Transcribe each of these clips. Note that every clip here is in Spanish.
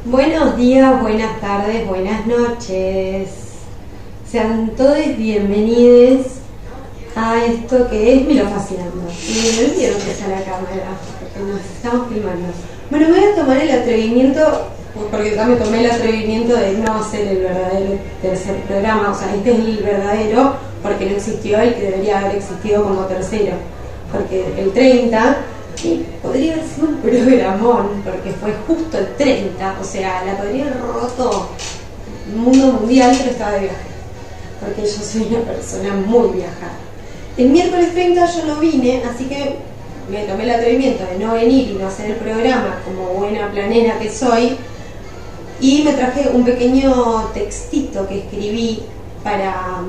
Buenos días, buenas tardes, buenas noches. Sean todos bienvenidos a esto que es Milo Fascinando. Y me olvidé que está la cámara, porque nos estamos filmando. Bueno, voy a tomar el atrevimiento, porque ya me tomé el atrevimiento de no hacer el verdadero tercer programa. O sea, este es el verdadero porque no existió el que debería haber existido como tercero. Porque el 30... sí, podría haber sido un programón, porque fue justo el 30, o sea, la podría haber roto el mundo mundial, pero estaba de viaje, porque yo soy una persona muy viajada. El miércoles 30 yo no vine, así que me tomé el atrevimiento de no venir y no hacer el programa como buena planera que soy, y me traje un pequeño textito que escribí para,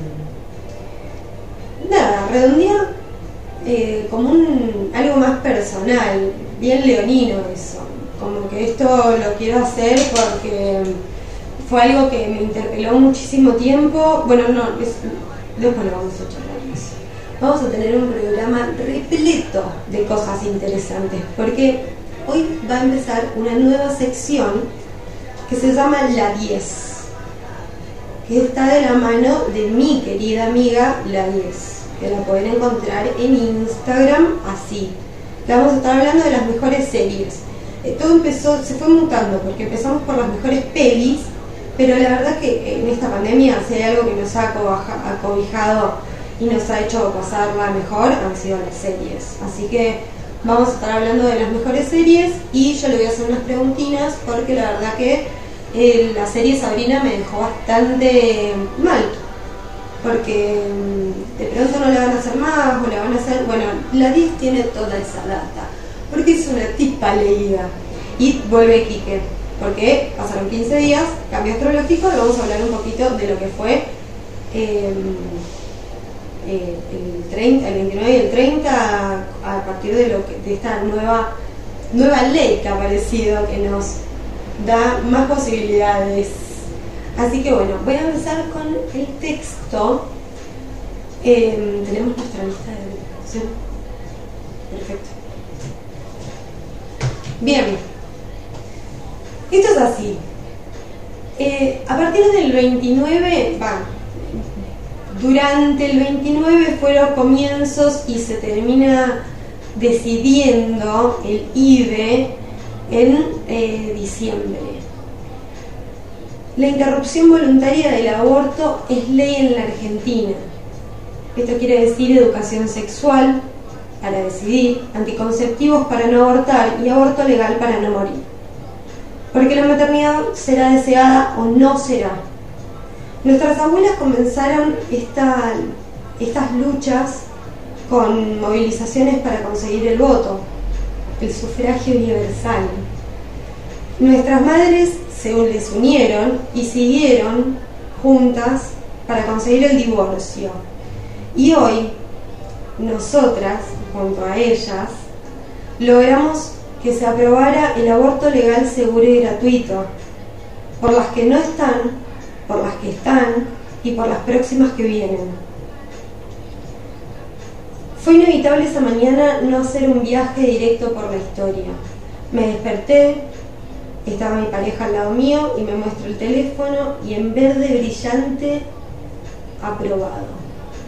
nada, redondear. Como algo más personal, bien leonino eso, como que esto lo quiero hacer porque fue algo que me interpeló muchísimo tiempo. Bueno, después lo vamos a charlar eso. Vamos a tener un programa repleto de cosas interesantes, porque hoy va a empezar una nueva sección que se llama La 10, que está de la mano de mi querida amiga La 10, que la pueden encontrar en Instagram así. Que vamos a estar hablando de las mejores series. Todo empezó, se fue mutando, porque empezamos por las mejores pelis, pero la verdad que en esta pandemia, si hay algo que nos ha acobijado y nos ha hecho pasarla mejor, han sido las series. Así que vamos a estar hablando de las mejores series y yo le voy a hacer unas preguntinas, porque la verdad que la serie Sabrina me dejó bastante mal. Porque de pronto no la van a hacer más, o la van a hacer... Bueno, la 10 tiene toda esa data, porque es una tipa leída. Y vuelve Quique, porque pasaron 15 días, cambio astrológico, y vamos a hablar un poquito de lo que fue el 30, el 29 y el 30, a partir de esta nueva ley que ha aparecido, que nos da más posibilidades. Así que bueno, voy a empezar con el texto. Tenemos nuestra lista de reproducción. Perfecto. Bien. Esto es así. A partir del 29, durante el 29 fueron comienzos y se termina decidiendo el IVE en diciembre. La interrupción voluntaria del aborto es ley en la Argentina. Esto quiere decir educación sexual para decidir, anticonceptivos para no abortar y aborto legal para no morir. Porque la maternidad será deseada o no será. Nuestras abuelas comenzaron estas luchas con movilizaciones para conseguir el voto, el sufragio universal. Nuestras madres se les unieron y siguieron juntas para conseguir el divorcio. Y hoy, nosotras, junto a ellas, logramos que se aprobara el aborto legal, seguro y gratuito, por las que no están, por las que están y por las próximas que vienen. Fue inevitable esa mañana no hacer un viaje directo por la historia. Me desperté, estaba mi pareja al lado mío y me muestra el teléfono y en verde brillante, aprobado.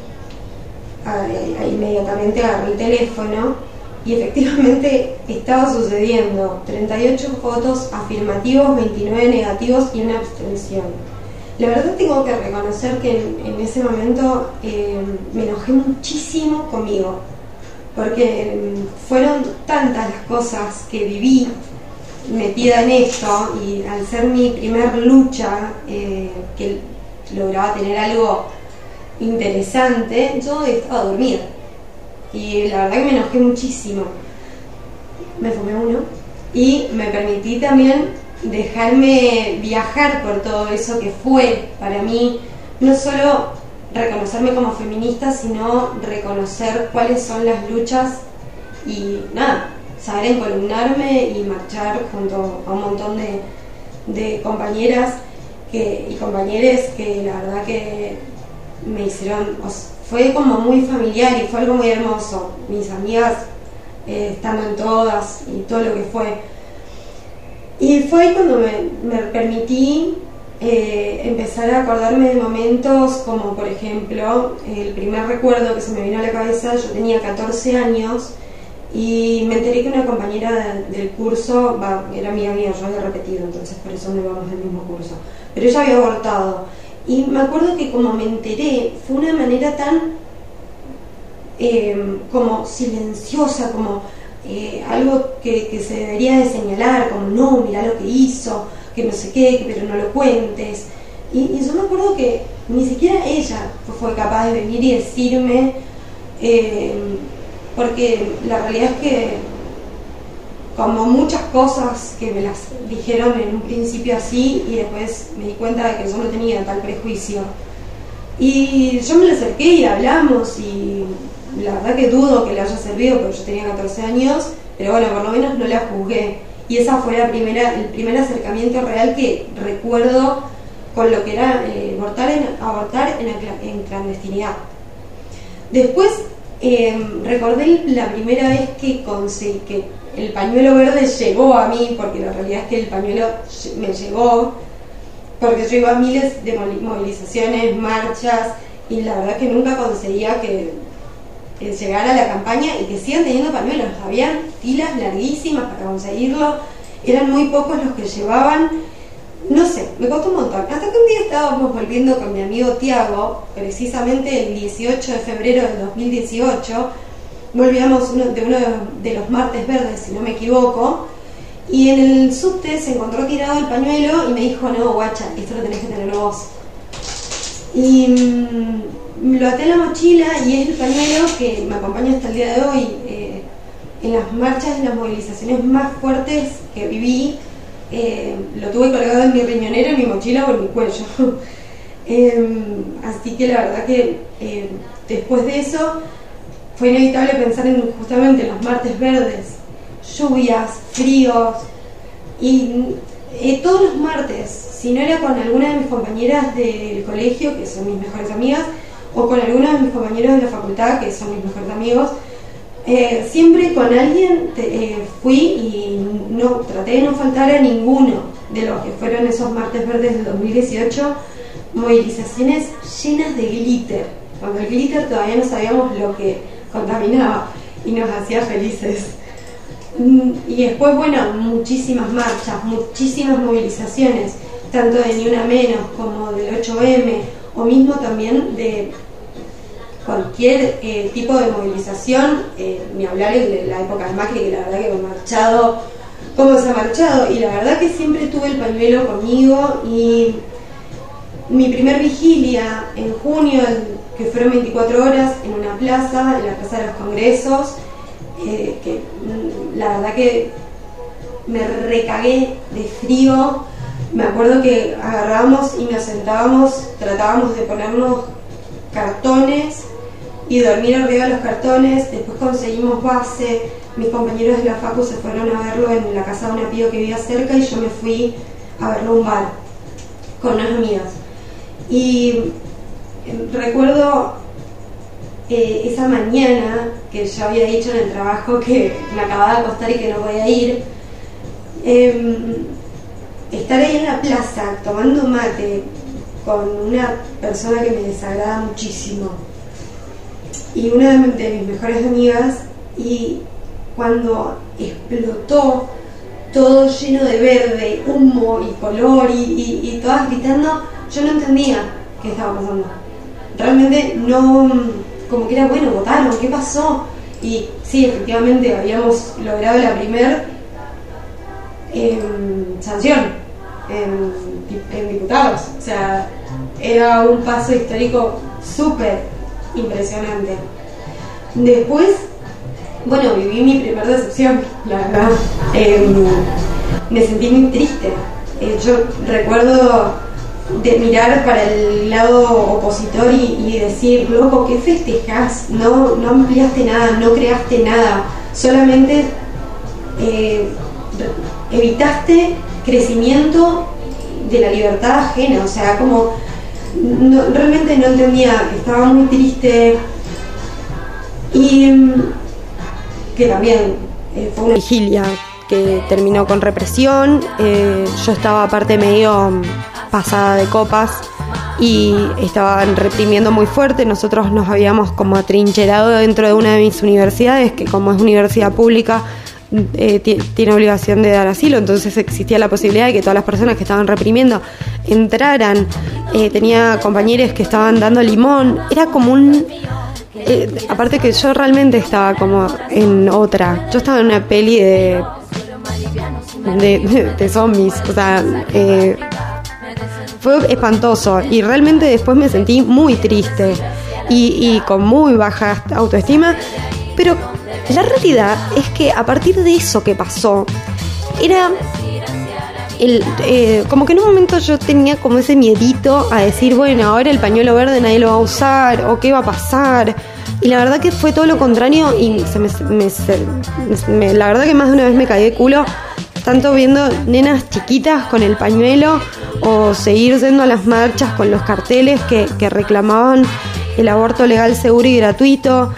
Ahí inmediatamente agarré el teléfono y efectivamente estaba sucediendo. 38 votos afirmativos, 29 negativos y una abstención. La verdad tengo que reconocer que en ese momento me enojé muchísimo conmigo, porque fueron tantas las cosas que viví metida en esto, y al ser mi primer lucha, que lograba tener algo interesante, yo estaba dormida y la verdad que me enojé muchísimo. Me fumé uno y me permití también dejarme viajar por todo eso que fue para mí, no solo reconocerme como feminista, sino reconocer cuáles son las luchas y nada, saber encolumnarme y marchar junto a un montón de compañeras y compañeros que la verdad que me hicieron, fue como muy familiar y fue algo muy hermoso. Mis amigas estando en todas y todo lo que fue. Y fue ahí cuando me permití empezar a acordarme de momentos como, por ejemplo, el primer recuerdo que se me vino a la cabeza. Yo tenía 14 años y me enteré que una compañera del curso, era amiga mía, yo había repetido, entonces por eso no íbamos del mismo curso, pero ella había abortado. Y me acuerdo que como me enteré, fue una manera tan como silenciosa, como algo que se debería de señalar, como no, mirá lo que hizo, que no sé qué, pero no lo cuentes. Y yo me acuerdo que ni siquiera ella fue capaz de venir y decirme, porque la realidad es que, como muchas cosas que me las dijeron en un principio así, y después me di cuenta de que yo no tenía tal prejuicio, y yo me le acerqué y hablamos, y la verdad que dudo que le haya servido porque yo tenía 14 años, pero bueno, por lo menos no la juzgué. Y esa fue el primer acercamiento real que recuerdo con lo que era abortar en clandestinidad. Después recordé la primera vez que el pañuelo verde llegó a mí, porque la realidad es que el pañuelo me llegó, porque yo iba a miles de movilizaciones, marchas, y la verdad que nunca conseguía que llegara la campaña y que sigan teniendo pañuelos. Habían filas larguísimas para conseguirlo, eran muy pocos los que llevaban. No sé, me costó un montón. Hasta que un día estábamos volviendo con mi amigo Tiago, precisamente el 18 de febrero del 2018, volvíamos de uno de los martes verdes, si no me equivoco, y en el subte se encontró tirado el pañuelo y me dijo, no, guacha, esto lo tenés que tener vos. Y lo até en la mochila y es el pañuelo que me acompaña hasta el día de hoy. En las marchas, en las movilizaciones más fuertes que viví, lo tuve colgado en mi riñonera, en mi mochila o en mi cuello. Así que la verdad que después de eso fue inevitable pensar justamente en los martes verdes, lluvias, fríos, y todos los martes, si no era con alguna de mis compañeras del colegio, que son mis mejores amigas, o con algunos de mis compañeros de la facultad, que son mis mejores amigos, siempre con alguien fui y traté de no faltar a ninguno de los que fueron esos martes verdes del 2018, movilizaciones llenas de glitter, cuando el glitter todavía no sabíamos lo que contaminaba y nos hacía felices. Y después, bueno, muchísimas marchas, muchísimas movilizaciones, tanto de Ni Una Menos como del 8M, o mismo también de cualquier tipo de movilización, ni hablar de la época de Macri, que la verdad que hemos marchado como se ha marchado, y la verdad que siempre tuve el pañuelo conmigo. Y mi primer vigilia en junio, que fueron 24 horas en una plaza, en la Plaza de los Congresos, que la verdad que me recagué de frío. Me acuerdo que agarrábamos y nos sentábamos, tratábamos de ponernos cartones y dormir arriba de los cartones. Después conseguimos base, mis compañeros de la facu se fueron a verlo en la casa de un amigo que vivía cerca, y yo me fui a verlo a un bar con unas amigas. Y recuerdo esa mañana que yo había dicho en el trabajo que me acababa de acostar y que no podía ir, estar ahí en la plaza tomando mate con una persona que me desagrada muchísimo y una de mis mejores amigas, y cuando explotó todo lleno de verde, humo y color y todas gritando, yo no entendía qué estaba pasando. Realmente no, como que era, bueno, votaron, ¿qué pasó? Y sí, efectivamente habíamos logrado la primer sanción en diputados. O sea, era un paso histórico súper impresionante. Después, bueno, viví mi primer decepción, la verdad. Me sentí muy triste. Yo recuerdo de mirar para el lado opositor y decir, loco, ¿qué festejás? No ampliaste nada, no creaste nada, solamente evitaste crecimiento de la libertad ajena. O sea, como realmente no entendía, estaba muy triste. Y que también fue una vigilia que terminó con represión. Yo estaba aparte medio pasada de copas y estaban reprimiendo muy fuerte. Nosotros nos habíamos como atrincherado dentro de una de mis universidades, que como es universidad pública tiene obligación de dar asilo, entonces existía la posibilidad de que todas las personas que estaban reprimiendo entraran. Tenía compañeros que estaban dando limón, era como un... aparte que yo realmente estaba como en otra, yo estaba en una peli de zombies, o sea, fue espantoso y realmente después me sentí muy triste y con muy baja autoestima, pero la realidad es que a partir de eso que pasó, era como que en un momento yo tenía como ese miedito a decir, bueno, ahora el pañuelo verde nadie lo va a usar, o qué va a pasar. Y la verdad que fue todo lo contrario y la verdad que más de una vez me caí de culo, tanto viendo nenas chiquitas con el pañuelo o seguir yendo a las marchas con los carteles que reclamaban el aborto legal, seguro y gratuito.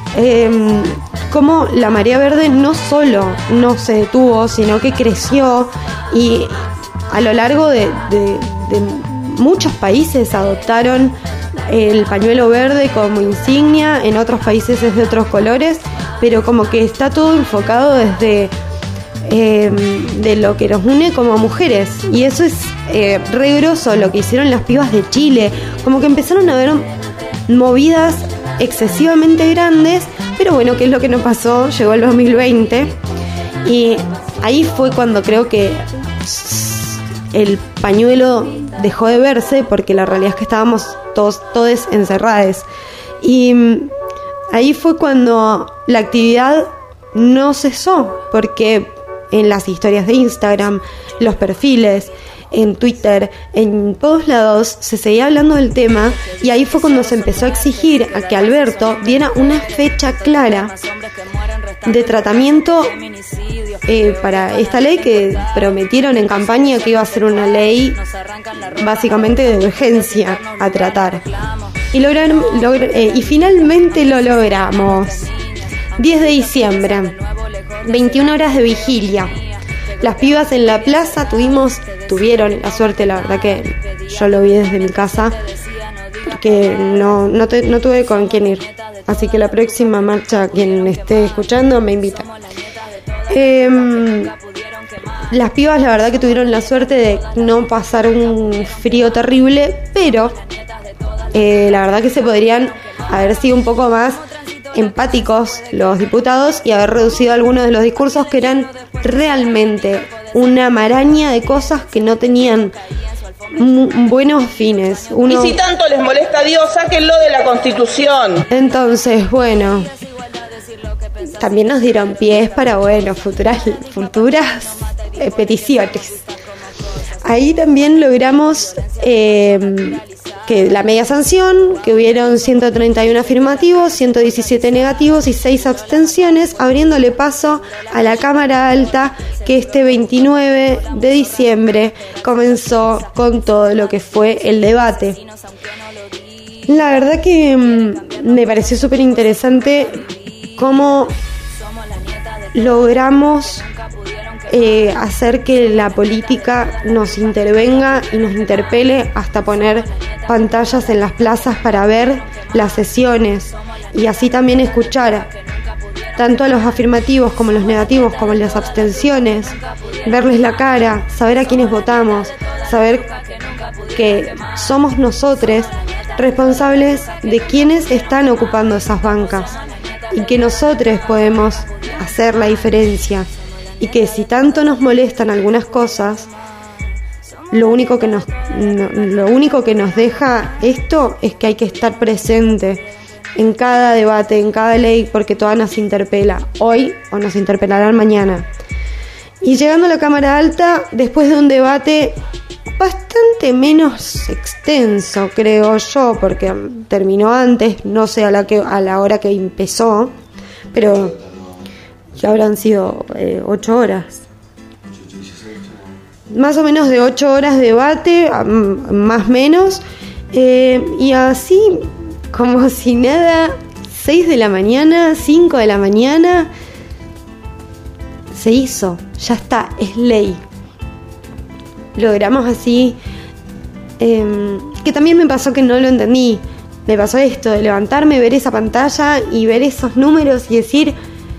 Como la marea verde no solo no se detuvo, sino que creció y a lo largo de muchos países adoptaron el pañuelo verde como insignia, en otros países es de otros colores, pero como que está todo enfocado desde de lo que nos une como mujeres, y eso es re groso lo que hicieron las pibas de Chile, como que empezaron a haber movidas excesivamente grandes, pero bueno, ¿qué es lo que nos pasó? Llegó el 2020 y ahí fue cuando creo que el pañuelo dejó de verse, porque la realidad es que estábamos todos encerrados, y ahí fue cuando la actividad no cesó, porque en las historias de Instagram, los perfiles, en Twitter, en todos lados se seguía hablando del tema, y ahí fue cuando se empezó a exigir a que Alberto diera una fecha clara de tratamiento para esta ley que prometieron en campaña que iba a ser una ley básicamente de urgencia a tratar. Y finalmente lo logramos. 10 de diciembre, 21 horas de vigilia. Las pibas en la plaza tuvieron la suerte, la verdad que yo lo vi desde mi casa, porque no tuve con quién ir. Así que la próxima marcha, quien esté escuchando, me invita. Las pibas la verdad que tuvieron la suerte de no pasar un frío terrible, pero la verdad que se podrían haber sido un poco más empáticos los diputados y haber reducido algunos de los discursos que eran realmente una maraña de cosas que no tenían buenos fines. Y si tanto les molesta a Dios, sáquenlo de la Constitución. Entonces, bueno, también nos dieron pies para, bueno, futuras peticiones. Ahí también logramos que la media sanción, que hubieron 131 afirmativos, 117 negativos y 6 abstenciones, abriéndole paso a la Cámara Alta, que este 29 de diciembre comenzó con todo lo que fue el debate. La verdad que me pareció súper interesante cómo logramos hacer que la política nos intervenga y nos interpele, hasta poner pantallas en las plazas para ver las sesiones y así también escuchar tanto a los afirmativos como a los negativos como a las abstenciones, verles la cara, saber a quiénes votamos, saber que somos nosotros responsables de quienes están ocupando esas bancas y que nosotros podemos hacer la diferencia. Y que si tanto nos molestan algunas cosas, lo único que nos deja esto es que hay que estar presente en cada debate, en cada ley, porque toda nos interpela hoy o nos interpelarán mañana. Y llegando a la Cámara Alta, después de un debate bastante menos extenso, creo yo, porque terminó antes, no sé a la hora que empezó, pero ya habrán sido 8 horas. Más o menos de 8 horas de debate, más o menos. Y así, como si nada, 6 de la mañana, 5 de la mañana, se hizo, ya está, es ley. Logramos así, que también me pasó que no lo entendí. Me pasó esto, de levantarme, ver esa pantalla y ver esos números y decir,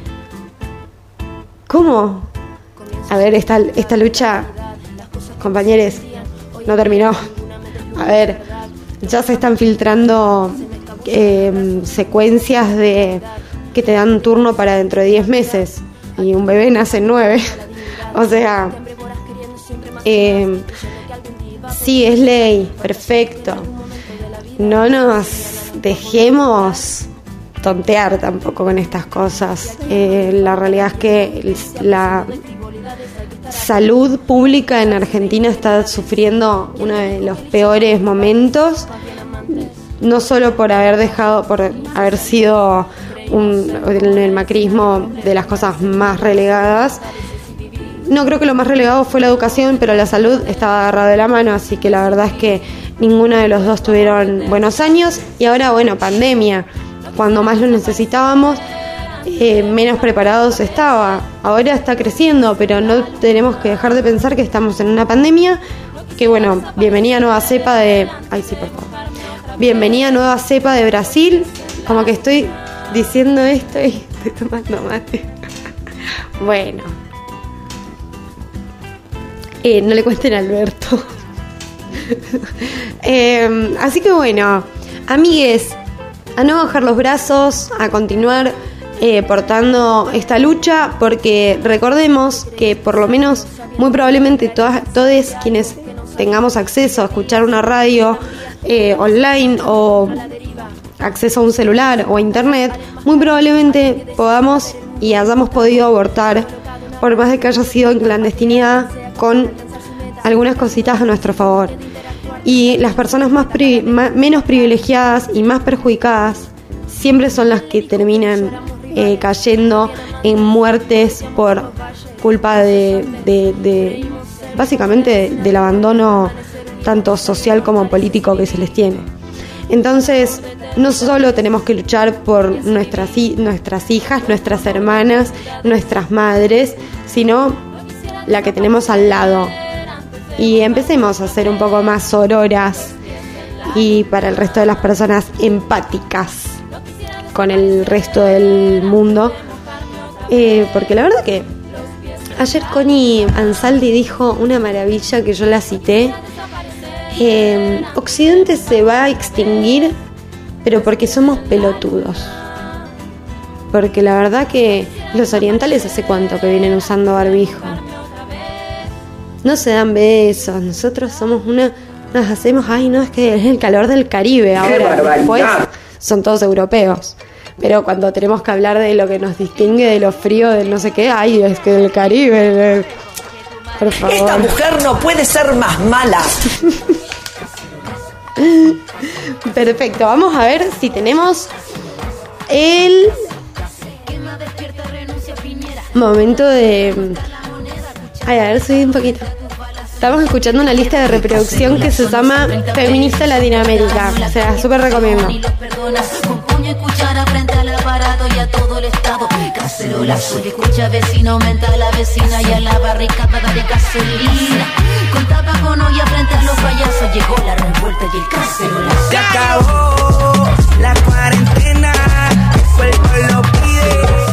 ¿cómo? A ver, esta lucha, compañeros, no terminó. A ver, ya se están filtrando secuencias de que te dan turno para dentro de 10 meses y un bebé nace en 9. O sea, sí, es ley, perfecto. No nos dejemos tontear tampoco con estas cosas. La realidad es que la salud pública en Argentina está sufriendo uno de los peores momentos, no solo por haber sido en el macrismo de las cosas más relegadas. No creo que lo más relegado fue la educación, pero la salud estaba agarrada de la mano, así que la verdad es que ninguno de los dos tuvieron buenos años. Y ahora, bueno, pandemia, cuando más lo necesitábamos, menos preparados estaba. Ahora está creciendo, pero no tenemos que dejar de pensar que estamos en una pandemia. Que bueno, bienvenida nueva cepa de... Ay, sí, por favor. Bienvenida nueva cepa de Brasil. Como que estoy diciendo esto y estoy tomando mate. Bueno. No le cuenten a Alberto. Así que bueno, amigues, a no bajar los brazos, a continuar portando esta lucha, porque recordemos que por lo menos, muy probablemente todos quienes tengamos acceso a escuchar una radio online o acceso a un celular o a internet, muy probablemente podamos y hayamos podido abortar, por más de que haya sido en clandestinidad, con algunas cositas a nuestro favor. Y las personas menos privilegiadas y más perjudicadas siempre son las que terminan cayendo en muertes por culpa de básicamente del abandono tanto social como político que se les tiene. Entonces, no solo tenemos que luchar por nuestras hijas, nuestras hermanas, nuestras madres, sino la que tenemos al lado. Y empecemos a ser un poco más sororas y para el resto de las personas empáticas con el resto del mundo. Porque la verdad que ayer Connie Ansaldi dijo una maravilla que yo la cité. Occidente se va a extinguir, pero porque somos pelotudos. Porque la verdad que los orientales hace cuánto que vienen usando barbijo. No se dan besos, nosotros somos nos hacemos, ay no, es que es el calor del Caribe ahora, después son todos europeos. Pero cuando tenemos que hablar de lo que nos distingue de lo frío, del no sé qué, ay, es que del Caribe, por favor. Esta mujer no puede ser más mala. Perfecto, vamos a ver si tenemos el momento de... Ay, a ver, subí un poquito. Estamos escuchando una lista de reproducción que se llama Feminista Latinoamérica. O sea, súper recomiendo. Con puño y cuchara frente al aparato y a todo el estado. Cacerolazo, que escucha vecino, aumenta a la vecina y a la barricada de gasolina. Con tapa con olla frente a los payasos, llegó la revuelta y el cacerolazo. Se acabó la cuarentena, el pueblo pide.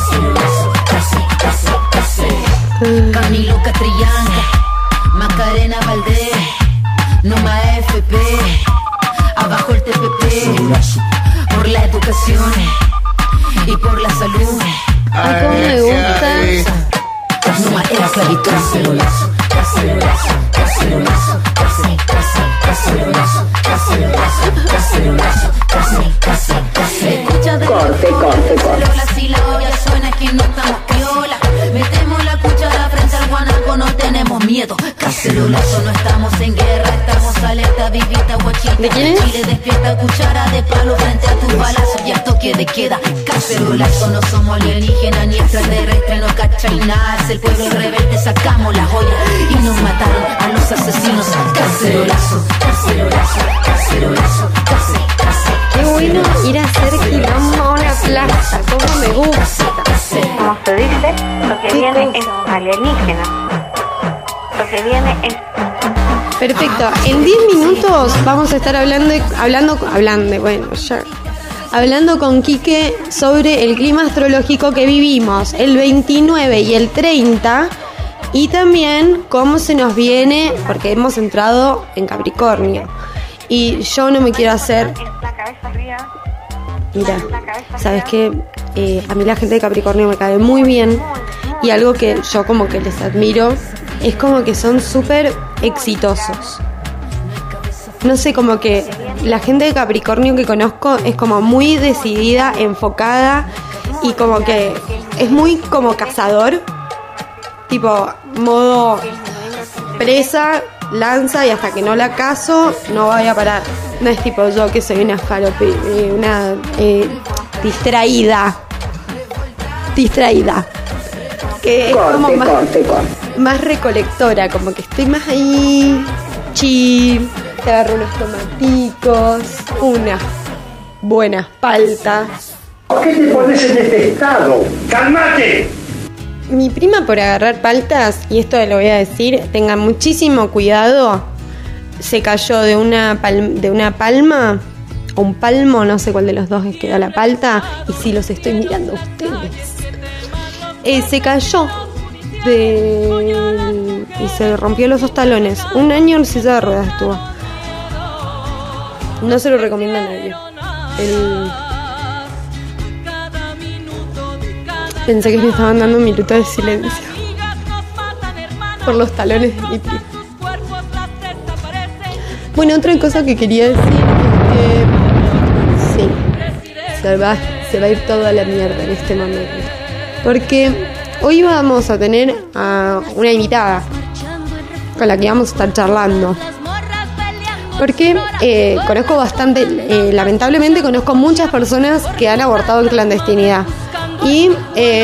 Camilo Catrillanca, Macarena Valdés, Numa FP, abajo el TPP, por la educación y por la salud. Ay, cómo me gusta. Numa es la esclavitud. Cacerolazo, cacerolazo, cacerolazo, cacerolazo, cacerolazo, cacerolazo, cacerolazo. Escucha de corte. Si la olla suena que no estamos piola. Metemos la cuchara frente al guanaco, no tenemos miedo. Cacerolazo, no estamos en guerra, estamos alerta, vivita, guachita. ¿De quién es? Chile despierta, cuchara de palo frente a tus balazos y a toque de queda. Cacerolazo, no somos alienígenas ni extraterrestres, no cachan nada. Es el pueblo rebelde, sacamos la joya y nos mataron a los asesinos. Cacerolazo, cacerolazo, cacerolazo, cacerolazo. Qué bueno ir a hacer quilombo a una plaza, como me gusta. como se dice, lo que viene es alienígena. Lo que viene es... Perfecto. En 10 minutos vamos a estar hablando con Quique sobre el clima astrológico que vivimos el 29 y el 30 y también cómo se nos viene, porque hemos entrado en Capricornio y yo no me quiero hacer... Mira, ¿sabes qué? A mí la gente de Capricornio me cae muy bien y algo que yo como que les admiro es como que son súper exitosos. No sé, como que la gente de Capricornio que conozco es como muy decidida, enfocada y como que es muy como cazador, tipo modo presa, lanza y hasta que no la cazo no voy a parar. No es tipo yo que soy una distraída. Que es como más recolectora, como que estoy más ahí, chill, te agarro unos tomaticos, unas buenas paltas. ¿Por qué te pones en este estado? ¡Cálmate! Mi prima, por agarrar paltas, y esto lo voy a decir, tengan muchísimo cuidado, se cayó de una palma o un palmo, no sé cuál de los dos es que da la palta, y sí los estoy mirando a ustedes. Se cayó y se rompió los dos talones. Un año en silla de ruedas estuvo. No se lo recomiendo a nadie. Pensé que me estaban dando un minuto de silencio por los talones de mi prima. Bueno, otra cosa que quería decir es que sí, se va a ir toda la mierda en este momento, porque hoy vamos a tener a una invitada con la que vamos a estar charlando. Porque conozco bastante, lamentablemente conozco muchas personas que han abortado en clandestinidad. Y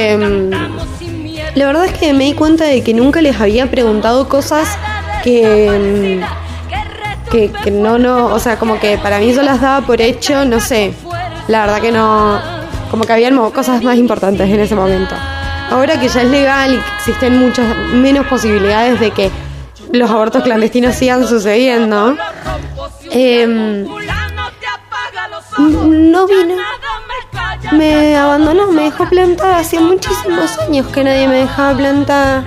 la verdad es que me di cuenta de que nunca les había preguntado cosas que no, o sea, como que para mí yo las daba por hecho, no sé. La verdad que no, como que habían cosas más importantes en ese momento. Ahora que ya es legal y que existen muchas menos posibilidades de que los abortos clandestinos sigan sucediendo, no vino, me abandonó, me dejó plantada. Hacía muchísimos años que nadie me dejaba plantada,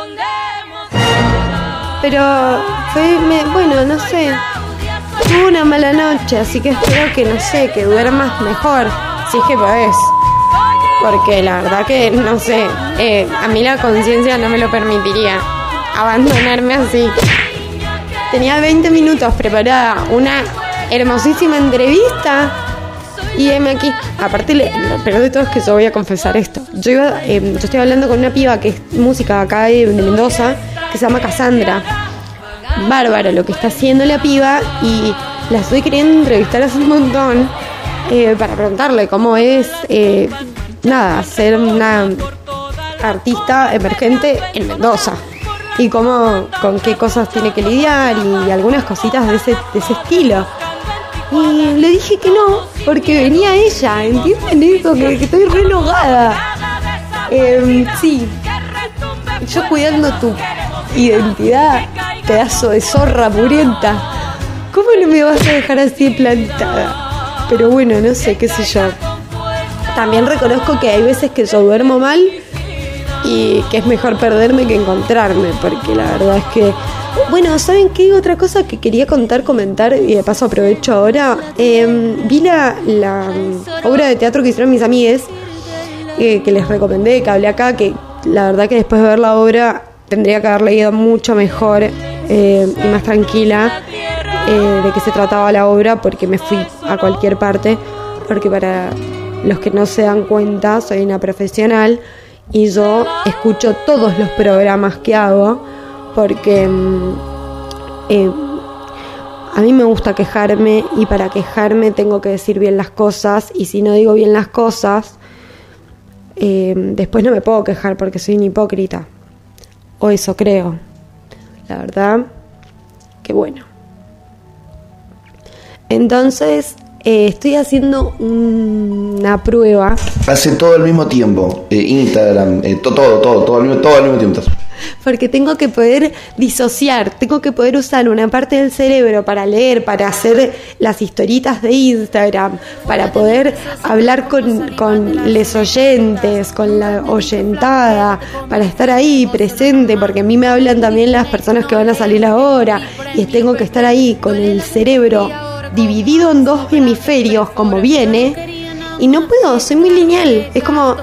pero bueno, no sé, tuve una mala noche, así que espero que, no sé, que duermas mejor, si es que podés, porque la verdad que, no sé, a mí la conciencia no me lo permitiría abandonarme así. Tenía 20 minutos preparada una hermosísima entrevista y heme aquí. Aparte, lo peor de todo es que yo voy a confesar esto. Yo estoy hablando con una piba que es música acá de Mendoza, que se llama Cassandra. Bárbaro lo que está haciendo la piba, y la estoy queriendo entrevistar hace un montón para preguntarle cómo es ser una artista emergente en Mendoza y cómo, con qué cosas tiene que lidiar y algunas cositas de ese estilo. Y le dije que no, porque venía ella, ¿entienden eso? Que estoy re enojada. Sí, yo cuidando tu identidad, pedazo de zorra murienta. ¿Cómo no me vas a dejar así plantada? Pero bueno, no sé, qué sé yo. También reconozco que hay veces que yo duermo mal y que es mejor perderme que encontrarme, porque la verdad es que... Bueno, ¿saben qué? Otra cosa que quería comentar, y de paso aprovecho ahora. Vi la obra de teatro que hicieron mis amigues, que les recomendé, que hablé acá, que la verdad que después de ver la obra tendría que haber leído mucho mejor y más tranquila de qué se trataba la obra, porque me fui a cualquier parte, porque para los que no se dan cuenta, soy una profesional y yo escucho todos los programas que hago, porque a mí me gusta quejarme, y para quejarme tengo que decir bien las cosas, y si no digo bien las cosas, después no me puedo quejar porque soy una hipócrita, o eso creo. La verdad que bueno. Entonces Estoy haciendo una prueba. Hace todo al mismo tiempo. Instagram, todo al mismo tiempo. Porque tengo que poder disociar, tengo que poder usar una parte del cerebro para leer, para hacer las historitas de Instagram, para poder hablar con les oyentes, con la oyentada, para estar ahí presente, porque a mí me hablan también las personas que van a salir ahora, y tengo que estar ahí con el cerebro dividido en 2 hemisferios como viene, y no puedo, soy muy lineal, es como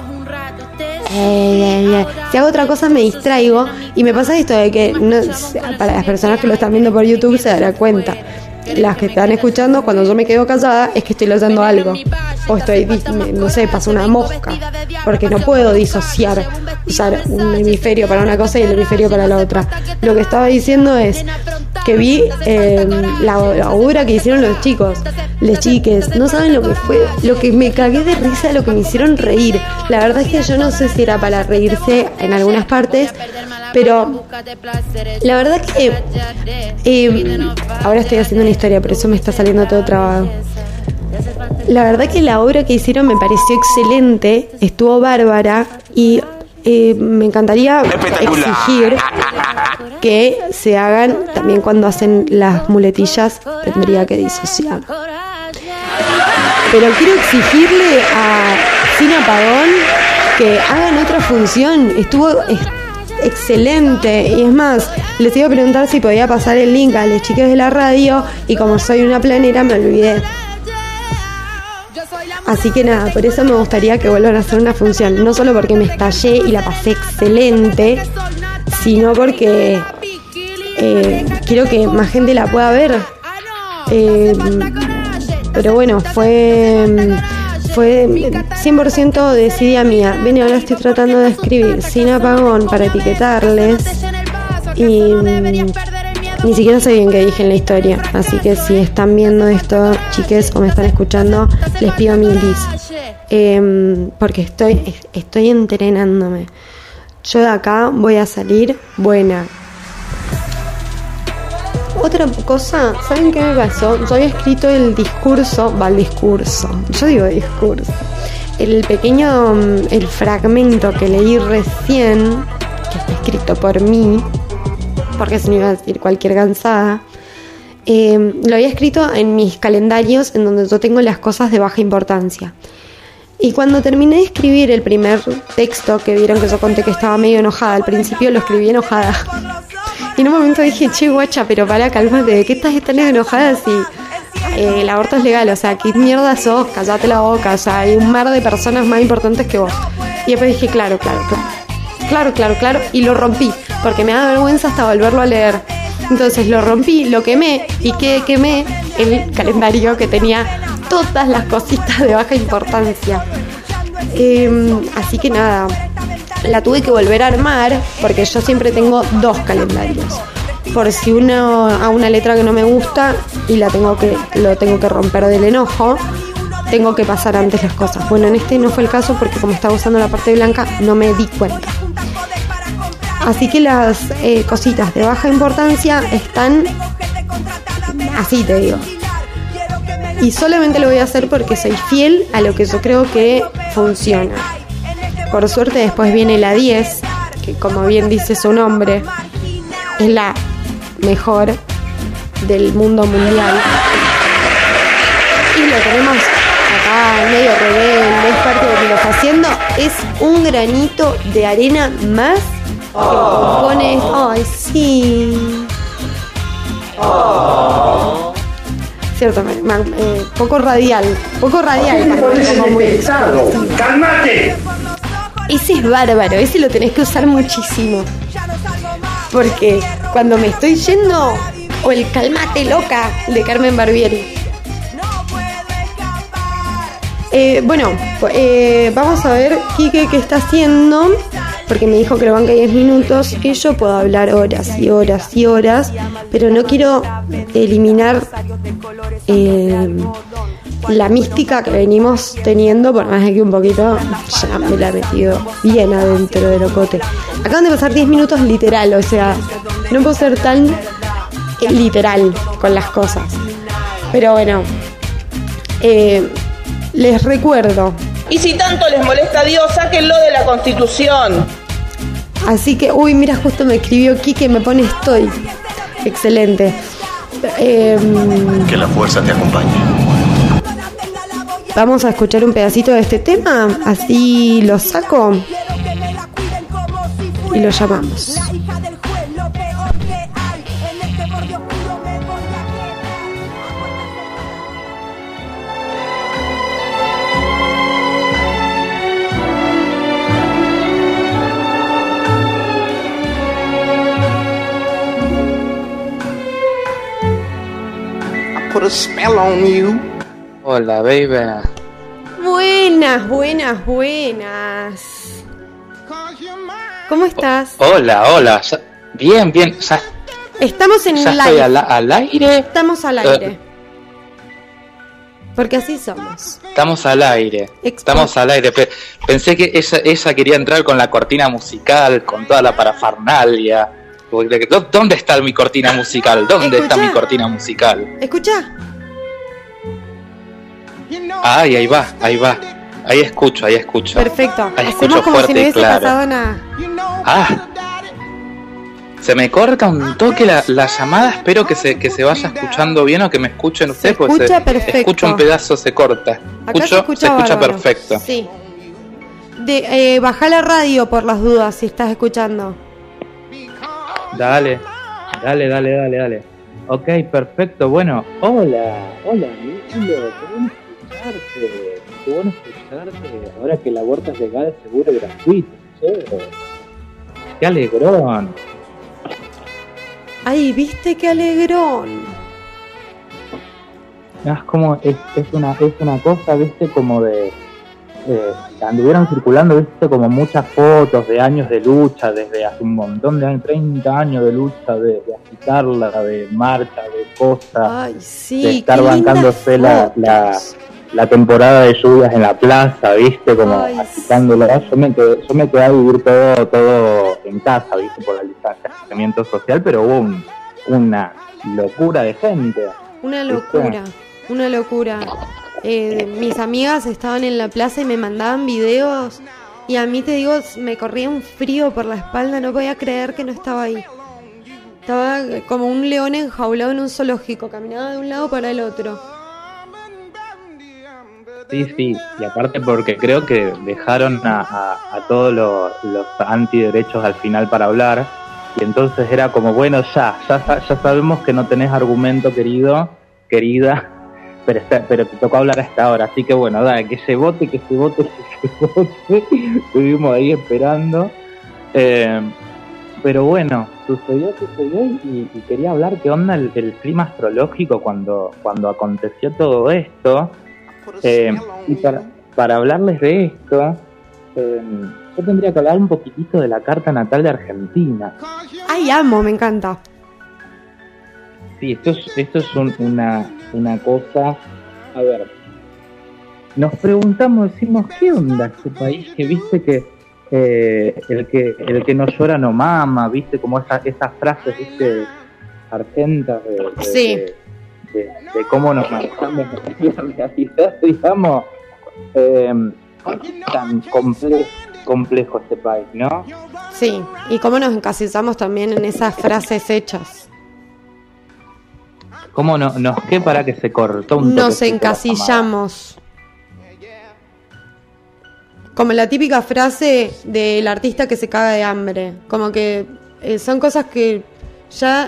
si hago otra cosa me distraigo, y me pasa esto de que para las personas que lo están viendo por YouTube se darán cuenta, las que están escuchando, cuando yo me quedo callada es que estoy leyendo algo, o estoy, no sé, pasó una mosca, porque no puedo disociar, usar un hemisferio para una cosa y el hemisferio para la otra. Lo que estaba diciendo es que vi la obra que hicieron los chicos, les chiques, no saben lo que fue, lo que me cagué de risa, lo que me hicieron reír. La verdad es que yo no sé si era para reírse en algunas partes, pero la verdad que ahora estoy haciendo una historia, por eso me está saliendo todo trabado. La verdad que la obra que hicieron me pareció excelente, estuvo bárbara, y me encantaría exigir que se hagan también cuando hacen las muletillas, tendría que disociar. Pero quiero exigirle a Sin Apagón que hagan otra función, estuvo excelente, y es más, les iba a preguntar si podía pasar el link a los chicos de la radio, y como soy una planera me olvidé. Así que nada, por eso me gustaría que vuelvan a hacer una función, no solo porque me estallé y la pasé excelente, sino porque quiero que más gente la pueda ver. Pero bueno, fue 100% desidia mía. Ven, ahora estoy tratando de escribir Sin Apagón para etiquetarles, y ni siquiera sé bien qué dije en la historia. Así que si están viendo esto, chiques, o me están escuchando, les pido mil porque estoy entrenándome. Yo de acá voy a salir buena. Otra cosa, ¿saben qué me pasó? Yo había escrito el discurso, yo digo discurso, el fragmento que leí recién, que está escrito por mí, porque se me iba a decir cualquier cansada, lo había escrito en mis calendarios, en donde yo tengo las cosas de baja importancia. Y cuando terminé de escribir el primer texto, que vieron que yo conté que estaba medio enojada, al principio lo escribí enojada. Y en un momento dije, che, guacha, pero para, cálmate, ¿de qué estás tan enojada si el aborto es legal? O sea, ¿qué mierda sos? Cállate la boca, o sea, hay un mar de personas más importantes que vos. Y después dije, claro, y lo rompí, porque me da vergüenza hasta volverlo a leer. Entonces lo rompí, lo quemé, y quemé el calendario que tenía todas las cositas de baja importancia. Así que nada, la tuve que volver a armar, porque yo siempre tengo 2 calendarios, por si a una letra que no me gusta y lo tengo que romper del enojo, tengo que pasar antes las cosas. Bueno, en este no fue el caso, porque como estaba usando la parte blanca no me di cuenta. Así que las cositas de baja importancia están así, te digo. Y solamente lo voy a hacer porque soy fiel a lo que yo creo que funciona. Por suerte después viene la 10, que como bien dice su nombre, es la mejor del mundo mundial. Y lo tenemos acá, medio rebelde, es parte de lo que lo está haciendo. Es un granito de arena más que compone. ¡Ay, sí! Cierto, poco radial. ¡Cálmate! Ese es bárbaro, ese lo tenés que usar muchísimo. Porque cuando me estoy yendo, o el calmate loca de Carmen Barbieri. Vamos a ver Quique qué está haciendo, porque me dijo que lo banca 10 minutos y yo puedo hablar horas y horas y horas, pero no quiero eliminar la mística que venimos teniendo, por más de que un poquito ya me la he metido bien adentro del ocote. Acaban de pasar 10 minutos literal, o sea, no puedo ser tan literal con las cosas. Pero bueno, Les recuerdo. Y si tanto les molesta a Dios, sáquenlo de la Constitución. Así que, uy, mira, justo me escribió Quique, me pone estoy. Excelente. Que la fuerza te acompañe. Vamos a escuchar un pedacito de este tema, así lo saco y lo llamamos. Put a spell on you. Hola, baby. Buenas, buenas, buenas. ¿Cómo estás? Hola. Bien. Estamos en ya live. Estoy al aire. Estamos al aire. Porque así somos. Estamos al aire. Estamos al aire. Pensé que ella quería entrar con la cortina musical, con toda la parafernalia. ¿Dónde está mi cortina musical? ¿Dónde está mi cortina musical? ¿Escucha? Ay, ahí va. Ahí escucho. Perfecto. Ahí Hacemos escucho como si no fuerte y hubiese claro. pasado nada. Se me corta un toque la llamada. Espero que se vaya escuchando bien o que me escuchen ustedes. Se escucha perfecto. Escucho un pedazo, se corta. Acá se escucha perfecto. Sí. Bajá la radio por las dudas si estás escuchando. Dale. Ok, perfecto. Bueno, hola, Milo, qué bueno escucharte. Ahora que el aborto es legal, seguro y gratuito. Qué alegrón. Ay, ¿viste qué alegrón? Es como, es una cosa, viste, como de... anduvieron circulando, viste, como muchas fotos de años de lucha, desde hace un montón de años, 30 años de lucha, de agitarla, de marcha, de cosas. Ay, sí, de estar bancándose la temporada de lluvias en la plaza, viste, como agitándola. Yo me quedé a vivir todo en casa, viste, por el distanciamiento social, pero hubo una locura de gente. Una locura. Mis amigas estaban en la plaza y me mandaban videos y a mí, te digo, me corría un frío por la espalda, no podía creer que no estaba ahí. Estaba como un león enjaulado en un zoológico, caminaba de un lado para el otro. Sí, y aparte porque creo que dejaron a todos los antiderechos al final para hablar, y entonces era como, bueno, ya sabemos que no tenés argumento, querida, pero te tocó hablar hasta ahora, así que bueno, dale, que se vote, estuvimos ahí esperando, pero bueno, sucedió y quería hablar qué onda el clima astrológico cuando aconteció todo esto. Y para hablarles de esto, yo tendría que hablar un poquitito de la carta natal de Argentina. Ay, amo, me encanta. Sí, esto es una cosa. A ver, nos preguntamos, decimos, ¿qué onda este país? Que viste que el que no llora no mama, viste, como esas frases, viste, argentas de cómo nos manejamos en la realidad, digamos, tan complejo este país, ¿no? Sí, y cómo nos encasillamos también en esas frases hechas. ¿Cómo qué para que se cortó un toque? Nos encasillamos. Como la típica frase del artista que se caga de hambre. Como que son cosas que ya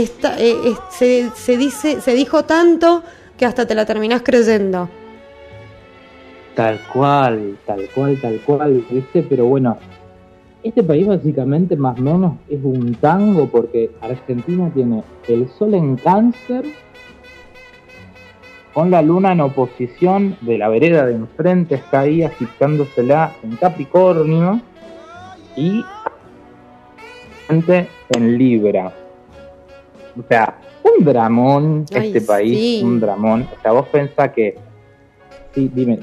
se dijo tanto que hasta te la terminás creyendo. Tal cual, ¿viste? Pero bueno, este país básicamente más o menos es un tango, porque Argentina tiene el sol en Cáncer, con la luna en oposición de la vereda de enfrente, está ahí agitándosela en Capricornio, y en Libra. O sea, un dramón. Ay, este país, sí. Un dramón. O sea, vos pensás que... Sí, dime.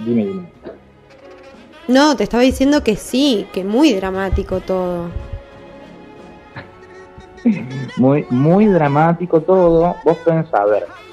No, te estaba diciendo que sí, que muy dramático todo. Muy dramático todo. Vos pensás, a ver,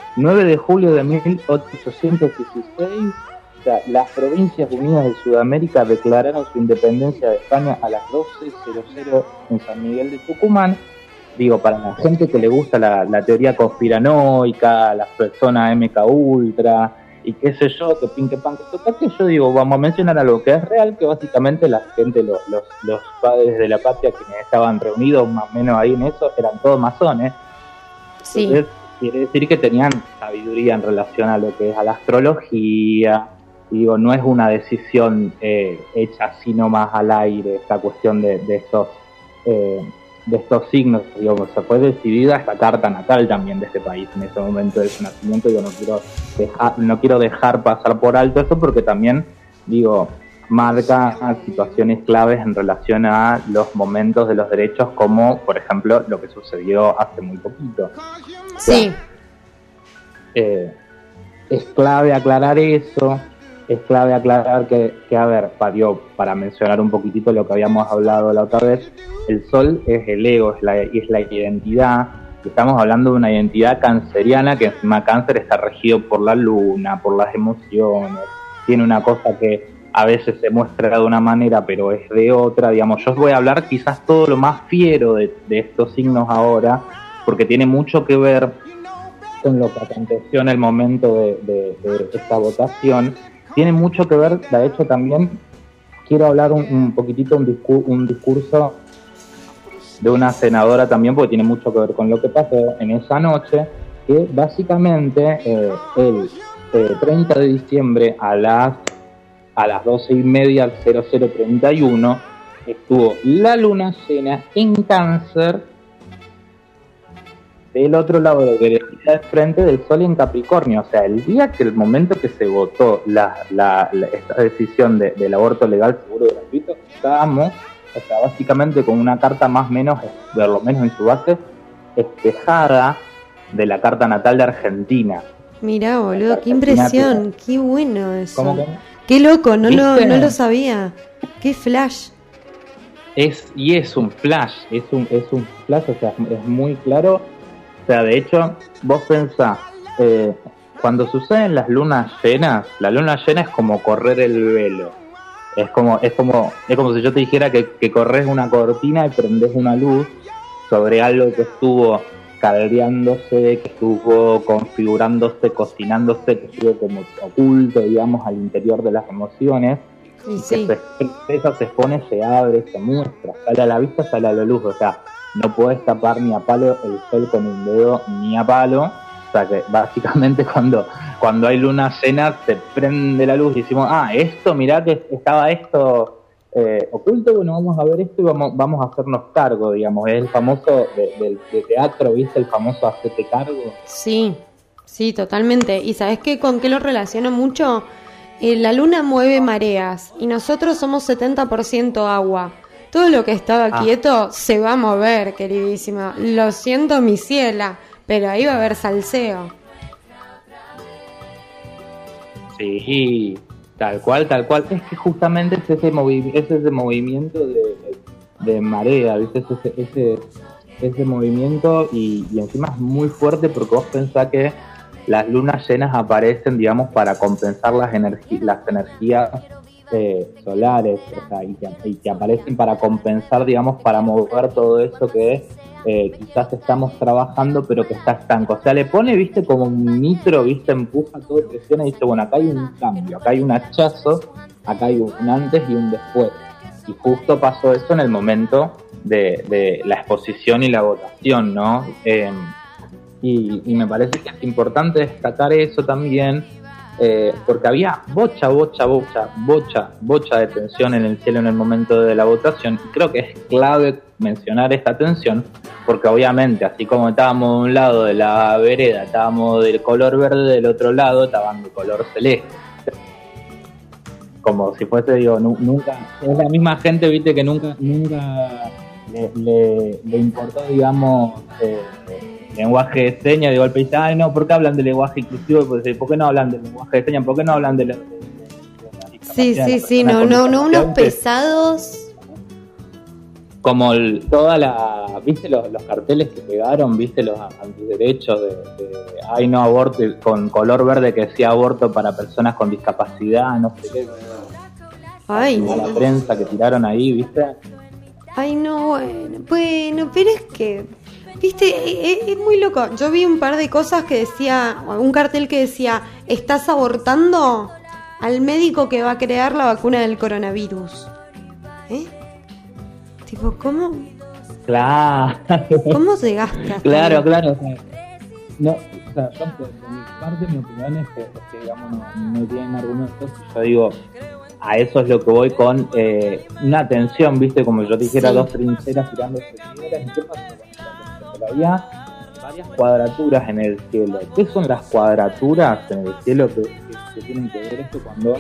9 de julio de 1816, o sea, las Provincias Unidas de Sudamérica declararon su independencia de España a las 12:00 en San Miguel de Tucumán. Digo, para la gente que le gusta la teoría conspiranoica, las personas MK Ultra y qué sé yo, que pin, que pan, que toca, que yo digo, vamos a mencionar algo que es real, que básicamente la gente, los padres de la patria quienes estaban reunidos más o menos ahí en eso, eran todos masones. Sí. Entonces, quiere decir que tenían sabiduría en relación a lo que es a la astrología. Y digo, no es una decisión hecha así nomás al aire, esta cuestión de estos signos, digamos, se fue decidida esta carta natal también de este país en ese momento de su nacimiento. Yo no quiero dejar pasar por alto eso, porque también, digo, marca situaciones claves en relación a los momentos de los derechos, como por ejemplo lo que sucedió hace muy poquito. Sí. Es clave aclarar eso. Es clave aclarar que a ver, para mencionar un poquitito lo que habíamos hablado la otra vez, el sol es el ego, es la identidad. Estamos hablando de una identidad canceriana, que encima Cáncer está regido por la luna, por las emociones. Tiene una cosa que a veces se muestra de una manera, pero es de otra. Digamos, yo os voy a hablar quizás todo lo más fiero de estos signos ahora, porque tiene mucho que ver con lo que aconteció en el momento de esta votación. Tiene mucho que ver, de hecho también quiero hablar un poquitito, un discurso de una senadora también, porque tiene mucho que ver con lo que pasó en esa noche, que básicamente el 30 de diciembre a las 12:30 al 00:31 estuvo la luna llena en Cáncer, del otro lado de la del frente del Sol en Capricornio. O sea, el momento que se votó esta decisión del aborto legal, seguro y gratuito, estábamos, o sea, básicamente con una carta más o menos, por lo menos en su base, espejada de la carta natal de Argentina. Mirá, boludo, qué impresión, qué bueno eso. ¿Cómo que? Qué loco, no lo sabía. Qué flash. Es un flash, es un flash, o sea, es muy claro. O sea, de hecho, vos pensás, cuando suceden las lunas llenas, la luna llena es como correr el velo. Es como si yo te dijera que corres una cortina y prendés una luz sobre algo que estuvo caldeándose, que estuvo configurándose, cocinándose, que estuvo como oculto, digamos, al interior de las emociones. Y sí. Que se expresa, se expone, se abre, se muestra, sale a la vista, sale a la luz. O sea, no podés tapar ni a palo el sol con un dedo, ni a palo. O sea que básicamente cuando hay luna llena se prende la luz y decimos, esto, mirá que estaba esto oculto, bueno, vamos a ver esto y vamos a hacernos cargo, digamos. Es el famoso de teatro, ¿viste? El famoso hacete cargo. Sí, totalmente. ¿Y sabés qué? ¿Con qué lo relaciono mucho? La luna mueve mareas y nosotros somos 70% agua. Todo lo que estaba quieto se va a mover, queridísima. Lo siento, mi ciela, pero ahí va a haber salseo. Sí, tal cual. Es que justamente es ese movimiento de marea, ¿viste? Ese movimiento y encima es muy fuerte, porque vos pensás que las lunas llenas aparecen, digamos, para compensar las energías solares, o sea, y que aparecen para compensar, digamos, para mover todo eso que quizás estamos trabajando pero que está estanco. O sea, le pone, viste, como un nitro, viste, empuja todo, presiona y dice, bueno, acá hay un cambio, acá hay un hachazo, acá hay un antes y un después. Y justo pasó eso en el momento de la exposición y la votación, ¿no? Y me parece que es importante destacar eso también, porque había bocha de tensión en el cielo en el momento de la votación, y creo que es clave mencionar esta tensión, porque obviamente, así como estábamos de un lado de la vereda, estábamos del color verde, del otro lado estaban de color celeste, como si fuese, digo, nunca, es la misma gente, viste, que nunca le importó, digamos, lenguaje de señas. De golpe dice, no, ¿por qué hablan de lenguaje inclusivo? Pues, ¿por qué no hablan de lenguaje de señas? ¿Por qué no hablan de sí, no, unos pesados. como toda la, viste los carteles que pegaron, viste los antiderechos de ay no aborto, con color verde que decía aborto para personas con discapacidad, no sé qué. Ay, a la prensa que tiraron ahí, viste. Ay, no, bueno, pero es que, viste, es muy loco. Yo vi un par de cosas que decía, un cartel que decía, ¿estás abortando al médico que va a crear la vacuna del coronavirus? Tipo, ¿cómo? Claro. ¿Cómo llegaste hasta Claro, ahí? claro. O sea, no, o sea, yo por mi parte, mi opinión es que digamos, no tienen argumentos. Yo digo, a eso es lo que voy con una tensión, viste, como yo dijera, Sí. dos trincheras tirándose piedras. ¿Y qué pasó con esta tensión? Había varias cuadraturas en el cielo. ¿Qué son las cuadraturas en el cielo que tienen que ver esto cuando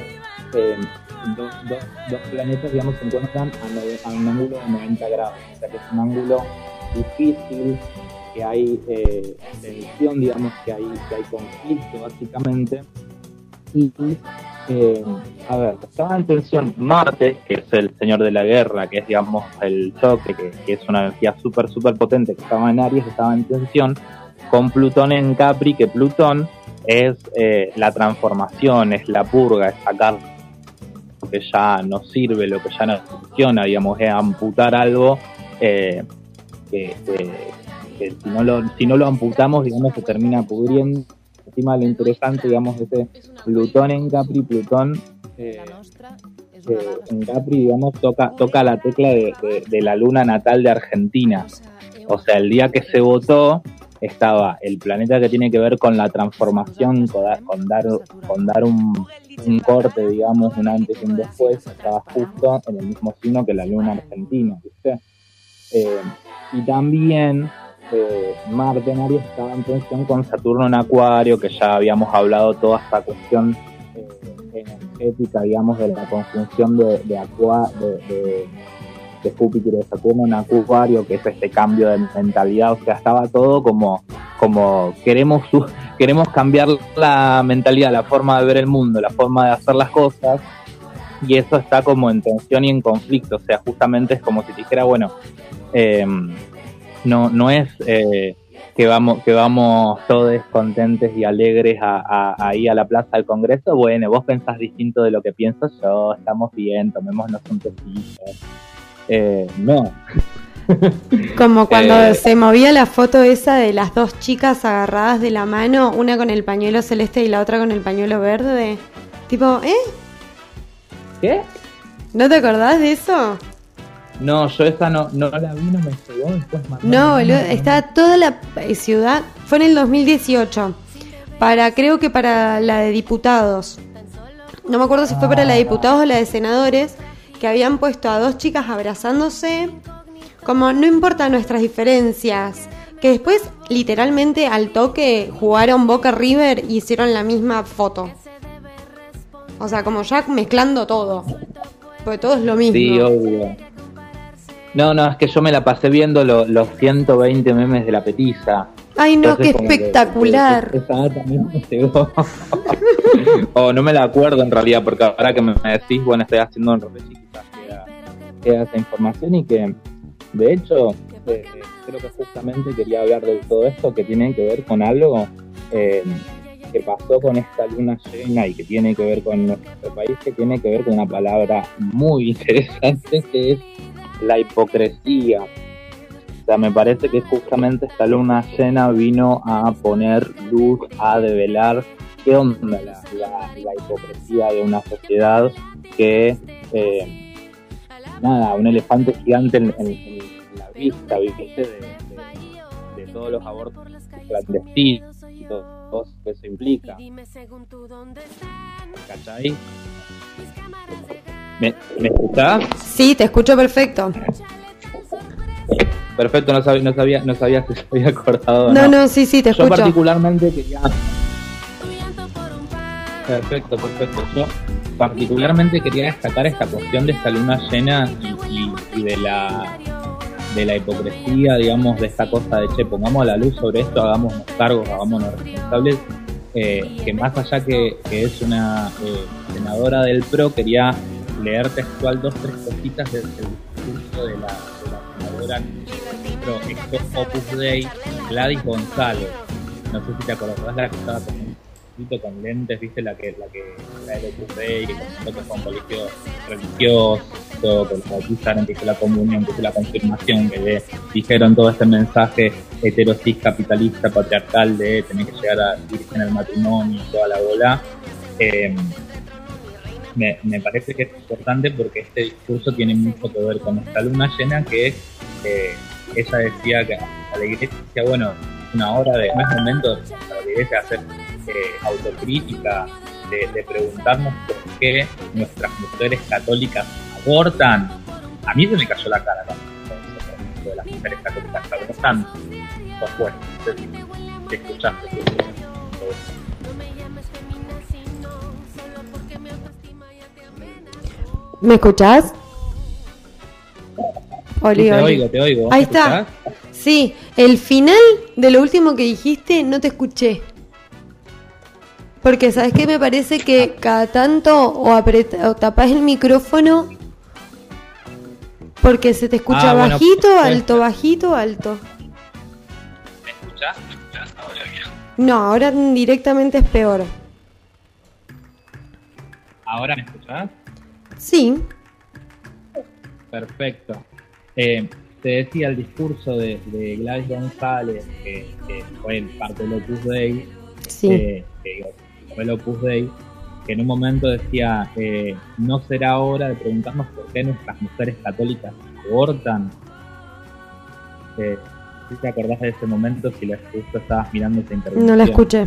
dos planetas, digamos, se encuentran a un ángulo de 90 grados? O sea, que es un ángulo difícil, que hay tensión, digamos, que hay conflicto, básicamente. Y a ver, estaba en tensión Marte, que es el señor de la guerra, que es, digamos, el choque, que es una energía súper potente, que estaba en Aries, estaba en tensión, con Plutón en Capri, que Plutón es la transformación, es la purga, es sacar lo que ya no sirve, lo que ya no funciona, digamos, es amputar algo que si no lo amputamos, digamos, se termina pudriendo. Encima lo interesante, digamos, ese Plutón en Capri, Plutón en Capri, digamos, toca la tecla de la luna natal de Argentina. O sea, el día que se votó estaba el planeta que tiene que ver con la transformación, con dar un corte, digamos, un antes y un después, estaba justo en el mismo signo que la luna argentina, ¿viste? Y también Marte en Aries estaba en tensión con Saturno en Acuario, que ya habíamos hablado toda esta cuestión energética, digamos, de la conjunción de Júpiter y de Saturno en Acuario, que es este cambio de mentalidad. O sea, estaba todo como queremos cambiar la mentalidad, la forma de ver el mundo, la forma de hacer las cosas, y eso está como en tensión y en conflicto. O sea, justamente es como si te dijera, bueno, no es que vamos todos contentes y alegres ahí a la Plaza del Congreso. Bueno, vos pensás distinto de lo que pienso yo, estamos bien, tomémonos un tecito. No. Como cuando se movía la foto esa de las dos chicas agarradas de la mano, una con el pañuelo celeste y la otra con el pañuelo verde. Tipo, ¿Qué? ¿No te acordás de eso? No, yo esa no la vi, no me llegó. Después No, boludo, está toda la ciudad. Fue en el 2018. Creo que para la de diputados. No me acuerdo si fue para la de diputados o la de senadores, que habían puesto a dos chicas abrazándose. Como no importan nuestras diferencias. Que después, literalmente, al toque, jugaron Boca River y hicieron la misma foto. O sea, como ya mezclando todo. Porque todo es lo mismo. Sí, obvio. No, es que yo me la pasé viendo los 120 memes de la petiza. Ay, no, entonces, qué espectacular. Esa data me llegó. O no me la acuerdo en realidad, porque ahora que me decís, bueno, estoy haciendo un repetido, quizás queda esa información, y que de hecho creo que justamente quería hablar de todo esto, que tiene que ver con algo que pasó con esta luna llena y que tiene que ver con nuestro país, que tiene que ver con una palabra muy interesante, que es la hipocresía. O sea, me parece que justamente esta luna llena vino a poner luz, a develar qué onda la hipocresía de una sociedad que, un elefante gigante en la vista, ¿viste? De todos los abortos clandestinos y todo que eso implica. ¿Cachai? ¿Me escuchás? Sí, te escucho perfecto. Perfecto, no sabía si se había acordado. No, sí, te escucho. Yo particularmente quería... Perfecto. Yo particularmente quería destacar esta cuestión de esta luna llena y de la hipocresía, digamos, de esta cosa de, che, pongamos la luz sobre esto, hagámonos cargos, hagámonos responsables, que más allá que es una senadora del PRO, quería leer textual 2-3 cositas del discurso de la ahora nuestro Opus Dei, Gladys González. No sé si te acordás, la que estaba con un poquito con lentes, viste, la del Opus Dei, que comentó que fue un colegio religioso, que los bautizaron, que hizo la comunión, que hizo la confirmación, que le dijeron todo este mensaje heterosis capitalista, patriarcal, de tener que llegar a virgen al matrimonio y toda la bola. Me parece que es importante porque este discurso tiene mucho que ver con esta luna llena, que ella decía que a la iglesia decía, bueno, una hora de, no es momento para la iglesia hacer autocrítica, de preguntarnos por qué nuestras mujeres católicas abortan. A mí se me cayó la cara con de las mujeres católicas abortan. Pues bueno, no sé si te escuchaste. ¿Me escuchás? Oli, sí, te oigo. Ahí está. Sí, el final de lo último que dijiste no te escuché. Porque, ¿sabes qué? Me parece que cada tanto o tapás el micrófono porque se te escucha bajito, bueno, alto, bajito, alto. ¿Me escuchás? Ahora bien. No, ahora directamente es peor. ¿Ahora me escuchás? Sí. Perfecto. Te decía el discurso de Gladys González, que fue parte del Opus Dei, sí. Fue el Opus Dei, que en un momento decía, no será hora de preguntarnos por qué nuestras mujeres católicas abortan. ¿Sí te acordás de ese momento? Si justo estabas mirando esa intervención. No la escuché.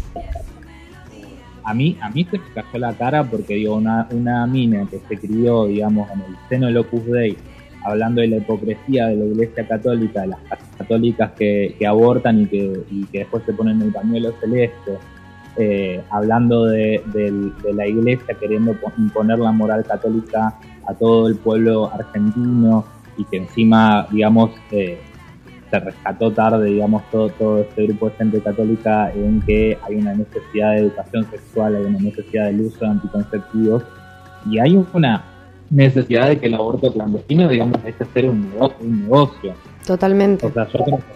A mí se me cayó la cara porque digo, una mina que se crió, digamos, en el seno del Opus Dei, hablando de la hipocresía de la Iglesia Católica, de las católicas que abortan y que después se ponen el pañuelo celeste, hablando de la Iglesia queriendo imponer la moral católica a todo el pueblo argentino y que encima, digamos, se rescató tarde, digamos, todo este grupo de gente católica en que hay una necesidad de educación sexual, hay una necesidad del uso de anticonceptivos y hay una necesidad de que el aborto clandestino, digamos, deje de ser un negocio. Totalmente. O sea, yo creo que,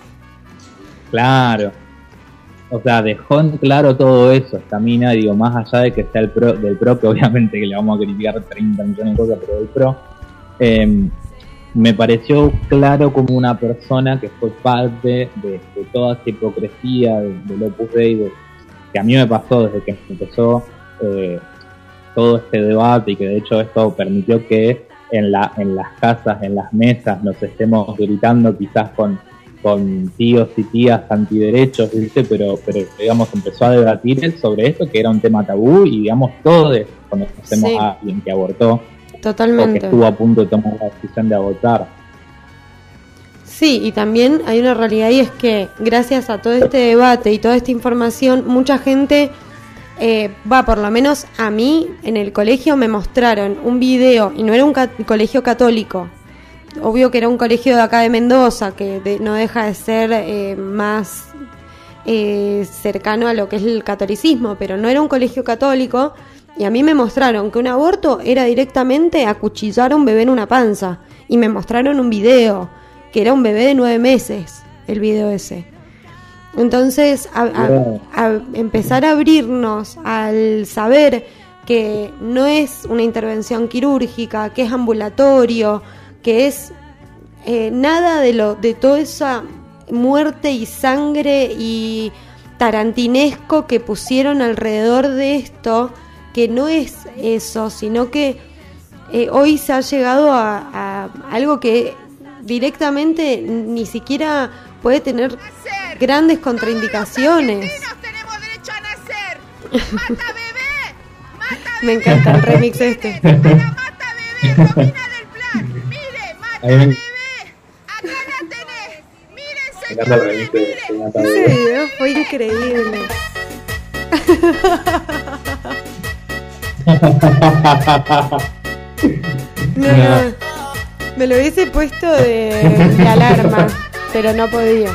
claro. O sea, dejó en claro todo eso esta mina, digo, más allá de que sea del PRO, que obviamente que le vamos a criticar 30 millones de cosas, pero del PRO, me pareció claro como una persona que fue parte de toda esa hipocresía del Opus Dei, que a mí me pasó desde que empezó todo este debate y que de hecho esto permitió que en las casas, en las mesas nos estemos gritando quizás con tíos y tías antiderechos, ¿viste? Pero digamos empezó a debatir sobre esto, que era un tema tabú y digamos todos conocemos a alguien que abortó. Totalmente. O que estuvo a punto de tomar la decisión de abortar. Sí, y también hay una realidad y es que gracias a todo este debate y toda esta información, mucha gente, por lo menos a mí en el colegio me mostraron un video, y no era un colegio católico, obvio que era un colegio de acá de Mendoza, que no deja de ser más cercano a lo que es el catolicismo, pero no era un colegio católico. Y a mí me mostraron que un aborto era directamente acuchillar a un bebé en una panza. Y me mostraron un video, que era un bebé de 9 meses, el video ese. Entonces, a empezar a abrirnos al saber que no es una intervención quirúrgica, que es ambulatorio, que es nada de toda esa muerte y sangre y tarantinesco que pusieron alrededor de esto, que no es eso, sino que hoy se ha llegado a algo que directamente ni siquiera puede tener grandes contraindicaciones. Tenemos derecho a nacer. Mata bebé. Mata bebé. Me encanta el remix este. Mata bebé. Romina del plan. Mire, mata bebé. Acá la tenés. Miren, señores. Ese video fue increíble. No, me lo hubiese puesto de alarma, pero no podía.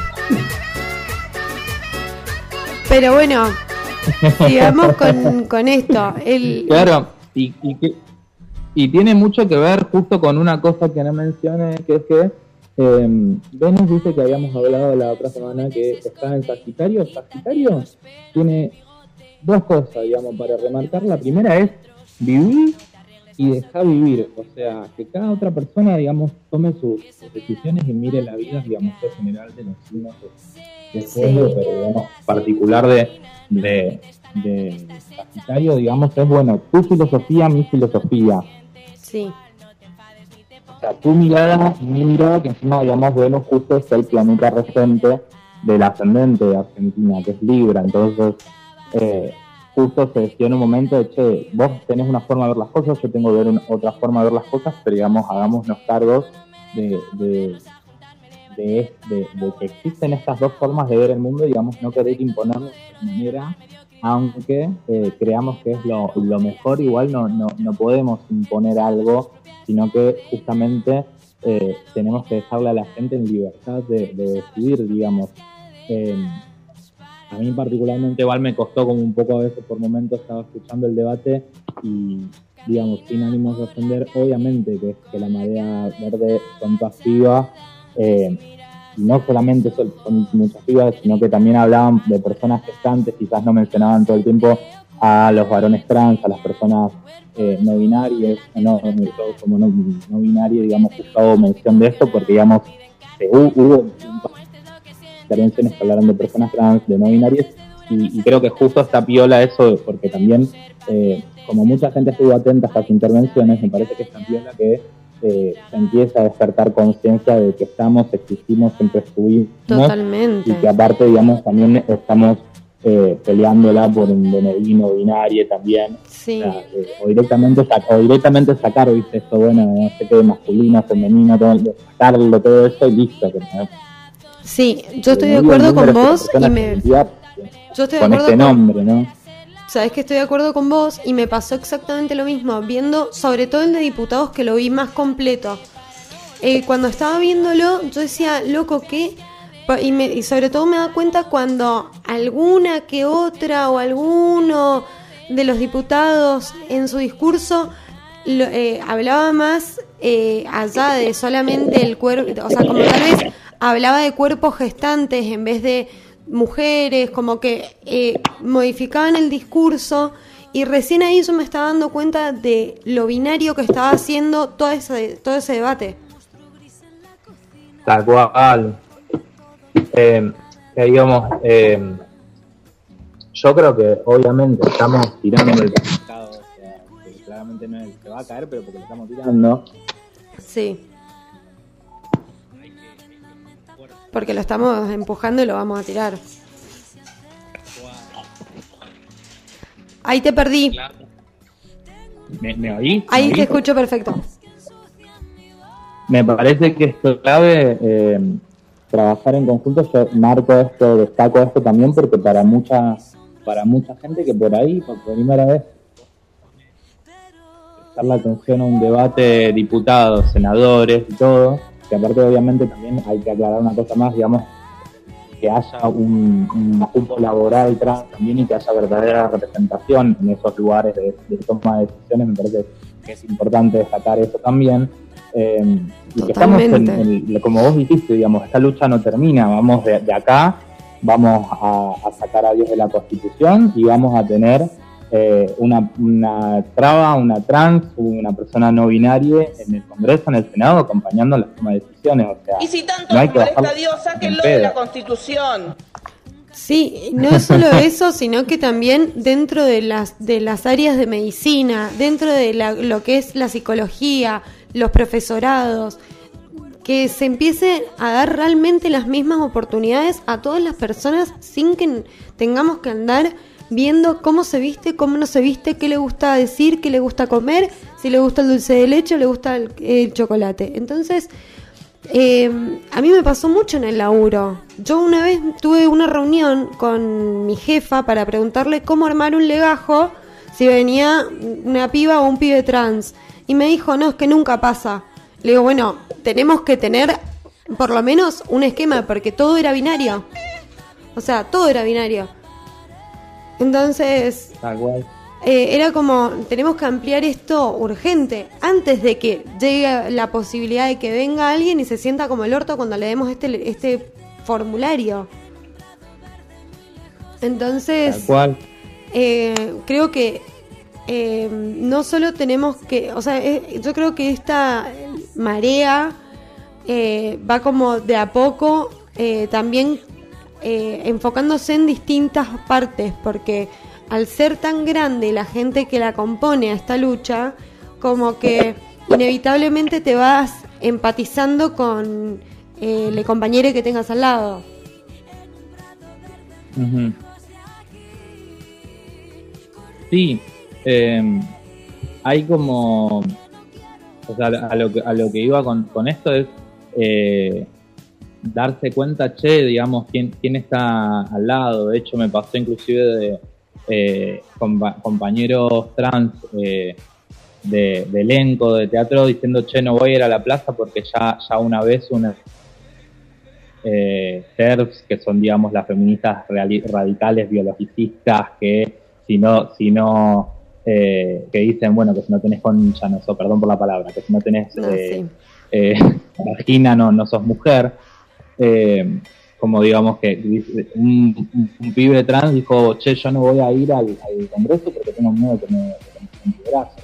Pero bueno, sigamos con esto. Claro, y tiene mucho que ver justo con una cosa que no mencioné, que es que Venus dice que habíamos hablado la otra semana que está en Sagitario. Sagitario tiene dos cosas, digamos, para remarcar. La primera es vivir y dejar vivir. O sea, que cada otra persona, digamos, tome sus decisiones y mire la vida, digamos, en general de los signos de fuego, pero digamos, particular de Sagitario, digamos, es, bueno, tu filosofía, mi filosofía. Sí. O sea, tu mirada, mi mirada, que encima, digamos, Venus justo es el planeta regente del ascendente de Argentina, que es Libra. Entonces, justo se decía en un momento de, che, vos tenés una forma de ver las cosas, yo tengo otra forma de ver las cosas, pero digamos, hagámonos cargos de que existen estas dos formas de ver el mundo, digamos, no querer imponernos de manera, aunque creamos que es lo mejor, igual no podemos imponer algo, sino que justamente tenemos que dejarle a la gente en libertad de decidir, digamos. A mí particularmente igual me costó como un poco a veces, por momentos estaba escuchando el debate y, digamos, sin ánimos de ofender, obviamente que la marea verde son todas pibas, y no solamente son muchas pibas, sino que también hablaban de personas gestantes, quizás no mencionaban todo el tiempo a los varones trans, a las personas no binarias, como no binarias, digamos, justo mención de esto, porque, digamos, hubo intervenciones que hablaron de personas trans, de no binarias, y creo que justo está piola eso, porque también, como mucha gente estuvo atenta a estas intervenciones, me parece que está piola que se empieza a despertar conciencia de que existimos, siempre estuvimos. Totalmente. Y que aparte, digamos, también estamos peleándola por un no binario también. Sí. O sea, o directamente sacar, viste, esto, bueno, no sé qué, masculino, femenino, sacarlo, todo eso y listo. Sí, yo estoy de acuerdo con vos y yo estoy de acuerdo con nombre, ¿no? Sabes que estoy de acuerdo con vos y me pasó exactamente lo mismo, viendo sobre todo el de diputados, que lo vi más completo. Cuando estaba viéndolo, yo decía, loco, ¿qué? Y sobre todo me da cuenta cuando alguna que otra o alguno de los diputados en su discurso hablaba más allá de solamente el cuerpo, o sea, como tal vez hablaba de cuerpos gestantes en vez de mujeres, como que modificaban el discurso, y recién ahí yo me estaba dando cuenta de lo binario que estaba haciendo todo ese debate. Tal cual. Digamos, yo creo que obviamente estamos tirando el mercado, o sea, que claramente no se va a caer, pero porque lo estamos tirando. Sí. Porque lo estamos empujando y lo vamos a tirar. Ahí te perdí. ¿Me oí? Ahí te escucho perfecto. Me parece que esto es clave, trabajar en conjunto. Yo marco esto, destaco esto también, porque para mucha gente que por ahí, por primera vez, prestar la atención a un debate de diputados, senadores y todo, que aparte obviamente también hay que aclarar una cosa más, digamos, que haya un punto laboral trans también y que haya verdadera representación en esos lugares de toma de decisiones. Me parece que es importante destacar eso también. Y que estamos como vos dijiste, digamos, esta lucha no termina, vamos de acá, vamos a sacar a Dios de la Constitución y vamos a tener una traba, una trans, una persona no binaria en el Congreso, en el Senado, acompañando las tomas de decisiones. O sea, y si tanto no hay nos que molesta a Dios, sáquenlo de la Constitución. Sí, no es solo eso, sino que también dentro de las áreas de medicina, dentro de lo que es la psicología, los profesorados, que se empiece a dar realmente las mismas oportunidades a todas las personas sin que tengamos que andar viendo cómo se viste, cómo no se viste, qué le gusta decir, qué le gusta comer, si le gusta el dulce de leche o le gusta el chocolate. Entonces, a mí me pasó mucho en el laburo. Yo una vez tuve una reunión con mi jefa para preguntarle cómo armar un legajo si venía una piba o un pibe trans. Y me dijo, no, es que nunca pasa. Le digo, bueno, tenemos que tener por lo menos un esquema, porque todo era binario. O sea, todo era binario. Entonces, era como, tenemos que ampliar esto urgente, antes de que llegue la posibilidad de que venga alguien y se sienta como el orto cuando le demos este formulario. Entonces, Tal cual. Creo que no solo tenemos que, o sea, yo creo que esta marea va como de a poco también enfocándose en distintas partes, porque al ser tan grande la gente que la compone a esta lucha, como que inevitablemente te vas empatizando con el compañero que tengas al lado. Uh-huh. Sí, hay como, o sea, a lo que iba con esto es darse cuenta, digamos, quién está al lado. De hecho, me pasó inclusive de compañeros trans de elenco, de teatro, diciendo, no voy a ir a la plaza porque ya una vez una TERFs, que son, digamos, las feministas radicales biologicistas, que si no que dicen, bueno, que si no tenés concha, no sos, perdón por la palabra, que si no tenés vagina no sos mujer, como digamos que un pibe trans dijo, yo no voy a ir al congreso porque tengo miedo que me brazo,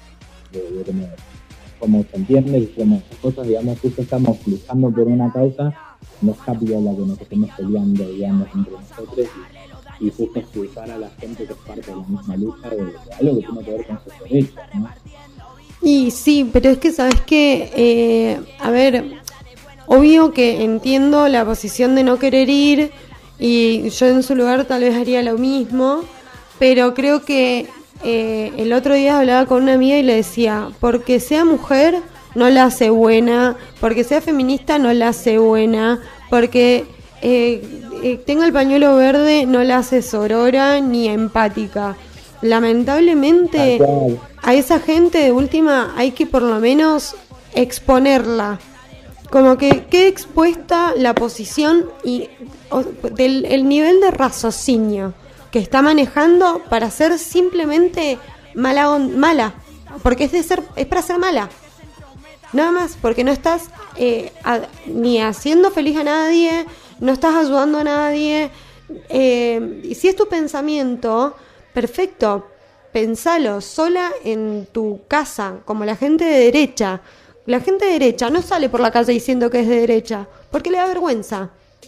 como se entiende, y como esas cosas, digamos, justo estamos luchando por una causa, no es rápido la que nos estemos peleando, digamos, entre nosotros, y justo expulsar a la gente que es parte de la misma lucha de algo que tiene que ver con sus derechos, ¿no? Y sí, pero es que, ¿sabes qué? A ver, obvio que entiendo la posición de no querer ir, y yo en su lugar tal vez haría lo mismo, pero creo que el otro día hablaba con una amiga y le decía, porque sea mujer no la hace buena, porque sea feminista no la hace buena, porque tenga el pañuelo verde no la hace sorora ni empática. Lamentablemente a esa gente de última hay que por lo menos exponerla, como que quede expuesta la posición y el nivel de raciocinio que está manejando para ser simplemente mala, porque es para ser mala, nada más, porque no estás ni haciendo feliz a nadie, no estás ayudando a nadie, y si es tu pensamiento, perfecto, pensalo sola en tu casa, como la gente de derecha. La gente de derecha no sale por la calle diciendo que es de derecha, porque le da vergüenza.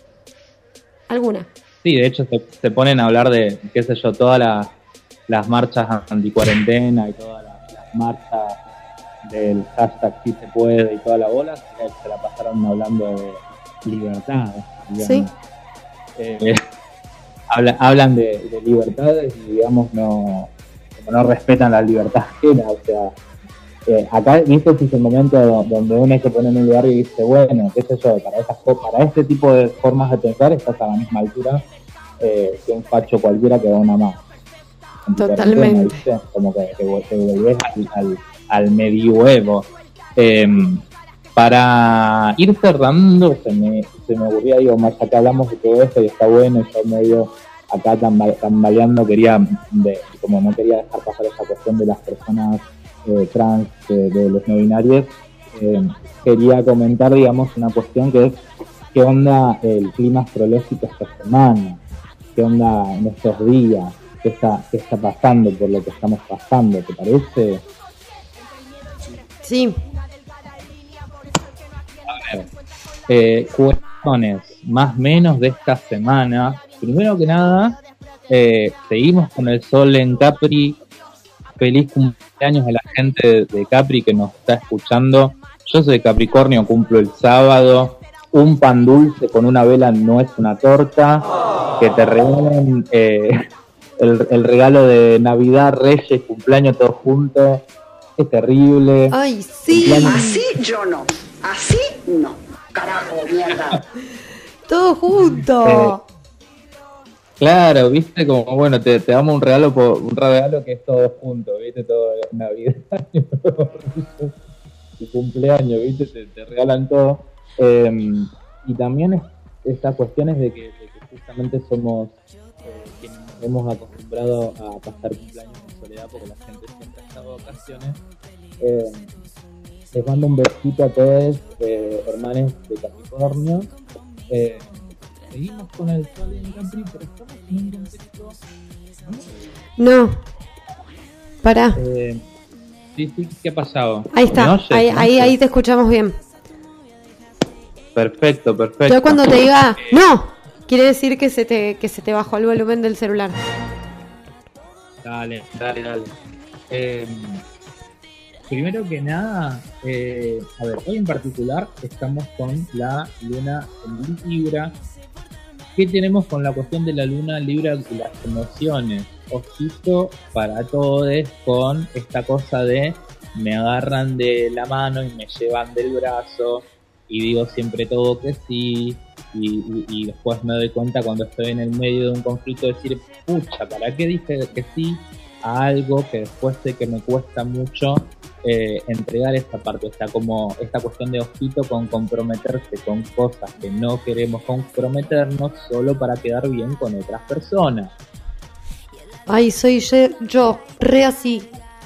Alguna. Sí, de hecho se ponen a hablar de, qué sé yo, todas las marchas anticuarentena y todas las marchas del hashtag sí se puede y toda la bola, se la pasaron hablando de libertad, digamos. Sí. Hablan de libertades y, digamos, no respetan la libertad ajena, o sea, acá, viste, es el momento donde uno se pone en un lugar y dice, bueno, qué sé yo, para este tipo de formas de pensar estás a la misma altura que un facho cualquiera que va una más. Totalmente. ¿Viste? Como que te volvés al medioevo. Para ir cerrando, se me ocurría, digo, más acá hablamos de todo esto y está bueno, y yo medio acá tambaleando, como no quería dejar pasar esa cuestión de las personas trans, de los no binarios, quería comentar, digamos, una cuestión que es qué onda el clima astrológico esta semana, qué onda en estos días, qué está pasando por lo que estamos pasando, ¿te parece? Sí. A ver, cuestiones más o menos de esta semana. Primero que nada, seguimos con el sol en Capri. Feliz cumpleaños a la gente de Capri que nos está escuchando. Yo soy de Capricornio, cumplo el sábado. Un pan dulce con una vela no es una torta. Que te regalen el regalo de Navidad, Reyes, cumpleaños todos juntos. Es terrible. Ay, sí. Así yo no. Así no. Carajo, mierda. Todo junto. Claro, viste, como bueno, te damos un regalo que es todo junto, viste, todo Navidad, tu cumpleaños, viste, te regalan todo. Y también estas cuestiones de que justamente somos quienes nos hemos acostumbrado a pasar cumpleaños en realidad, porque la gente siempre está de vacaciones. Les mando un besito a todos, hermanos de Capricornio. Seguimos con el sol en Capri, pero estamos en un contexto... No. Pará. Sí, ¿qué ha pasado? Ahí está, ahí te escuchamos bien. Perfecto. Yo cuando te diga ¡no! Quiere decir que se te bajó el volumen del celular. Dale. Primero que nada, a ver, hoy en particular estamos con la luna en Libra. ¿Qué tenemos con la cuestión de la luna en Libra y las emociones? Ojito para todos con esta cosa de me agarran de la mano y me llevan del brazo y digo siempre todo que sí y después me doy cuenta cuando estoy en el medio de un conflicto de decir, pucha, ¿para qué dije que sí a algo que después sé que me cuesta mucho entregar esta parte? Está como esta cuestión de ojito con comprometerse con cosas que no queremos comprometernos solo para quedar bien con otras personas. Ay, soy yo re así.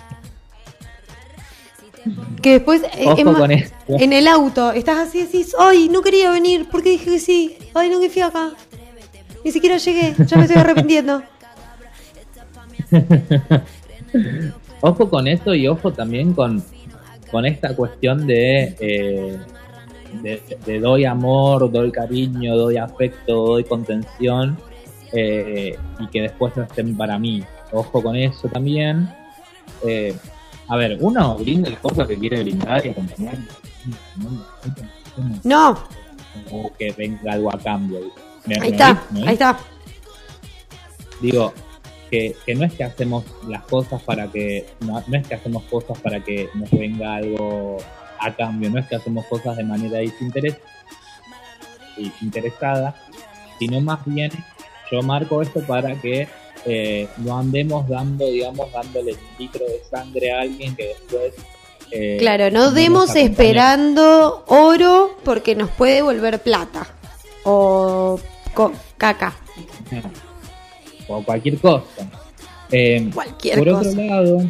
Que después en el auto estás así, decís, ay, no quería venir, ¿por qué dije que sí? Ay, no, que fui acá. Ni siquiera llegué, ya me estoy arrepintiendo. Ojo con esto y ojo también con esta cuestión de doy amor, doy cariño, doy afecto, doy contención y que después no estén para mí. Ojo con eso también. A ver, uno brinda el cosas que quiere brindar y acompañar. No. O que venga algo a cambio. Ahí está. Digo, que no es que hacemos las cosas para que no es que hacemos cosas para que nos venga algo a cambio, no es que hacemos cosas de manera interesada, sino más bien yo marco esto para que no andemos dándole un litro de sangre a alguien que después claro, no demos esperando oro porque nos puede volver plata o caca o cualquier cosa. Cualquier por cosa. Otro lado,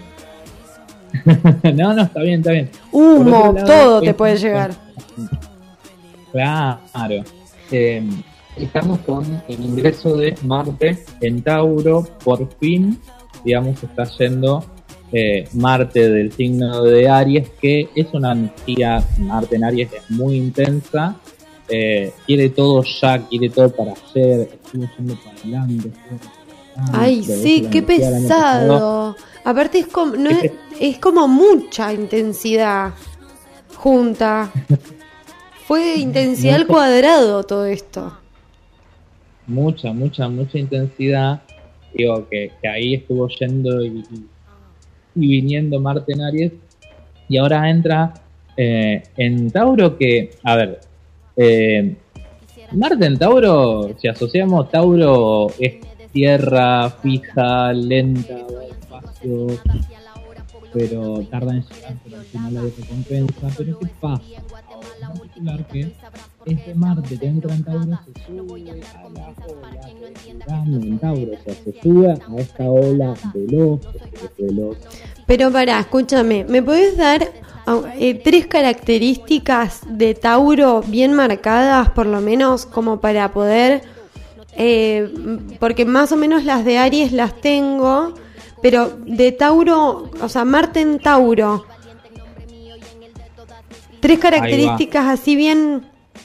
no, está bien. Humo, lado, todo te puede llegar. Claro. Estamos con el ingreso de Marte en Tauro. Por fin, digamos, está yendo Marte del signo de Aries, que es una energía. Marte en Aries es muy intensa. Quiere todo ya, quiere todo para ayer. Estuvo yendo para adelante. Ay, sí, qué pesado. Aparte es como mucha intensidad junta. Fue intensidad al cuadrado todo esto. Mucha intensidad. Digo que ahí estuvo yendo y viniendo Marte en Aries. Y ahora entra en Tauro, que, a ver, Marte en Tauro, si asociamos Tauro, es tierra fija, lenta, despacio, pero tarda en llegar, pero al final hay recompensa. Pero ¿qué pasa? En particular que este Marte que entra en Tauro se sube a la ola en Tauro, o sea, se sube a esta ola veloz. Pero pará, escúchame, ¿me podés dar 3 características de Tauro bien marcadas, por lo menos, como para poder... porque más o menos las de Aries las tengo, pero de Tauro, o sea, Marte en Tauro, 3 características así bien...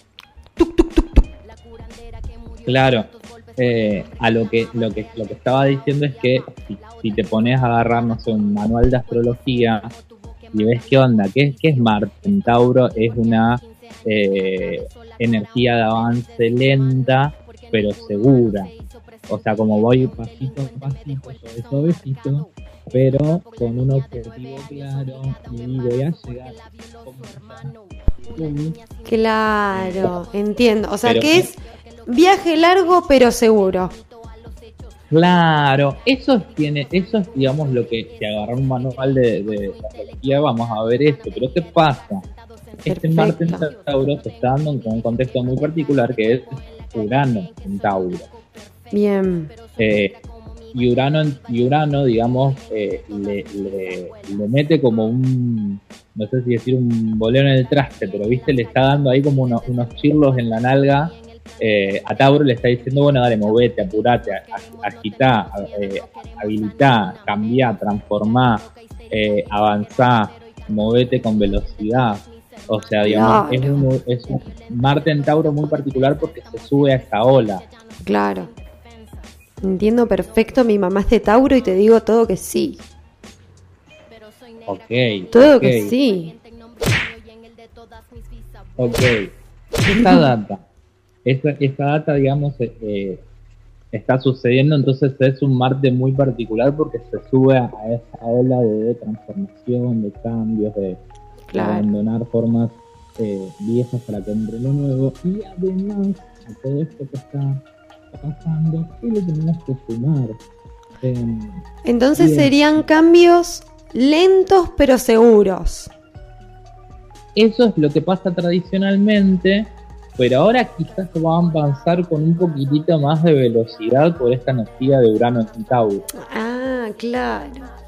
Claro, a lo que estaba diciendo es que si te pones a agarrar, no sé, un manual de astrología y ves qué onda, qué es Marte en Tauro, es una energía de avance lenta pero segura, o sea, como voy pasito a pasito, suavecito, pero con un objetivo claro y voy a llegar. Claro, entiendo, o sea, pero que es viaje largo pero seguro. Claro, eso es, digamos, lo que si agarrar un manual de astrología vamos a ver esto, pero ¿qué pasa? Este Marte en Tauro se está dando en un contexto muy particular que es Urano en Tauro. Bien. Urano, digamos, le mete como un, no sé si decir un bolero en el traste, pero viste, le está dando ahí como unos chirlos en la nalga. A Tauro le está diciendo, bueno, dale, movete, apurate, agitá, habilitá, cambiá, transformá, avanzá, movete con velocidad. O sea, digamos, claro. es un Marte en Tauro muy particular porque se sube a esta ola. Claro. Entiendo perfecto, mi mamá es de Tauro y te digo todo que sí. Ok. Todo que sí. Ok. Esta data, digamos, está sucediendo, entonces es un Marte muy particular porque se sube a esa ola de transformación, de cambios, de abandonar formas viejas para que entre lo nuevo. Y además, a todo esto que está pasando, ¿qué le tenemos que sumar? Entonces serían cambios lentos pero seguros. Eso es lo que pasa tradicionalmente, pero ahora quizás va a avanzar con un poquitito más de velocidad por esta energía de Urano en Tauro. Ah, claro.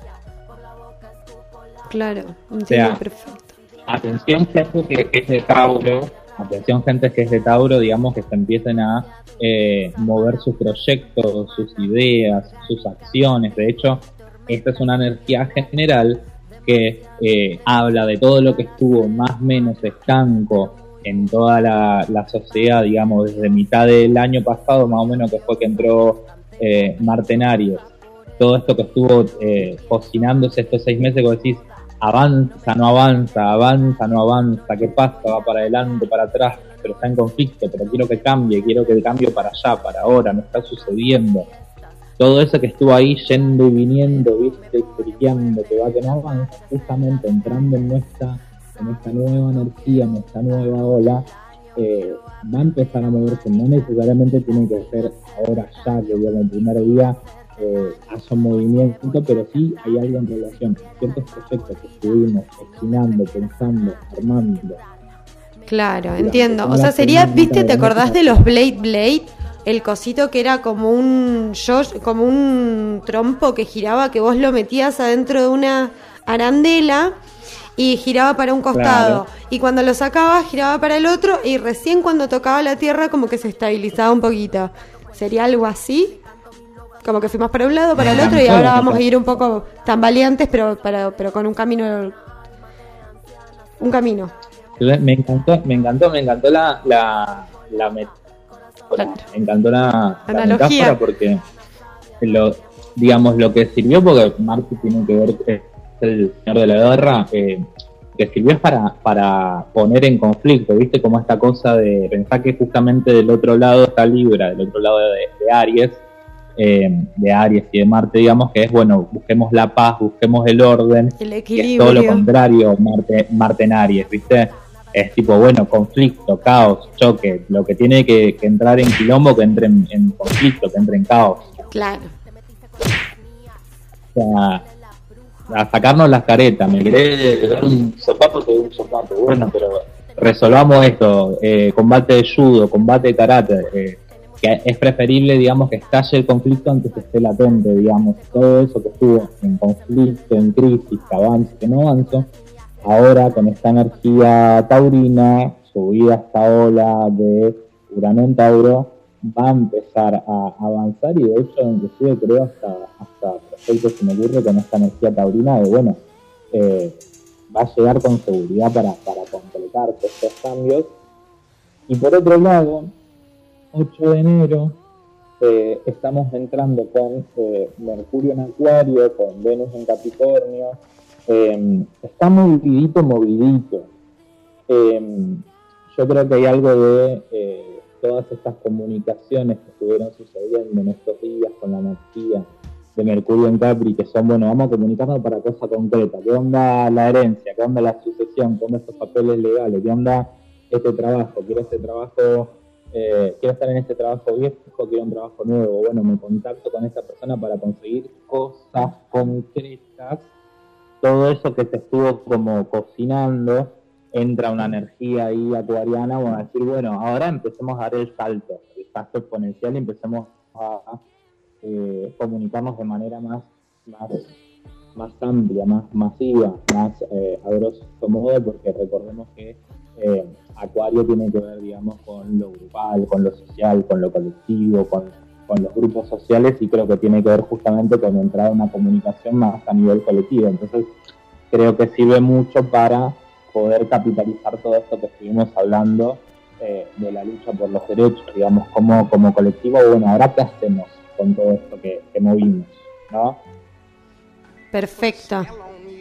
Claro, entiendo perfecto. Atención gente que es de Tauro, digamos, que se empiecen a mover sus proyectos, sus ideas, sus acciones. De hecho, esta es una energía general que habla de todo lo que estuvo más o menos estanco en toda la sociedad, digamos, desde mitad del año pasado, más o menos, que fue que entró Marte en Aries. Todo esto que estuvo cocinándose estos 6 meses, que decís, avanza, no avanza, ¿qué pasa? Va para adelante, para atrás, pero está en conflicto, pero quiero que cambie para allá, para ahora, no está sucediendo. Todo eso que estuvo ahí yendo y viniendo, viste, criqueando, que va que no avanza, justamente entrando en esta nueva energía, en esta nueva ola, va a empezar a moverse. No necesariamente tiene que ser ahora ya, que digamos, el primer día haya un movimiento, pero sí hay algo en relación a ciertos proyectos que estuvimos cocinando, pensando, armando. Claro, entiendo. O sea, sería, viste, ¿te acordás de los Blade? El cosito que era como un trompo que giraba, que vos lo metías adentro de una arandela y giraba para un costado. Claro. Y cuando lo sacabas, giraba para el otro, y recién cuando tocaba la tierra como que se estabilizaba un poquito. ¿Sería algo así? Como que fuimos para un lado, para el otro, y ahora vamos a ir un poco tambaleantes, pero con un camino. Me encantó la me encantó la metáfora, porque lo que sirvió, porque Marte tiene que ver, es el señor de la guerra, que sirvió es para poner en conflicto, viste, como esta cosa de pensar que justamente del otro lado está Libra, del otro lado de Aries y de Marte, digamos, que es, bueno, busquemos la paz, busquemos el orden, el y equilibrio. es todo lo contrario Marte en Aries, viste. Es tipo, bueno, conflicto, caos, choque. Lo que tiene que entrar en quilombo, que entre en conflicto, que entre en caos. Claro. O sea, a sacarnos las caretas. Me querés dar un sopapo, te doy un sopapo. Bueno, pero resolvamos esto. Combate de judo, combate de karate. Que es preferible, digamos, que estalle el conflicto antes que esté latente, digamos. Todo eso que estuvo en conflicto, en crisis, que avance, que no avance. Ahora, con esta energía taurina, subida a esta ola de Urano en Tauro, va a empezar a avanzar, y de hecho, inclusive creo hasta proyectos se me ocurre con esta energía taurina de, bueno, va a llegar con seguridad para completar estos cambios. Y por otro lado, 8 de enero, estamos entrando con Mercurio en Acuario, con Venus en Capricornio. Está movidito. Yo creo que hay algo de todas estas comunicaciones que estuvieron sucediendo en estos días con la energía de Mercurio en Capri, que son, bueno, vamos a comunicarnos para cosas concretas. ¿Qué onda la herencia? ¿Qué onda la sucesión? ¿Qué onda estos papeles legales? ¿Qué onda este trabajo? ¿Quiero estar en este trabajo viejo? ¿Quiero un trabajo nuevo? Bueno, me contacto con esta persona para conseguir cosas concretas. Todo eso que se estuvo como cocinando, entra una energía ahí acuariana, vamos a decir, bueno, ahora empecemos a dar el salto exponencial, y empecemos a comunicarnos de manera más amplia, más masiva, más a grosso modo, porque recordemos que Acuario tiene que ver, digamos, con lo grupal, con lo social, con lo colectivo, con los grupos sociales, y creo que tiene que ver justamente con entrar en una comunicación más a nivel colectivo. Entonces creo que sirve mucho para poder capitalizar todo esto que estuvimos hablando de la lucha por los derechos, digamos, como colectivo. Bueno, ahora ¿qué hacemos con todo esto que movimos, ¿no? Perfecto.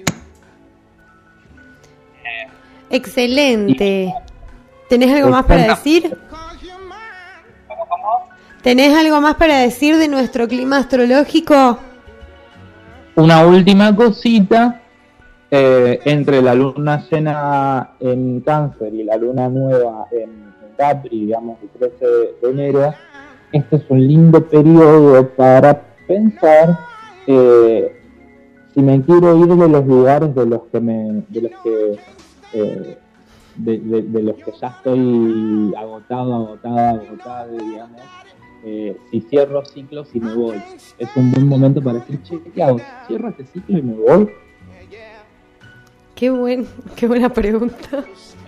Excelente. ¿Tenés algo más para decir? ¿Tenés algo más para decir de nuestro clima astrológico? Una última cosita. Entre la luna llena en Cáncer y la luna nueva en Capri, digamos, el 13 de enero, este es un lindo periodo para pensar si me quiero ir de los lugares de los que ya estoy agotada, digamos. Si cierro ciclos y me voy, es un buen momento para decir, che, ¿qué hago? ¿Cierro este ciclo y me voy? Qué buena pregunta.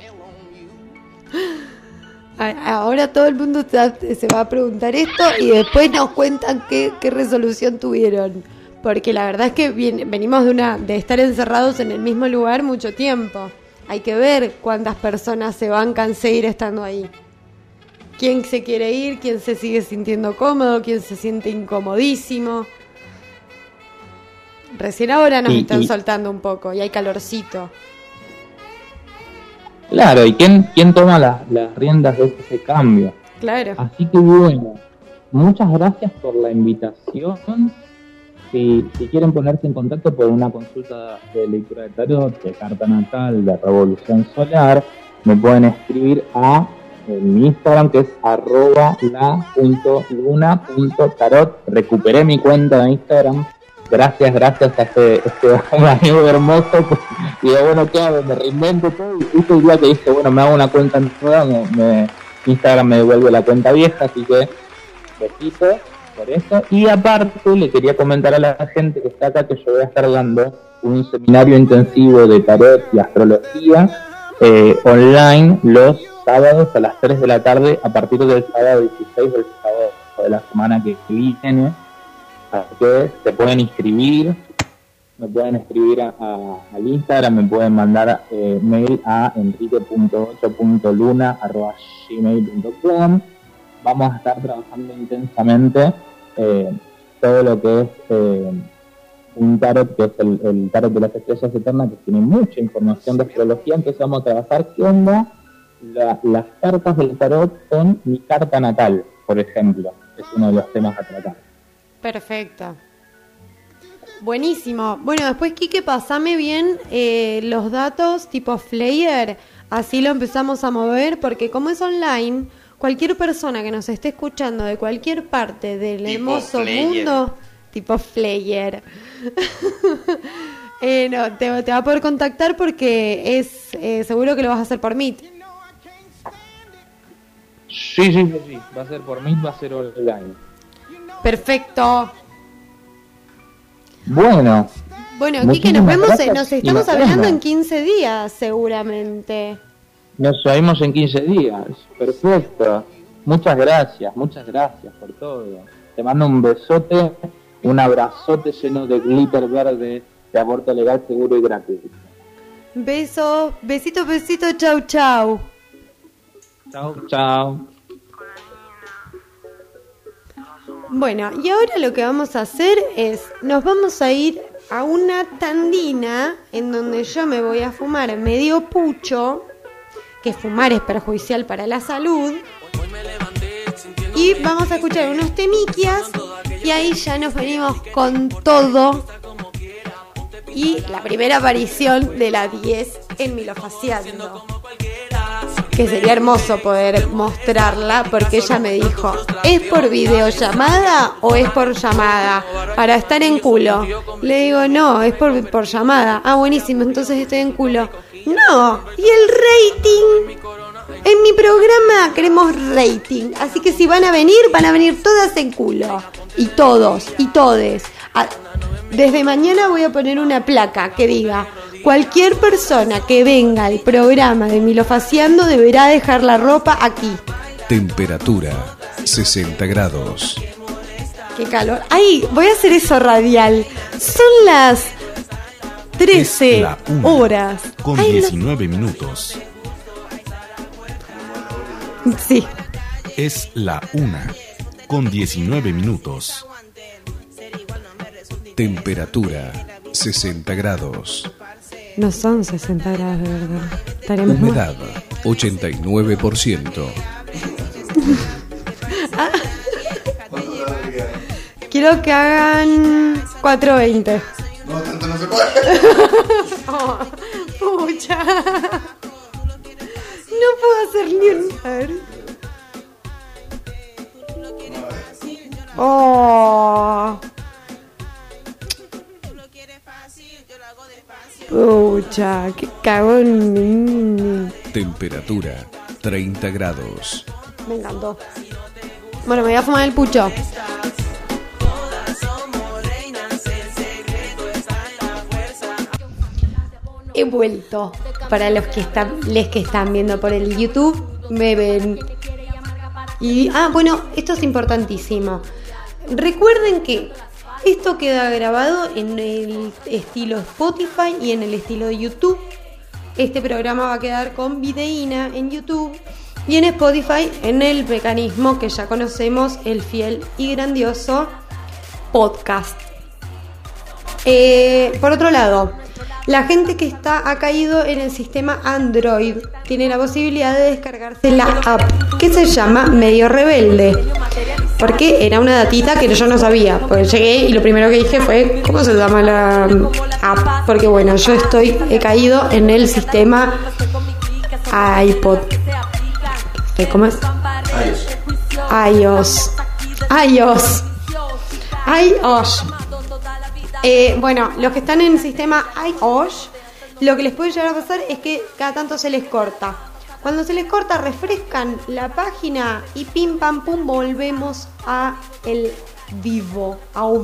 Ahora todo el mundo se va a preguntar esto y después nos cuentan qué resolución tuvieron. Porque la verdad es que venimos de estar encerrados en el mismo lugar mucho tiempo. Hay que ver cuántas personas se bancan seguir estando ahí. ¿Quién se quiere ir? ¿Quién se sigue sintiendo cómodo? ¿Quién se siente incomodísimo? Recién ahora nos están soltando un poco y hay calorcito. Claro, ¿y quién toma las riendas de ese cambio? Claro. Así que bueno, muchas gracias por la invitación. Si quieren ponerse en contacto por una consulta de lectura de tarot, de carta natal, de revolución solar, me pueden escribir a mi Instagram, que es @la.luna.tarot. Recuperé mi cuenta de Instagram. Gracias a este amigo hermoso. Y digo, bueno, ¿qué hago? Me reinvento todo. Y justo el día que dije, bueno, me hago una cuenta nueva, Instagram me devuelve la cuenta vieja, así que besito por eso. Y aparte, le quería comentar a la gente que está acá que yo voy a estar dando un seminario intensivo de tarot y astrología online los sábados a las 3 de la tarde, a partir del sábado 16 del sábado de la semana que viene. Así que se pueden inscribir, me pueden escribir al Instagram, me pueden mandar mail a enrique.8.luna@gmail.com. Vamos a estar trabajando intensamente todo lo que es un tarot, que es el tarot de las estrellas eternas, que tiene mucha información de astrología. Entonces vamos a trabajar qué onda las cartas del tarot con mi carta natal, por ejemplo. Es uno de los temas a tratar. Perfecto. Buenísimo. Bueno, después, Quique, pasame bien los datos tipo flyer, así lo empezamos a mover, porque como es online, cualquier persona que nos esté escuchando de cualquier parte del tipo hermoso flyer. Mundo, tipo flyer, no, te va a poder contactar porque es seguro que lo vas a hacer por Meet. Sí, va a ser por Meet, va a ser online. Perfecto. Bueno, Quique, nos vemos, nos estamos hablando en 15 días, seguramente. Nos vemos en 15 días, perfecto. Muchas gracias por todo. Te mando un besote, un abrazote lleno de glitter verde, de aborto legal, seguro y gratuito. Besito, chau. Chau. Bueno, y ahora lo que vamos a hacer es, nos vamos a ir a una tandina en donde yo me voy a fumar medio pucho, que fumar es perjudicial para la salud, y vamos a escuchar unos temiquias y ahí ya nos venimos con todo. Y la primera aparición de la 10 en Milofaciando, que sería hermoso poder mostrarla, porque ella me dijo, ¿es por videollamada o es por llamada? Para estar en culo. Le digo, no, es por llamada. Ah, buenísimo, entonces estoy en culo. No, y el rating En mi programa queremos rating, así que si van a venir todas en culo. Y todos, y todes. Desde mañana voy a poner una placa que diga: cualquier persona que venga al programa de Milofaciando deberá dejar la ropa aquí. Temperatura 60 grados. Qué calor. Ay, voy a hacer eso radial. Son las 13 horas. Con 19 minutos. Sí. Es la 1 con 19 minutos. Temperatura 60 grados. No son 60 grados de verdad. Estaremos Humedad 89%. Quiero que hagan 4:20. No, tanto no se puede. Oh, pucha. No puedo hacer ni un... Oh. Pucha, qué cagón. Temperatura 30 grados. Me encantó. Bueno, me voy a fumar el pucho. He vuelto. Para los que están viendo por el YouTube, me ven. Y bueno, esto es importantísimo. Recuerden que esto queda grabado en el estilo Spotify y en el estilo de YouTube. Este programa va a quedar con videína en YouTube y en Spotify en el mecanismo que ya conocemos, el fiel y grandioso podcast. Por otro lado, la gente que ha caído en el sistema Android tiene la posibilidad de descargarse la app que se llama Medio Rebelde. Porque era una datita que yo no sabía. Porque llegué y lo primero que dije fue: ¿cómo se llama la app? Porque bueno, yo he caído en el sistema iPod. ¿Cómo es? iOS. Bueno, los que están en el sistema iOS, lo que les puede llegar a pasar es que cada tanto se les corta. Cuando se les corta, refrescan la página y pim pam pum volvemos a vivo.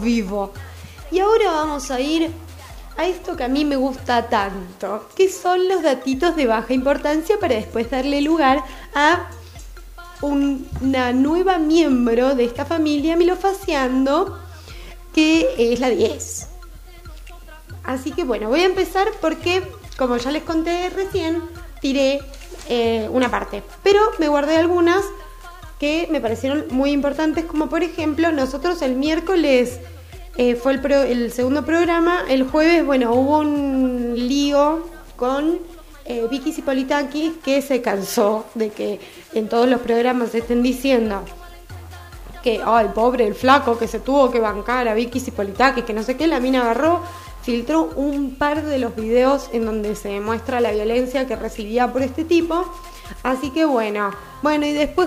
Y ahora vamos a ir a esto que a mí me gusta tanto, que son los datitos de baja importancia, para después darle lugar a una nueva miembro de esta familia Milofaciando, que es la 10. Así que bueno, voy a empezar porque, como ya les conté recién, tiré una parte, pero me guardé algunas que me parecieron muy importantes, como por ejemplo, nosotros el miércoles fue el segundo programa. El jueves, bueno, hubo un lío con Vicky Zipolitakis, que se cansó de que en todos los programas estén diciendo que, ay, pobre el flaco que se tuvo que bancar a Vicky Zipolitakis, que no sé qué. La mina agarró, filtró un par de los videos en donde se demuestra la violencia que recibía por este tipo. Así que bueno, y después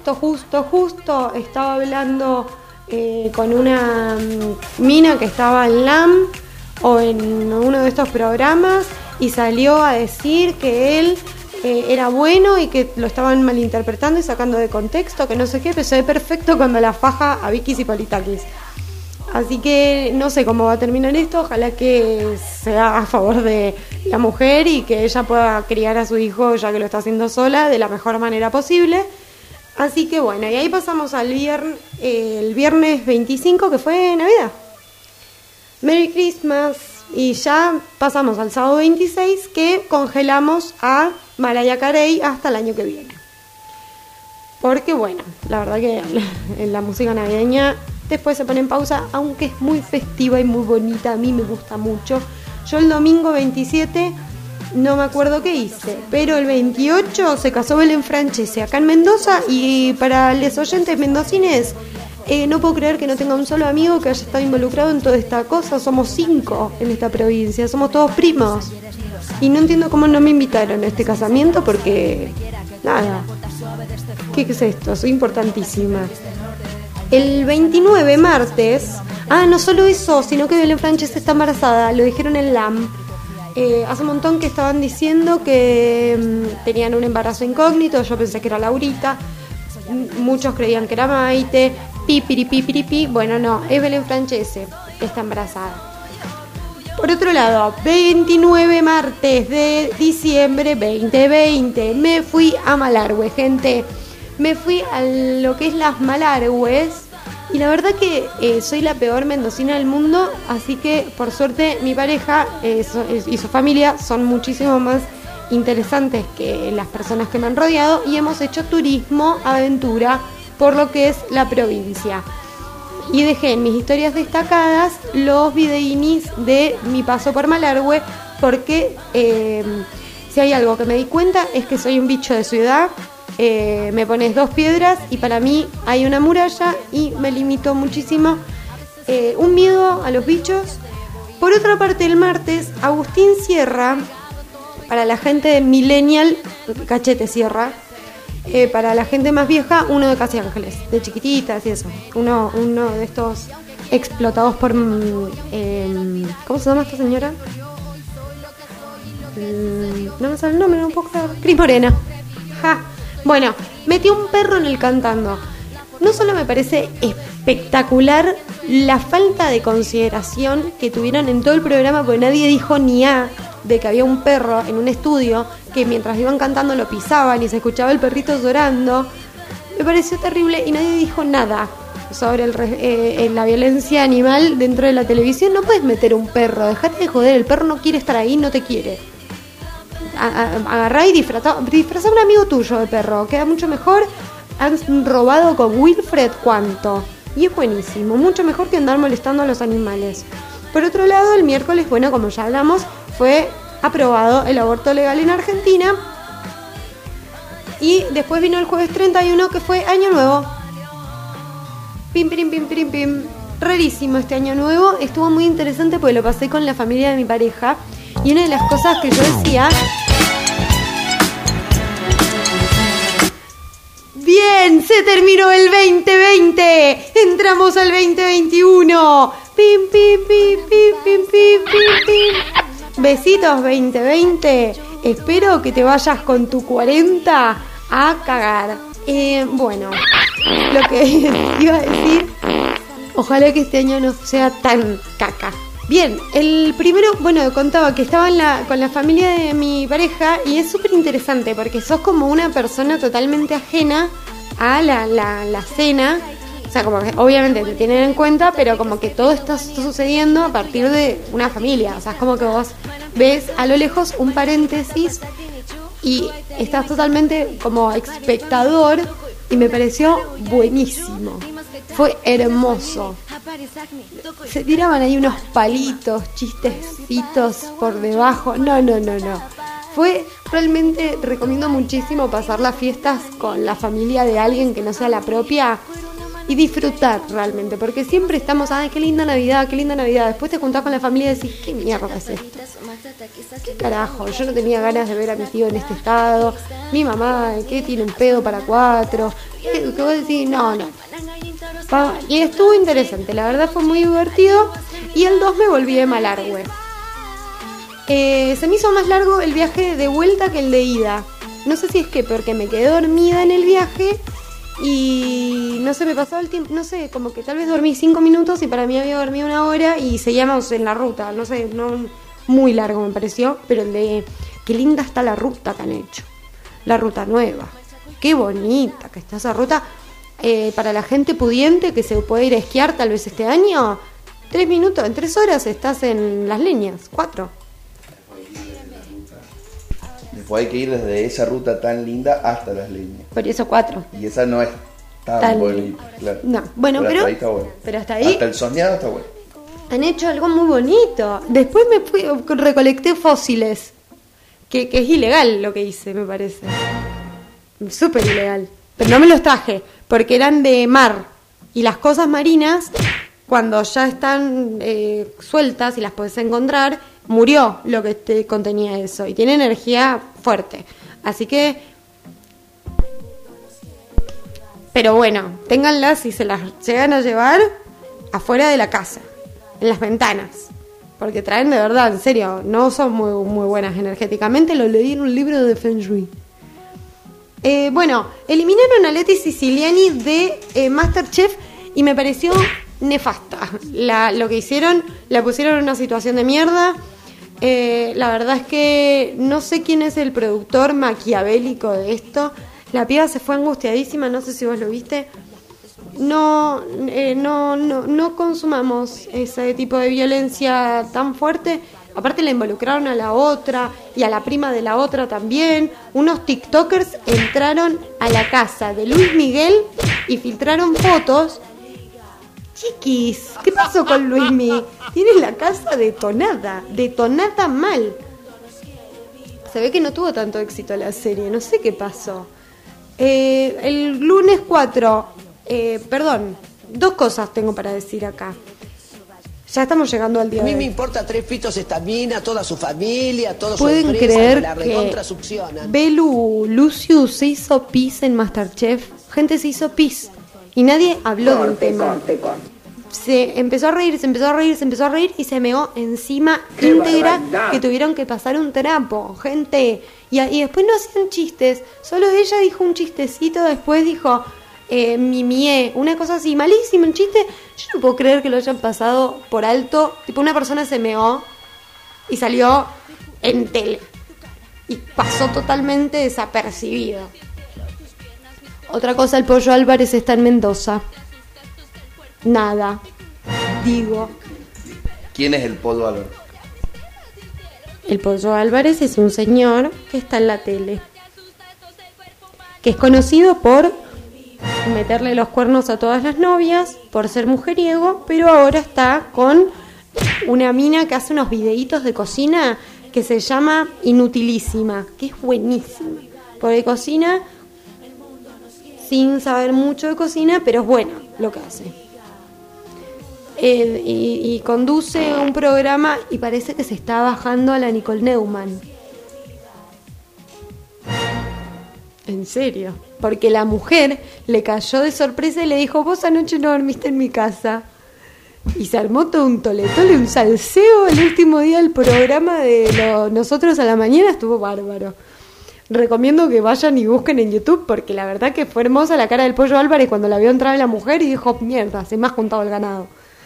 justo estaba hablando con una mina que estaba en LAM o en uno de estos programas, y salió a decir que él era bueno y que lo estaban malinterpretando y sacando de contexto, que no sé qué, pero se ve perfecto cuando la faja a Vicky Zipolitakis. Así que no sé cómo va a terminar esto. Ojalá que sea a favor de la mujer y que ella pueda criar a su hijo, ya que lo está haciendo sola, de la mejor manera posible. Así que bueno, y ahí pasamos al el viernes 25, que fue Navidad. Merry Christmas. Y ya pasamos al sábado 26, que congelamos a Mariah Carey hasta el año que viene. Porque bueno, la verdad que la música navideña después se pone en pausa, aunque es muy festiva y muy bonita. A mí me gusta mucho. Yo el domingo 27 no me acuerdo qué hice, pero el 28 se casó Belén Francese acá en Mendoza. Y para los oyentes mendocines, no puedo creer que no tenga un solo amigo que haya estado involucrado en toda esta cosa. Somos 5 en esta provincia, somos todos primos. Y no entiendo cómo no me invitaron a este casamiento, porque nada, ¿qué es esto? Soy importantísima. El 29, martes, no solo eso, sino que Belén Francese está embarazada, lo dijeron en LAM. hace un montón que estaban diciendo que tenían un embarazo incógnito. Yo pensé que era Laurita, muchos creían que era Maite, pi. Bueno, no, es Belén Francese, que está embarazada. Por otro lado, 29 martes de diciembre 2020, me fui a Malargüe, gente. Me fui a lo que es las Malargües. Y la verdad que soy la peor mendocina del mundo, así que por suerte mi pareja y su familia son muchísimo más interesantes que las personas que me han rodeado y hemos hecho turismo, aventura por lo que es la provincia. Y dejé en mis historias destacadas los videínis de mi paso por Malargüe porque si hay algo que me di cuenta es que soy un bicho de ciudad. Me pones 2 piedras y para mí hay una muralla y me limito muchísimo. Un miedo a los bichos. Por otra parte, el martes, Agustín Sierra, para la gente de Millennial, Cachete Sierra, para la gente más vieja, uno de Casi Ángeles, de chiquititas y eso. Uno de estos explotados por... ¿cómo se llama esta señora? No me sale el nombre, no puedo creer. Cris Morena. Ja. Bueno, metió un perro en el Cantando. No solo me parece espectacular la falta de consideración que tuvieron en todo el programa, porque nadie dijo ni A de que había un perro en un estudio que mientras iban cantando lo pisaban y se escuchaba el perrito llorando. Me pareció terrible y nadie dijo nada sobre la violencia animal dentro de la televisión. No puedes meter un perro, dejate de joder, el perro no quiere estar ahí, no te quiere. Agarrá y disfrazá a un amigo tuyo de perro, queda mucho mejor. Han robado con Wilfred cuánto y es buenísimo, mucho mejor que andar molestando a los animales. Por otro lado, el miércoles, bueno, como ya hablamos, fue aprobado el aborto legal en Argentina y después vino el jueves 31 que fue Año Nuevo. Pim. Rarísimo este Año Nuevo, estuvo muy interesante porque lo pasé con la familia de mi pareja. Y una de las cosas que yo decía... ¡Bien! ¡Se terminó el 2020! ¡Entramos al 2021! ¡Pim! Besitos 2020. Espero que te vayas con tu 40 a cagar. Bueno, lo que iba a decir... Ojalá que este año no sea tan caca. Bien, el primero, bueno, contaba que estaba con la familia de mi pareja y es súper interesante porque sos como una persona totalmente ajena a la cena. O sea, como que obviamente te tienen en cuenta, pero como que todo está sucediendo a partir de una familia. O sea, es como que vos ves a lo lejos un paréntesis y estás totalmente como espectador y me pareció buenísimo. Fue hermoso. Se tiraban ahí unos palitos, chistecitos por debajo. No. Fue realmente, recomiendo muchísimo pasar las fiestas con la familia de alguien que no sea la propia y disfrutar realmente, porque siempre estamos, ay, qué linda Navidad. Después te juntás con la familia y decís, ¿qué mierda es esto? ¿Qué carajo? Yo no tenía ganas de ver a mi tío en este estado. Mi mamá, ¿qué tiene un pedo para 4? ¿Qué vos decís? No. Y estuvo interesante, la verdad fue muy divertido. Y el 2 me volví de Malargüe. Se me hizo más largo el viaje de vuelta que el de ida. No sé si es que porque me quedé dormida en el viaje y no sé, me pasaba el tiempo, no sé, como que tal vez dormí 5 minutos y para mí había dormido 1 hora y seguíamos en la ruta, no sé, no muy largo me pareció, pero el de qué linda está la ruta que han hecho, la ruta nueva, qué bonita que está esa ruta. Para la gente pudiente que se puede ir a esquiar tal vez este año, 3 minutos, en 3 horas estás en Las Leñas, 4. Después hay que ir desde esa ruta tan linda hasta Las Leñas. Por eso 4. Y esa no es tan bonita, claro. No, bueno, pero hasta ahí está bueno. Pero hasta ahí. Hasta el soñado está bueno. Han hecho algo muy bonito. Después me fui, recolecté fósiles. Que es ilegal lo que hice, me parece. Súper ilegal. Pero no me los traje, porque eran de mar. Y las cosas marinas, cuando ya están sueltas y las podés encontrar, murió lo que te contenía eso. Y tiene energía fuerte. Así que... Pero bueno, ténganlas si se las llegan a llevar afuera de la casa, en las ventanas. porque traen de verdad, en serio, no son muy buenas energéticamente. Lo leí en un libro de Feng Shui. Bueno, eliminaron a Leti Siciliani de Masterchef y me pareció nefasta. Lo que hicieron, la pusieron en una situación de mierda. La verdad es que no sé quién es el productor maquiavélico de esto. La piba se fue angustiadísima, no sé si vos lo viste. No consumamos ese tipo de violencia tan fuerte. Aparte la involucraron a la otra y a la prima de la otra también. Unos tiktokers entraron a la casa de Luis Miguel y filtraron fotos. Chiquis, ¿qué pasó con Luis Miguel? Tiene la casa detonada mal. Se ve que no tuvo tanto éxito la serie, no sé qué pasó. El lunes 4, dos cosas tengo para decir acá. Ya estamos llegando al día A mí de me hoy. importa 3 pitos esta mina, toda su familia, toda su ¿Pueden empresa, creer la que recontra succionan. Belu Lucius se hizo pis en Masterchef? Gente, se hizo pis y nadie habló del tema. Se empezó a reír y se meó encima íntegra, que tuvieron que pasar un trapo, gente. Y después no hacían chistes, solo ella dijo un chistecito, después dijo mimié, una cosa así, malísimo el chiste. Yo no puedo creer que lo hayan pasado por alto. Tipo, una persona se meó y salió en tele y pasó totalmente desapercibido. Otra cosa, el Pollo Álvarez está en Mendoza. Nada, digo. ¿Quién es el Pollo Álvarez? El Pollo Álvarez es un señor que está en la tele, que es conocido por meterle los cuernos a todas las novias, por ser mujeriego, pero ahora está con una mina que hace unos videitos de cocina que se llama Inutilísima, que es buenísima, porque cocina sin saber mucho de cocina, pero es bueno lo que hace. Y conduce un programa y parece que se está bajando a la Nicole Neumann. En serio, porque la mujer le cayó de sorpresa y le dijo: vos anoche no dormiste en mi casa. Y se armó todo un toletole, un salseo. El último día del programa de Nosotros a la Mañana estuvo bárbaro. Recomiendo que vayan y busquen en YouTube, porque la verdad que fue hermosa la cara del Pollo Álvarez cuando la vio entrar la mujer y dijo: mierda, se me ha juntado el ganado.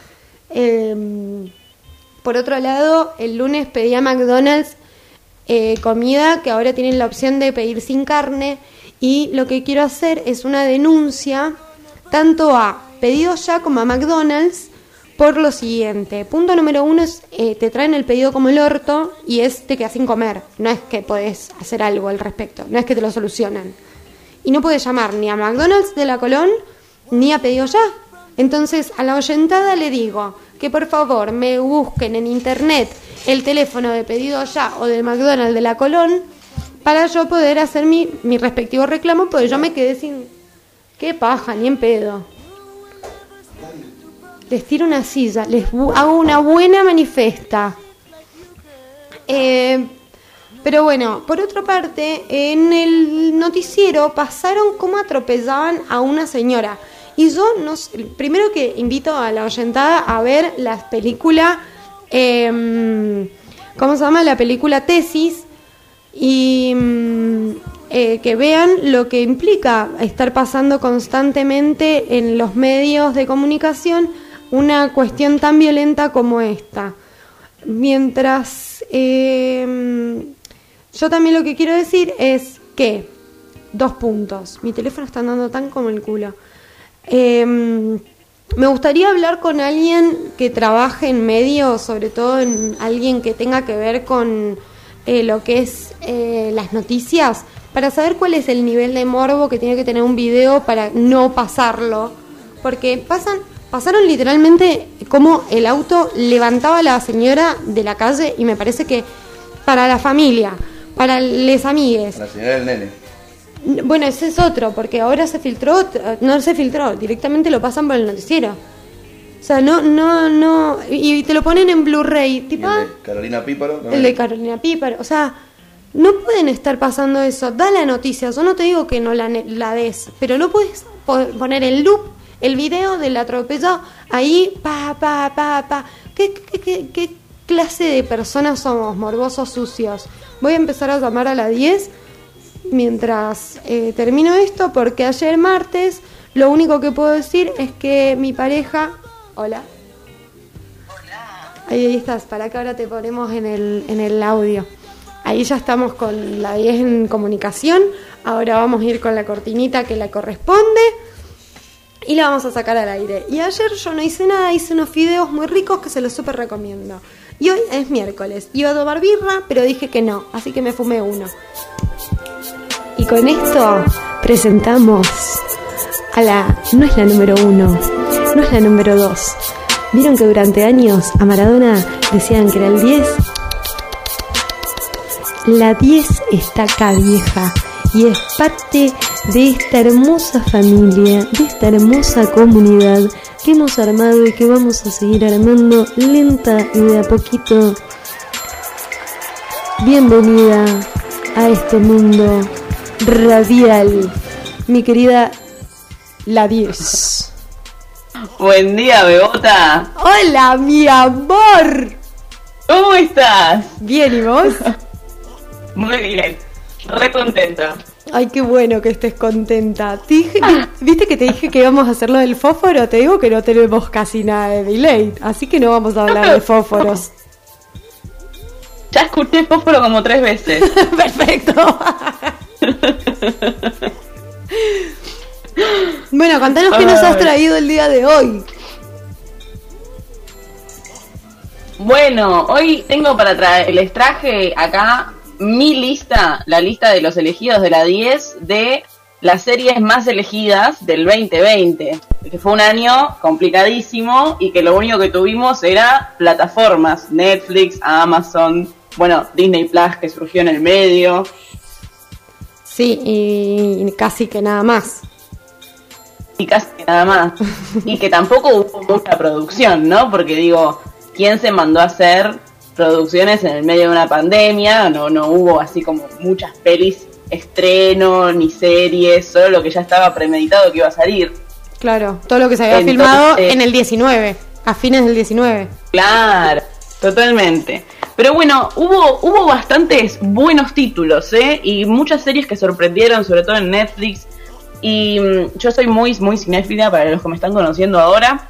Por otro lado, el lunes pedí a McDonald's comida, que ahora tienen la opción de pedir sin carne, y lo que quiero hacer es una denuncia tanto a Pedido Ya como a McDonald's por lo siguiente. Punto número 1 es te traen el pedido como el orto y te quedas sin comer. No es que podés hacer algo al respecto, no es que te lo solucionan. Y no puedes llamar ni a McDonald's de la Colón ni a Pedido Ya. Entonces a la oyentada le digo que por favor me busquen en internet el teléfono de Pedido Ya o del McDonald's de la Colón para yo poder hacer mi respectivo reclamo, porque yo me quedé sin... ¡Qué paja! Ni en pedo. Les tiro una silla, les hago una buena manifesta. Pero bueno, por otra parte, en el noticiero pasaron cómo atropellaban a una señora. Y yo, no sé, primero que invito a la oyentada a ver la película, ¿cómo se llama? La película Tesis, y que vean lo que implica estar pasando constantemente en los medios de comunicación una cuestión tan violenta como esta. Mientras, yo también lo que quiero decir es que, 2 puntos, mi teléfono está andando tan como el culo. Me gustaría hablar con alguien que trabaje en medios, sobre todo en alguien que tenga que ver con lo que es las noticias, para saber cuál es el nivel de morbo que tiene que tener un video para no pasarlo, porque pasaron literalmente como el auto levantaba a la señora de la calle, y me parece que para la familia, para les amigues, La señora del nene. bueno, ese es otro, porque ahora no se filtró, directamente lo pasan por el noticiero. O sea, no, y te lo ponen en Blu-ray, tipo... ¿Y el de Carolina Píparo? El de Carolina Píparo, o sea, no pueden estar pasando eso. Da la noticia, yo no te digo que no la des, pero no puedes poner en loop el video del atropello ahí, pa. clase de personas somos, morbosos sucios. Voy a empezar a llamar a la 10 mientras termino esto, porque ayer martes lo único que puedo decir es que mi pareja... Hola. Ahí estás, para que ahora te ponemos en el audio. Ahí ya estamos con la 10 en comunicación. Ahora vamos a ir con la cortinita que la corresponde y la vamos a sacar al aire. Y ayer yo no hice nada, hice unos fideos muy ricos que se los súper recomiendo. Y hoy es miércoles, iba a tomar birra, pero dije que no, así que me fumé uno. Y con esto presentamos a la... No es la número 1, no es la número 2. ¿Vieron que durante años a Maradona decían que era el 10? La 10 está acá, vieja, y es parte de esta hermosa familia, de esta hermosa comunidad que hemos armado y que vamos a seguir armando lenta y de a poquito. Bienvenida a este mundo radial, mi querida la 10. Buen día, Bebota. Hola, mi amor. ¿Cómo estás? Bien, ¿y vos? Muy bien, re contenta. Ay, qué bueno que estés contenta. Te dije ¿viste que te dije que íbamos a hacer lo del fósforo? Te digo que no tenemos casi nada de delay, así que no vamos a hablar de fósforos. Ya escuché fósforo como 3 veces. Perfecto. Bueno, contanos qué nos has traído el día de hoy. Bueno, hoy tengo para traer, les traje acá mi lista, la lista de los elegidos de la 10 de las series más elegidas del 2020, que fue un año complicadísimo y que lo único que tuvimos era plataformas, Netflix, Amazon, bueno, Disney Plus que surgió en el medio. Sí, y casi que nada más. Y casi que nada más. Y que tampoco hubo mucha producción, ¿no? Porque digo, ¿quién se mandó a hacer producciones en el medio de una pandemia? No hubo así como muchas pelis estreno, ni series, solo lo que ya estaba premeditado que iba a salir. Claro, todo lo que se había filmado en el 19, a fines del 19. Claro, totalmente. Pero bueno, hubo bastantes buenos títulos, y muchas series que sorprendieron, sobre todo en Netflix. Y yo soy muy cinéfila, para los que me están conociendo ahora.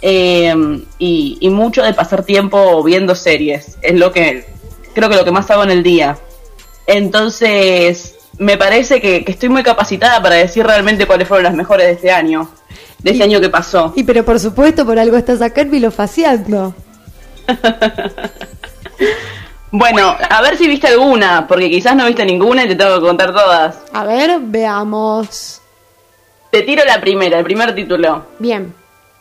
Y mucho de pasar tiempo viendo series es lo que creo que lo que más hago en el día. Entonces me parece que estoy muy capacitada para decir realmente cuáles fueron las mejores de este año, año que pasó. Y pero por supuesto, por algo estás acá filofaciando. Bueno, a ver si viste alguna, porque quizás no viste ninguna y te tengo que contar todas. A ver, veamos. Te tiro la primera, el primer título. Bien.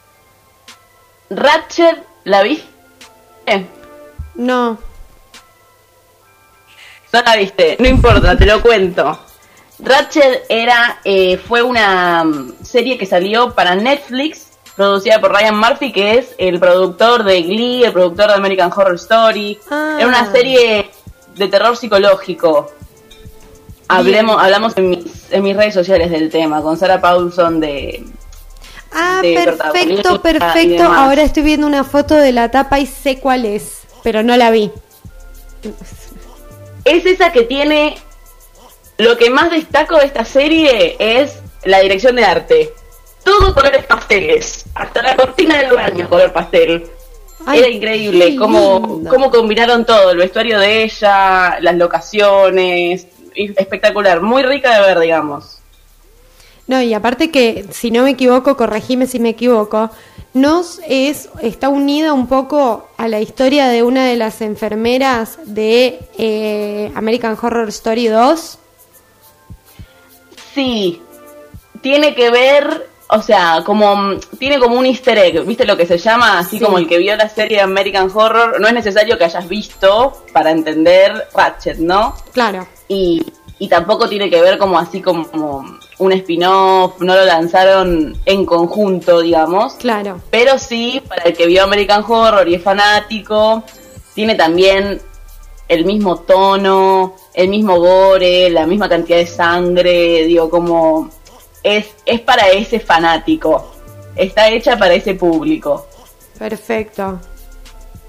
Ratchet, ¿la viste? No. No la viste, no importa, te lo cuento. Ratchet fue una serie que salió para Netflix, producida por Ryan Murphy, que es el productor de Glee, el productor de American Horror Story. Era una serie de terror psicológico. Hablamos en mis redes sociales del tema, con Sarah Paulson de perfecto. Ahora estoy viendo una foto de la tapa y sé cuál es, pero no la vi. Es esa que tiene... Lo que más destaco de esta serie es la dirección de arte. Todo colores pasteles. Hasta la cortina del baño color pastel. Ay, era increíble cómo combinaron todo. El vestuario de ella, las locaciones. Espectacular. Muy rica de ver, digamos. No, y aparte que, si no me equivoco, corregime si me equivoco, está unida un poco a la historia de una de las enfermeras de American Horror Story 2. Sí, tiene que ver, o sea, tiene como un easter egg, ¿viste lo que se llama? Así sí. Como el que vio la serie de American Horror, no es necesario que hayas visto para entender Ratchet, ¿no? Claro. Y tampoco tiene que ver como un spin-off, no lo lanzaron en conjunto, digamos. Claro. Pero sí, para el que vio American Horror y es fanático, tiene también el mismo tono, el mismo gore, la misma cantidad de sangre, digo, como es para ese fanático, está hecha para ese público. Perfecto.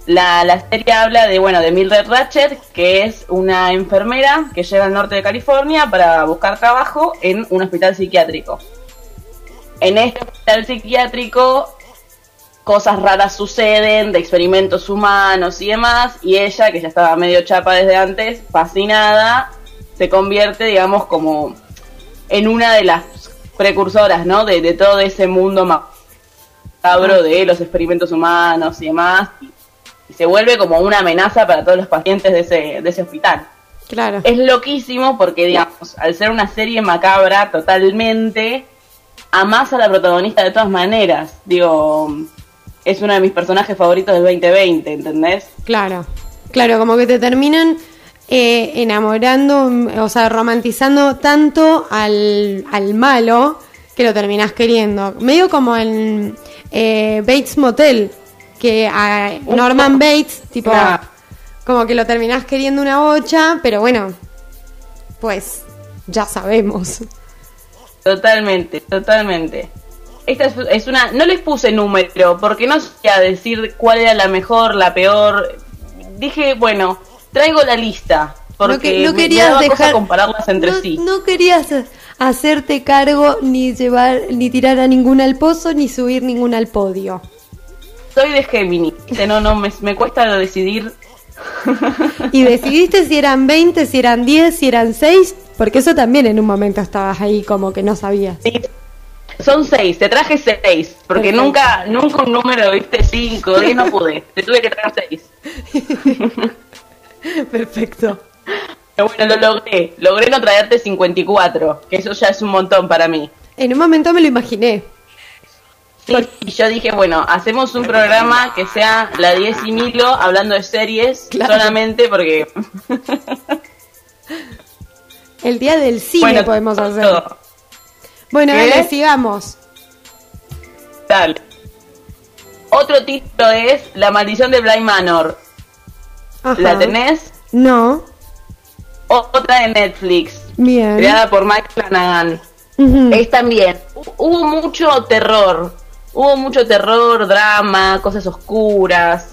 La serie habla de Mildred Ratched, que es una enfermera que llega al norte de California para buscar trabajo en un hospital psiquiátrico. En este hospital psiquiátrico cosas raras suceden, de experimentos humanos y demás, y ella, que ya estaba medio chapa desde antes, fascinada, se convierte, digamos, como en una de las precursoras, ¿no? De todo ese mundo macabro de los experimentos humanos y demás, y se vuelve como una amenaza para todos los pacientes de ese hospital. Claro. Es loquísimo porque, digamos, al ser una serie macabra totalmente, amás a la protagonista de todas maneras. Digo, es uno de mis personajes favoritos del 2020, ¿entendés? Claro, como que te terminan enamorando, o sea, romantizando tanto al malo que lo terminás queriendo. Medio como en Bates Motel, que a Norman Bates, tipo, como que lo terminás queriendo una bocha, pero bueno, pues ya sabemos. Totalmente. Esta es una... No les puse número, porque no sabía decir cuál era la mejor, la peor. Dije, bueno, traigo la lista, porque no querías me daba dejar, cosa compararlas entre sí. No querías hacerte cargo, ni tirar a ninguna al pozo, ni subir ninguna al podio. Soy de Géminis, me cuesta decidir. ¿Y decidiste si eran 20, si eran 10, si eran 6? Porque eso también en un momento estabas ahí como que no sabías. Sí. Son 6, te traje 6, porque nunca un número, viste, 5, 10 no pude, te tuve que traer 6. Perfecto. Pero bueno, lo logré no traerte 54, que eso ya es un montón para mí. En un momento me lo imaginé. Sí, y yo dije, bueno, hacemos un programa que sea la 10 y Milo hablando de series, solamente porque... El día del cine podemos hacer. Bueno, dale, sigamos. Dale. Otro título es La maldición de Bly Manor. Ajá. ¿La tenés? No. Otra de Netflix. Bien. Creada por Mike Flanagan. Es también. Hubo mucho terror, drama, cosas oscuras.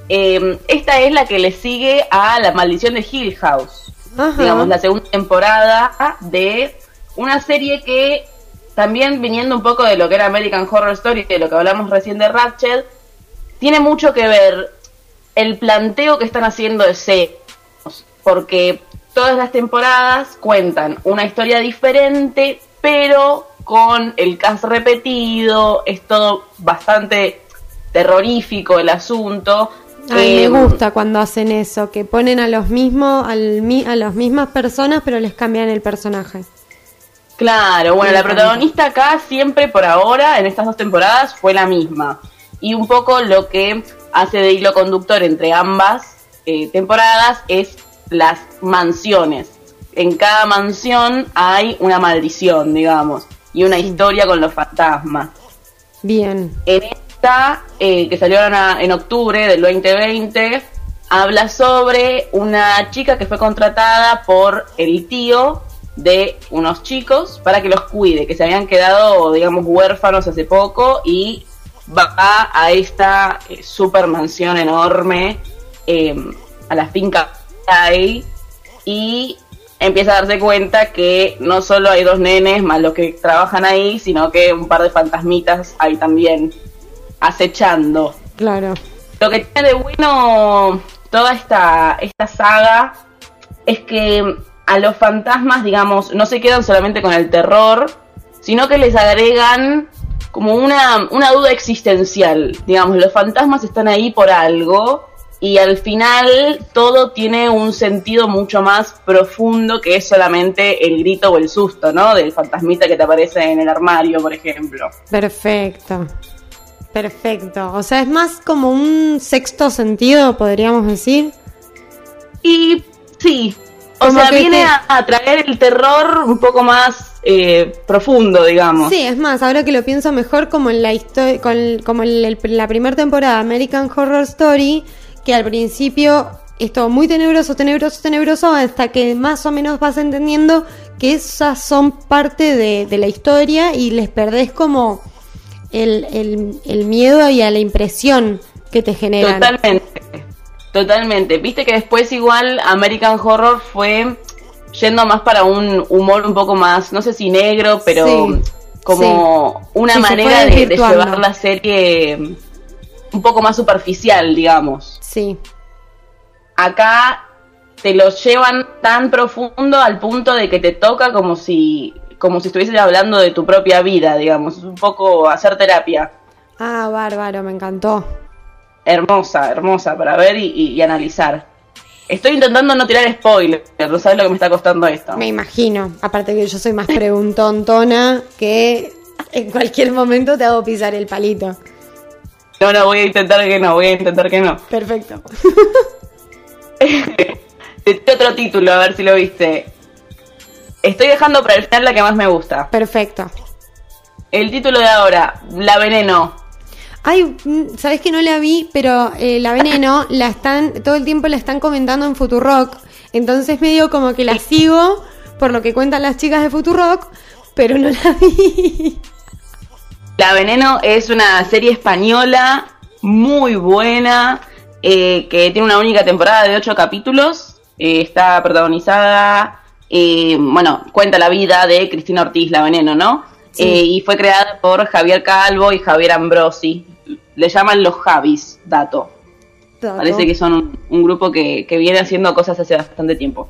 Esta es la que le sigue a La maldición de Hill House. Ajá. Digamos, la segunda temporada de una serie que también, viniendo un poco de lo que era American Horror Story, de lo que hablamos recién de Ratched, tiene mucho que ver el planteo que están haciendo de series, porque todas las temporadas cuentan una historia diferente, pero con el cast repetido, es todo bastante terrorífico el asunto. Me gusta cuando hacen eso, que ponen a las mismas personas, pero les cambian el personaje. Claro, bueno, la protagonista acá siempre por ahora, en estas 2 temporadas, fue la misma. Y un poco lo que hace de hilo conductor entre ambas temporadas es las mansiones. En cada mansión hay una maldición, digamos, y una historia con los fantasmas. Bien. En esta, que salió en octubre del 2020, habla sobre una chica que fue contratada por el tío de unos chicos para que los cuide, que se habían quedado, digamos, huérfanos hace poco, y va a esta super mansión enorme, a la finca ahí, y empieza a darse cuenta que no solo hay 2 nenes más los que trabajan ahí, sino que un par de fantasmitas hay también acechando. Claro. Lo que tiene de bueno toda esta saga es que a los fantasmas, digamos, no se quedan solamente con el terror, sino que les agregan como una duda existencial. Digamos, los fantasmas están ahí por algo, y al final todo tiene un sentido mucho más profundo que es solamente el grito o el susto, ¿no? Del fantasmita que te aparece en el armario, por ejemplo. Perfecto. O sea, es más como un sexto sentido, podríamos decir. Y sí. O sea, viene a traer el terror un poco más profundo, digamos. Sí, es más, ahora que lo pienso mejor, como en la historia, como en la primera temporada de American Horror Story, que al principio es todo muy tenebroso, hasta que más o menos vas entendiendo que esas son parte de la historia y les perdés como el miedo y a la impresión que te generan. Totalmente. Totalmente. Viste que después igual American Horror fue yendo más para un humor un poco más, no sé si negro, pero Sí. como Sí. una Sí, se manera fue de desvirtuando. llevar la serie un poco más superficial, digamos. Sí. Acá te lo llevan tan profundo al punto de que te toca como si estuvieses hablando de tu propia vida, digamos. Es un poco hacer terapia. Ah, bárbaro, me encantó. Hermosa, hermosa para ver y analizar. Estoy intentando no tirar spoiler, no sabes lo que me está costando esto. Me imagino. Aparte que yo soy más preguntontona, que en cualquier momento te hago pisar el palito. No, voy a intentar que no. Perfecto. Te tiro otro título, a ver si lo viste. Estoy dejando para el final la que más me gusta. Perfecto. El título de ahora, La Veneno. Ay, sabes que no la vi, pero La Veneno todo el tiempo la están comentando en Futurock. Entonces medio como que la sigo por lo que cuentan las chicas de Futurock, pero no la vi. La Veneno es una serie española muy buena, que tiene una única temporada de 8 capítulos. Está protagonizada, cuenta la vida de Cristina Ortiz, La Veneno, ¿no? Sí. Y fue creada por Javier Calvo y Javier Ambrosi. Le llaman los Javis, dato. Parece que son un grupo que viene haciendo cosas hace bastante tiempo.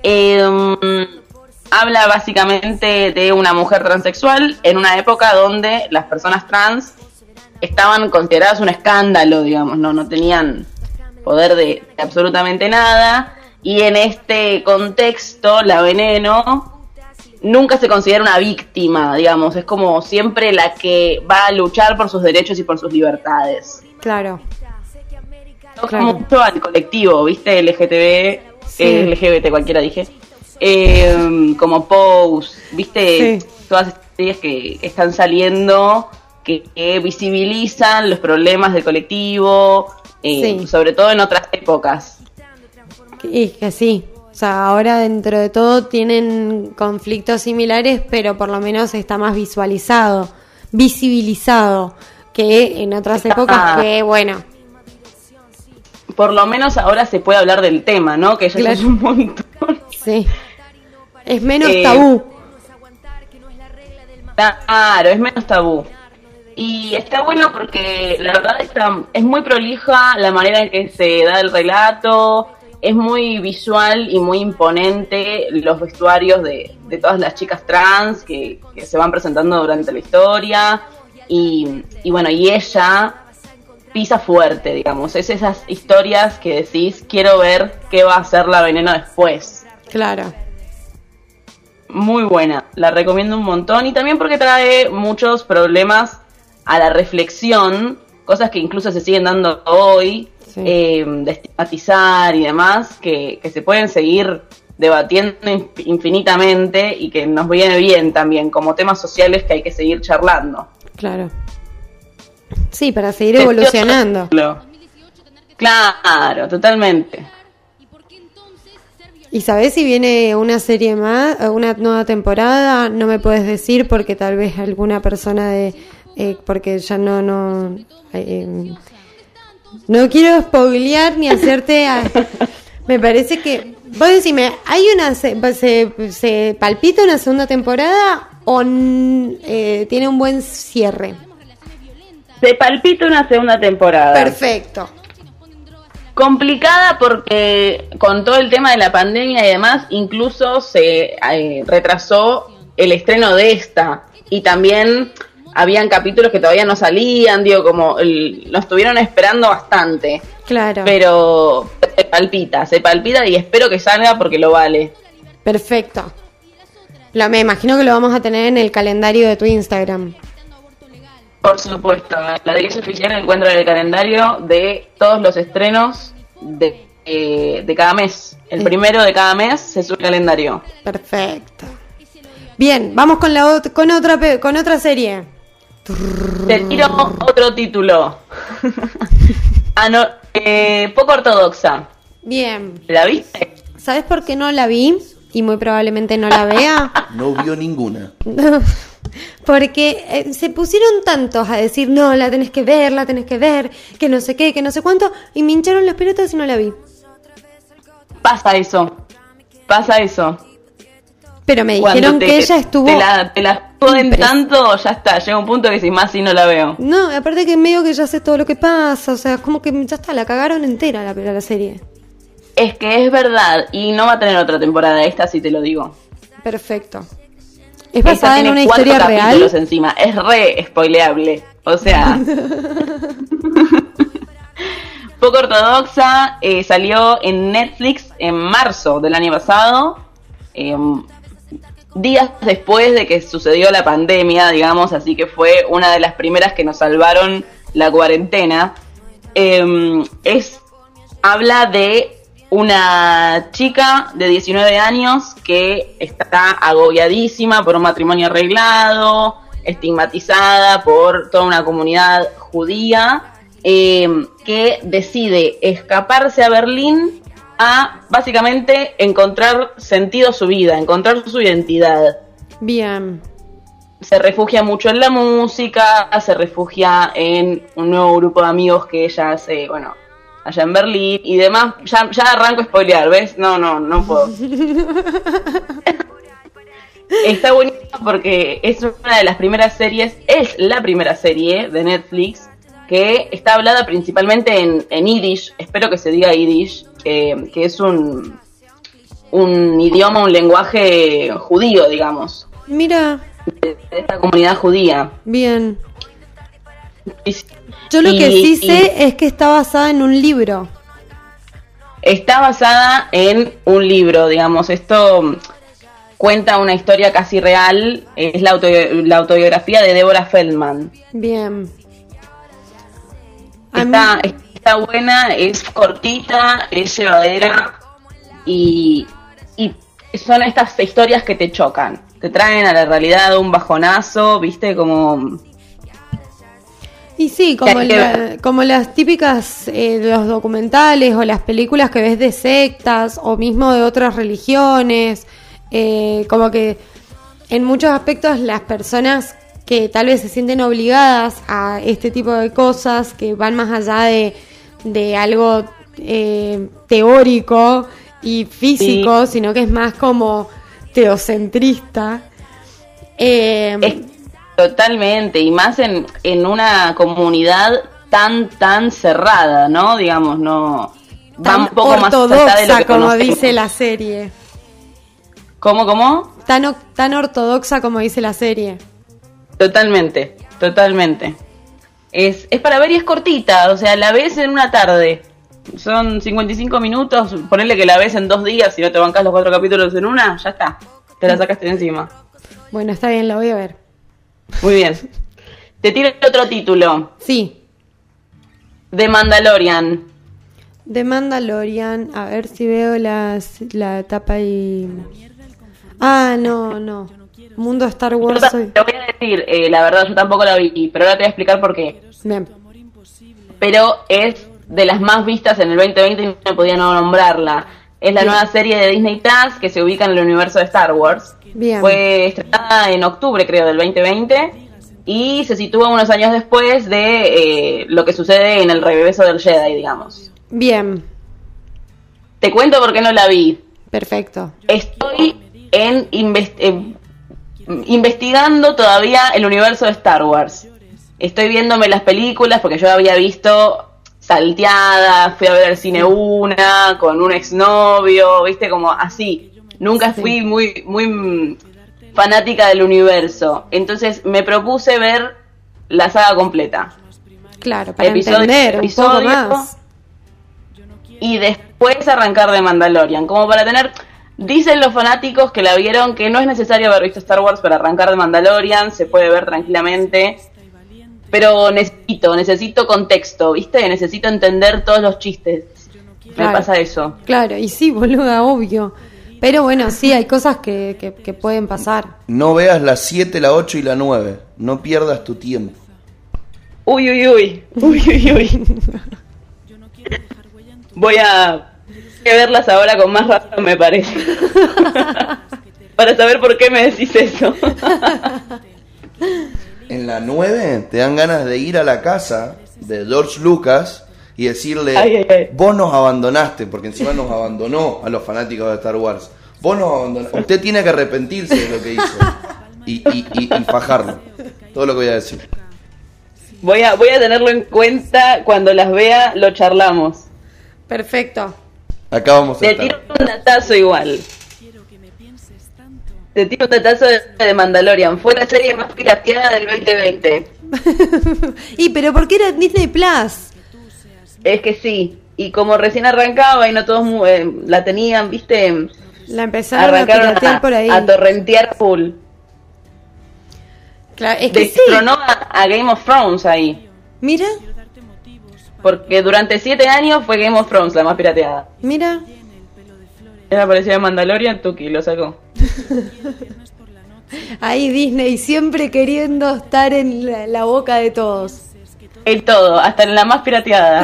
Habla básicamente de una mujer transexual en una época donde las personas trans estaban consideradas un escándalo, digamos, no tenían poder de absolutamente nada. Y en este contexto, La Veneno nunca se considera una víctima, digamos, es como siempre la que va a luchar por sus derechos y por sus libertades. Claro. Toca mucho al colectivo, ¿viste? LGBT, cualquiera dije. Como Pose, ¿viste? Sí. Todas estas series que están saliendo, que visibilizan los problemas del colectivo, Sí. sobre todo en otras épocas. Y que sí. O sea, ahora dentro de todo tienen conflictos similares, pero por lo menos está más visibilizado que en otras épocas que, bueno. Por lo menos ahora se puede hablar del tema, ¿no? Que ya Claro. es un montón. Sí. Es menos tabú. Claro, es menos tabú. Y está bueno porque la verdad es muy prolija la manera en que se da el relato, es muy visual y muy imponente los vestuarios de todas las chicas trans que se van presentando durante la historia. Y bueno, y ella pisa fuerte, digamos. Es esas historias que decís, quiero ver qué va a hacer La Veneno después. Claro. Muy buena, la recomiendo un montón. Y también porque trae muchos problemas a la reflexión, cosas que incluso se siguen dando hoy, Sí. De estigmatizar y demás, que se pueden seguir debatiendo infinitamente y que nos viene bien también, como temas sociales que hay que seguir charlando. Claro. Sí, para seguir evolucionando. Claro, totalmente. ¿Y sabés si viene una serie más, una nueva temporada? No me puedes decir porque tal vez alguna persona porque ya no quiero spoilear ni hacerte me parece que vos decime, ¿hay se palpita una segunda temporada o tiene un buen cierre? Se palpita una segunda temporada. Perfecto. Complicada porque con todo el tema de la pandemia y demás, incluso se retrasó el estreno de esta. Y también habían capítulos que todavía no salían, digo, como nos estuvieron esperando bastante. Claro. Pero se palpita y espero que salga porque lo vale. Perfecto. Me imagino que lo vamos a tener en el calendario de tu Instagram. Por supuesto, la dirección oficial encuentra en el calendario de todos los estrenos de cada mes. El primero de cada mes se sube el calendario. Perfecto. Bien, vamos con otra serie. Te tiro otro título. Poco ortodoxa. Bien. ¿La viste? ¿Sabes por qué no la vi? Y muy probablemente no la vea. No vio ninguna. Porque se pusieron tantos a decir, no, la tenés que ver, que no sé qué, que no sé cuánto, y me hincharon las pelotas y no la vi. Pasa eso. Pero me dijeron que ella estuvo... Te la joden tanto, ya está, llega un punto que si más si no la veo. No, aparte que medio que ya sé todo lo que pasa, o sea, es como que ya está, la cagaron entera la serie. Es que es verdad, y no va a tener otra temporada, esta sí te lo digo. Perfecto. ¿Es basada en una historia real? Encima. Es re spoileable. O sea, poco ortodoxa. Salió en Netflix en marzo del año pasado, días después de que sucedió la pandemia, digamos, así que fue una de las primeras que nos salvaron la cuarentena. Habla de una chica de 19 años que está agobiadísima por un matrimonio arreglado, estigmatizada por toda una comunidad judía, que decide escaparse a Berlín a básicamente encontrar sentido a su vida, encontrar su identidad. Bien. Se refugia mucho en la música, se refugia en un nuevo grupo de amigos que ella hace, bueno, allá en Berlín y demás. Ya arranco a spoilear, ¿ves? No puedo. Está buenísimo porque es una de las primeras series, es la primera serie de Netflix que está hablada principalmente en Yiddish, espero que se diga Yiddish, que es un idioma, un lenguaje judío, digamos. Mira. De esta comunidad judía. Bien. Yo lo que sí sé es que está basada en un libro. Está basada en un libro, digamos. Esto cuenta una historia casi real. Es la autobiografía de Deborah Feldman. Bien. Está buena, es cortita, es llevadera y son estas historias que te chocan. Te traen a la realidad un bajonazo, ¿viste? Como... Y sí, como las típicas de los documentales o las películas que ves de sectas o mismo de otras religiones, como que en muchos aspectos las personas que tal vez se sienten obligadas a este tipo de cosas que van más allá de algo teórico y físico, sí, sino que es más como teocentrista. Totalmente, y más en una comunidad tan cerrada, ¿no? Digamos, no... Tan va un poco ortodoxa, más allá de lo que como conocemos. dice la serie. ¿Cómo? Tan ortodoxa como dice la serie. Totalmente. Es para ver y es cortita, o sea, la ves en una tarde. Son 55 minutos, ponele que la ves en 2 días, si no te bancas los 4 capítulos en una, ya está. Te la sacaste de encima. Bueno, está bien, la voy a ver. Muy bien. Te tiro otro título. Sí. The Mandalorian. The Mandalorian, a ver si veo la tapa y... Ah, no. Mundo Star Wars. Te voy a decir, la verdad yo tampoco la vi, pero ahora te voy a explicar por qué. Bien. Pero es de las más vistas en el 2020 y no podía no nombrarla. Es la nueva serie de Disney Plus que se ubica en el universo de Star Wars. Bien. Fue estrenada en octubre, creo, del 2020 y se sitúa unos años después de lo que sucede en el regreso del Jedi, digamos. Bien. Te cuento por qué no la vi. Perfecto. Estoy investigando todavía el universo de Star Wars. Estoy viéndome las películas porque yo había visto salteadas, fui a ver al cine una, con un exnovio, viste, como así. Nunca fui muy fanática del universo. Entonces me propuse ver la saga completa. Claro, para entender un poco más. Y después arrancar de Mandalorian, como para tener... Dicen los fanáticos que la vieron que no es necesario haber visto Star Wars para arrancar de Mandalorian, se puede ver tranquilamente, pero necesito contexto, ¿viste? Necesito entender todos los chistes. Claro, me pasa eso. Claro, y sí, boluda, obvio. Pero bueno, sí, hay cosas que pueden pasar. No veas la 7, la 8 y la 9, no pierdas tu tiempo. Uy. Voy a verlas ahora con más razón, me parece. Para saber por qué me decís eso. En la 9 te dan ganas de ir a la casa de George Lucas y decirle, vos nos abandonaste, porque encima nos abandonó a los fanáticos de Star Wars. Vos nos abandonaste. Usted tiene que arrepentirse de lo que hizo y fajarlo. Todo lo que voy a decir. Voy a tenerlo en cuenta, cuando las vea lo charlamos. Perfecto. Acá vamos a estar. Te tiro un datazo igual. Te tiro un datazo de Mandalorian. Fue la serie más pirateada del 2020. Pero ¿por qué era Disney Plus? Es que sí. Y como recién arrancaba y no todos la tenían, ¿viste? La empezaron a piratear por ahí. A torrentear full. Claro, es que destronó a Game of Thrones ahí. Mira. Porque durante 7 años fue Game of Thrones la más pirateada. Mira. Era parecida a Mandalorian, Tuki lo sacó. Ahí Disney siempre queriendo estar en la boca de todos. En todo, hasta en la más pirateada.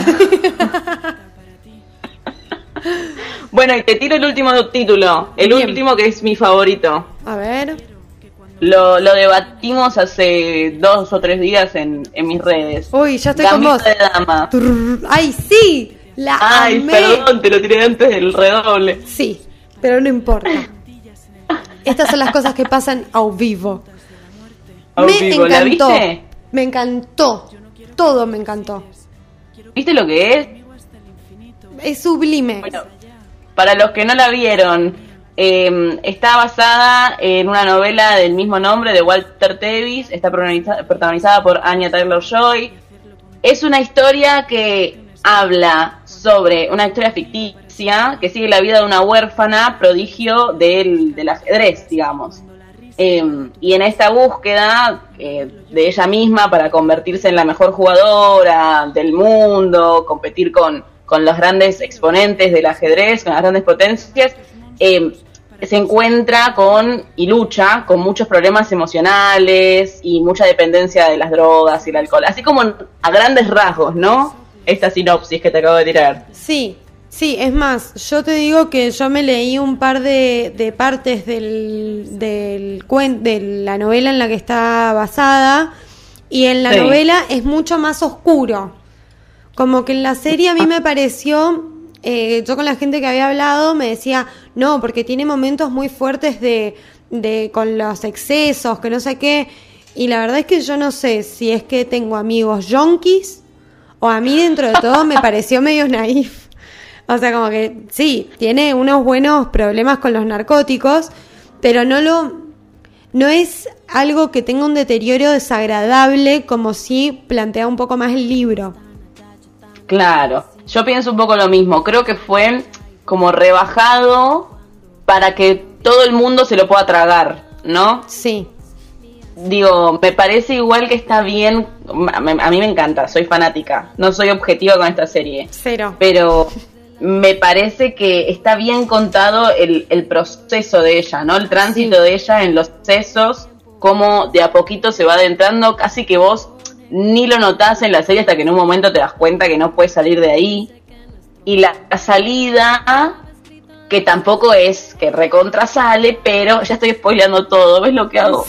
Bueno, y te tiro el último título. El último que es mi favorito. A ver. Lo debatimos hace 2 o 3 días en mis redes. Uy, ya estoy Gambito con vos. de dama. ¡Ay, sí! Ay, amé. Perdón, te lo tiré antes del redoble. Sí, pero no importa. Estas son las cosas que pasan a vivo. Me encantó. ¿La viste? Me encantó. Todo me encantó. ¿Viste lo que es? Es sublime. Bueno, para los que no la vieron, está basada en una novela del mismo nombre de Walter Tevis. Está protagonizada por Anya Taylor-Joy. Es una historia que habla sobre una historia ficticia que sigue la vida de una huérfana prodigio del ajedrez, digamos. Y en esta búsqueda de ella misma para convertirse en la mejor jugadora del mundo, competir con los grandes exponentes del ajedrez, con las grandes potencias, se encuentra y lucha con muchos problemas emocionales y mucha dependencia de las drogas y el alcohol. Así como a grandes rasgos, ¿no? Esta sinopsis que te acabo de tirar. Sí, es más, yo te digo que yo me leí un par de partes de la novela en la que está basada, y en la novela es mucho más oscuro. Como que en la serie a mí me pareció, yo con la gente que había hablado me decía, no, porque tiene momentos muy fuertes con los excesos, que no sé qué, y la verdad es que yo no sé si es que tengo amigos yonkis o a mí dentro de todo me pareció medio naif. O sea, como que sí, tiene unos buenos problemas con los narcóticos, pero no es algo que tenga un deterioro desagradable como si plantea un poco más el libro. Claro, yo pienso un poco lo mismo. Creo que fue como rebajado para que todo el mundo se lo pueda tragar, ¿no? Sí. Digo, me parece igual que está bien. A mí me encanta, soy fanática. No soy objetiva con esta serie. Cero. Pero me parece que está bien contado el proceso de ella, ¿no? El tránsito de ella en los excesos, cómo de a poquito se va adentrando, casi que vos ni lo notás en la serie hasta que en un momento te das cuenta que no puedes salir de ahí. Y la salida, que tampoco es que recontra sale, pero ya estoy spoileando todo, ¿ves lo que hago?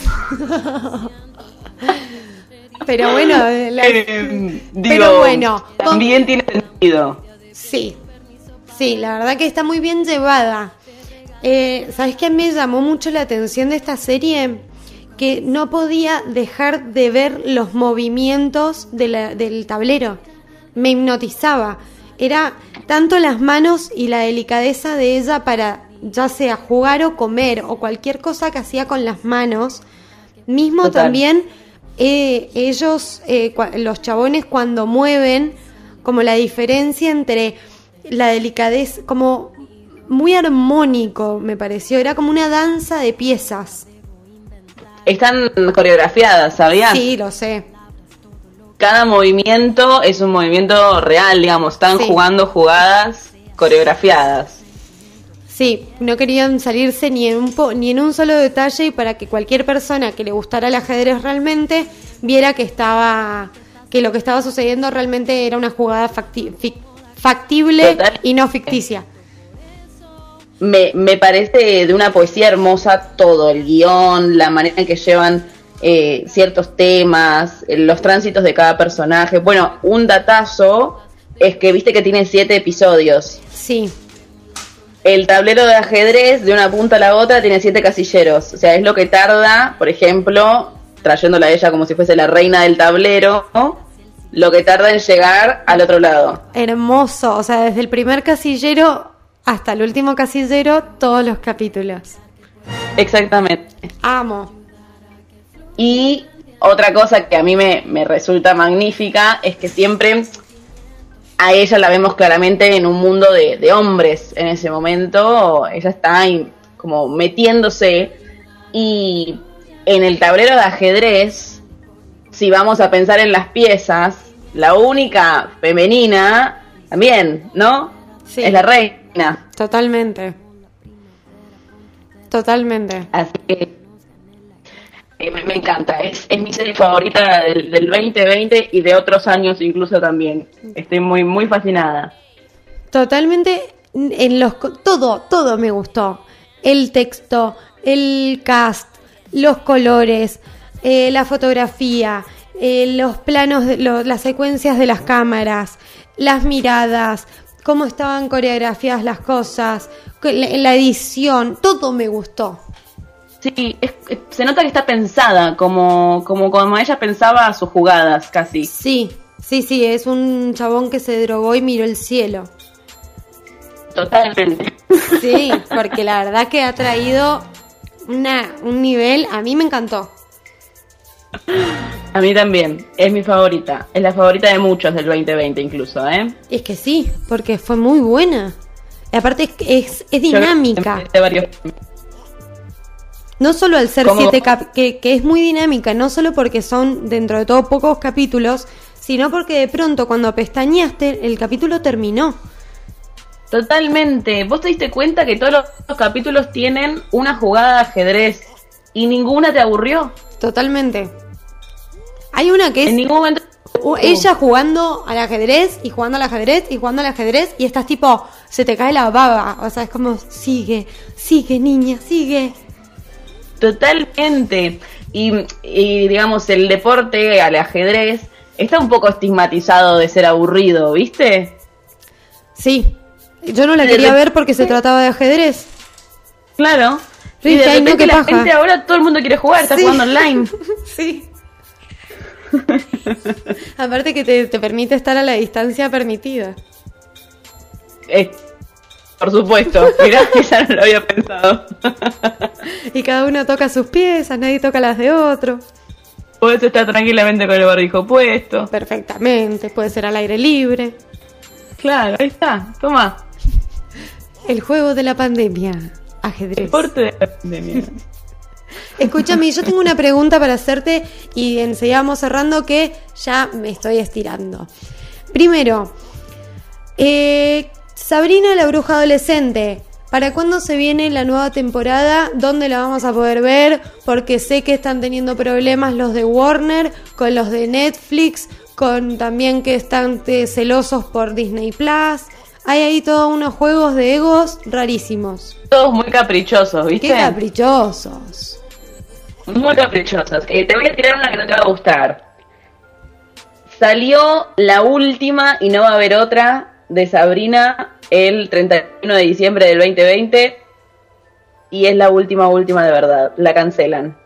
Pero bueno, pero bueno, también tiene sentido. Sí, la verdad que está muy bien llevada. ¿Sabes qué me llamó mucho la atención de esta serie? Que no podía dejar de ver los movimientos del tablero. Me hipnotizaba. Era tanto las manos y la delicadeza de ella para ya sea jugar o comer o cualquier cosa que hacía con las manos. Mismo Total. También ellos, los chabones cuando mueven, como la diferencia entre la delicadeza, como muy armónico me pareció, era como una danza de piezas. Están coreografiadas, ¿sabías? Sí, lo sé. Cada movimiento es un movimiento real, digamos, están jugando jugadas coreografiadas. Sí, no querían salirse ni en un solo detalle, y para que cualquier persona que le gustara el ajedrez realmente viera que lo que estaba sucediendo realmente era una jugada factible Total. Y no ficticia. Me parece de una poesía hermosa todo, el guión, la manera en que llevan ciertos temas, los tránsitos de cada personaje. Bueno, un datazo es que viste que tiene 7 episodios. Sí. El tablero de ajedrez de una punta a la otra tiene 7 casilleros. O sea, es lo que tarda, por ejemplo, trayéndola a ella como si fuese la reina del tablero, ¿no? Lo que tarda en llegar al otro lado. Hermoso, o sea, desde el primer casillero hasta el último casillero, todos los capítulos. Exactamente. Amo. Y otra cosa que a mí me resulta magnífica es que siempre a ella la vemos claramente en un mundo de hombres en ese momento. Ella está ahí como metiéndose, y en el tablero de ajedrez, si vamos a pensar en las piezas, la única femenina también, ¿no? Sí. Es la reina. Totalmente. Totalmente. Así que me encanta, es mi serie favorita del 2020 y de otros años incluso también. Estoy muy, muy fascinada. Totalmente, todo me gustó. El texto, el cast, los colores, la fotografía, los planos, las secuencias de las cámaras, las miradas, cómo estaban coreografiadas las cosas, la edición, todo me gustó. Sí, se nota que está pensada, como ella pensaba sus jugadas, casi. Sí, es un chabón que se drogó y miró el cielo. Totalmente. Sí, porque la verdad que ha traído un nivel, a mí me encantó. A mí también, es mi favorita, es la favorita de muchos del 2020 incluso, ¿eh? Es que sí, porque fue muy buena. Y aparte es dinámica. No solo al ser 7 que es muy dinámica, no solo porque son dentro de todo pocos capítulos, sino porque de pronto cuando pestañeaste el capítulo terminó. Totalmente. ¿Vos te diste cuenta que todos los capítulos tienen una jugada de ajedrez y ninguna te aburrió? Totalmente. Hay una que es en ningún momento ella jugando al ajedrez y jugando al ajedrez y jugando al ajedrez y estás tipo, se te cae la baba, o sea, es como sigue niña, sigue. Totalmente. Y digamos, el deporte, al ajedrez, está un poco estigmatizado de ser aburrido, ¿viste? Sí. Yo no la quería ver porque se trataba de ajedrez. Claro. Sí, y de repente la gente ahora todo el mundo quiere jugar, está jugando online. Sí. Aparte que te permite estar a la distancia permitida. Por supuesto, mirá, esa no lo había pensado. Y cada uno toca sus piezas, nadie toca las de otro. Puedes estar tranquilamente con el barbijo puesto. Perfectamente, puede ser al aire libre. Claro, ahí está, toma. El juego de la pandemia, ajedrez. Deporte de la pandemia. Escúchame, yo tengo una pregunta para hacerte y enseguida vamos cerrando, que ya me estoy estirando. Primero, Sabrina la bruja adolescente, ¿para cuándo se viene la nueva temporada? ¿Dónde la vamos a poder ver? Porque sé que están teniendo problemas los de Warner con los de Netflix, con también que están celosos por Disney Plus. Hay ahí todos unos juegos de egos rarísimos. Todos muy caprichosos, ¿viste? ¡Qué caprichosos! Muy caprichosos. Te voy a tirar una que no te va a gustar. Salió la última, y no va a haber otra, de Sabrina el 31 de diciembre del 2020. Y es la última de verdad. La cancelan.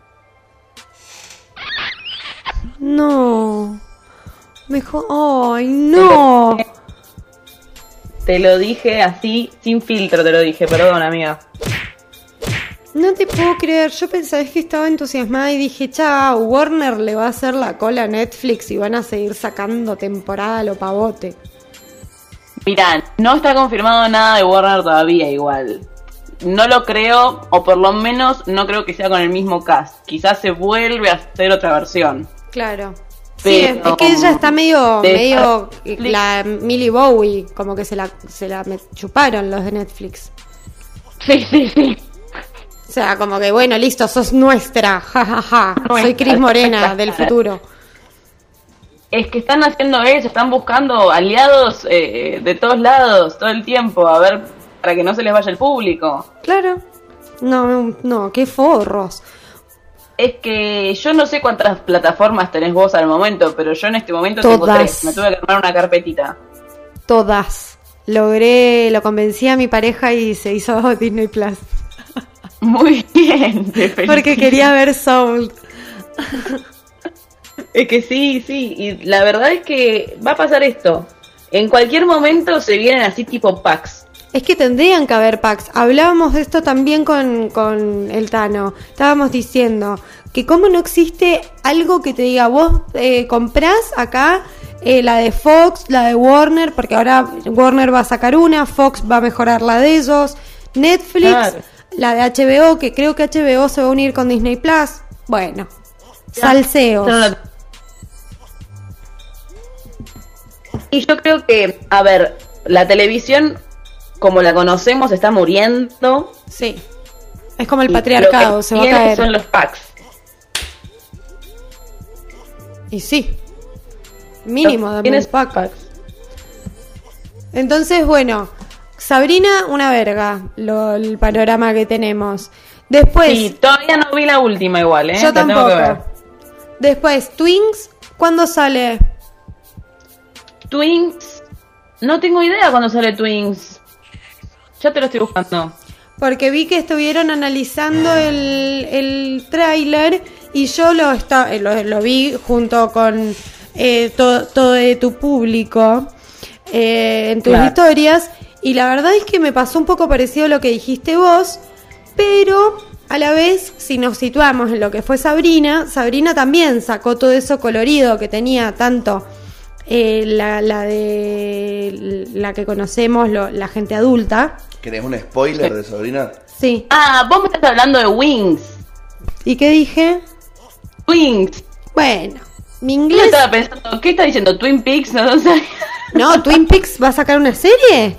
No. Mejor... ¡Ay, no! Te lo dije así, sin filtro te lo dije, perdón, amiga. No te puedo creer, yo pensaba que estaba entusiasmada y dije, chao, Warner le va a hacer la cola a Netflix y van a seguir sacando temporada a lo pavote. Mirá, no está confirmado nada de Warner todavía igual. No lo creo, o por lo menos no creo que sea con el mismo cast. Quizás se vuelve a hacer otra versión. Claro. Pero, sí, es que ella está medio la Millie Bowie, como que se la chuparon los de Netflix. Sí. O sea, como que bueno, listo, sos nuestra, jajaja. Soy Cris Morena del futuro. Es que están haciendo eso, están buscando aliados de todos lados, todo el tiempo, a ver, para que no se les vaya el público. Claro. No, qué forros. Es que yo no sé cuántas plataformas tenés vos al momento, pero yo en este momento tengo 3. Me tuve que armar una carpetita. Todas. Lo convencí a mi pareja y se hizo Disney Plus. Muy bien, te felicito. Porque quería ver Soul. Es que sí, y la verdad es que va a pasar esto. En cualquier momento se vienen así tipo packs. Es que tendrían que haber packs. Hablábamos de esto también con el Tano. Estábamos diciendo que cómo no existe algo que te diga, vos comprás acá la de Fox, la de Warner, porque ahora Warner va a sacar una, Fox va a mejorar la de ellos, Netflix, claro. La de HBO, que creo que HBO se va a unir con Disney Plus. Bueno, salseos. Y yo creo que, a ver, la televisión como la conocemos está muriendo. Sí. Es como el patriarcado, se va a caer. Son los packs. Y sí. Mínimo de tienes packs. Entonces, bueno, Sabrina, una verga, el panorama que tenemos. Después. Sí, todavía no vi la última igual, ¿eh? Yo tampoco. Tengo que ver. Después, Twins, ¿cuándo sale? Twins, no tengo idea cuándo sale Twins. Ya te lo estoy buscando. Porque vi que estuvieron analizando el tráiler y yo lo vi junto con todo de tu público en tus historias, y la verdad es que me pasó un poco parecido a lo que dijiste vos, pero a la vez, si nos situamos en lo que fue Sabrina también sacó todo eso colorido que tenía tanto la de la que conocemos, la gente adulta. ¿Querés un spoiler de Sabrina? Sí. Ah, vos me estás hablando de Wings. ¿Y qué dije? Wings. Bueno, mi inglés... Yo estaba pensando, ¿qué está diciendo? ¿Twin Peaks? No, ¿Twin Peaks va a sacar una serie?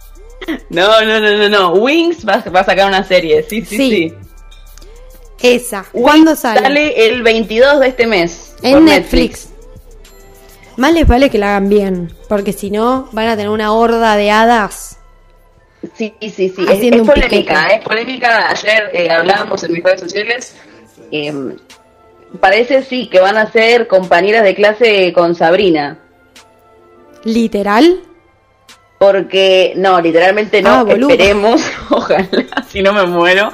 No. Wings va a sacar una serie, sí. Esa. ¿Cuándo sale? Sale el 22 de este mes. En Netflix. Más les vale que la hagan bien, porque si no van a tener una horda de hadas. Sí. Es polémica, es polémica. Ayer hablábamos en mis redes sociales. Parece sí que van a ser compañeras de clase con Sabrina. ¿Literal? Porque, no, literalmente no, esperemos, ojalá, si no me muero.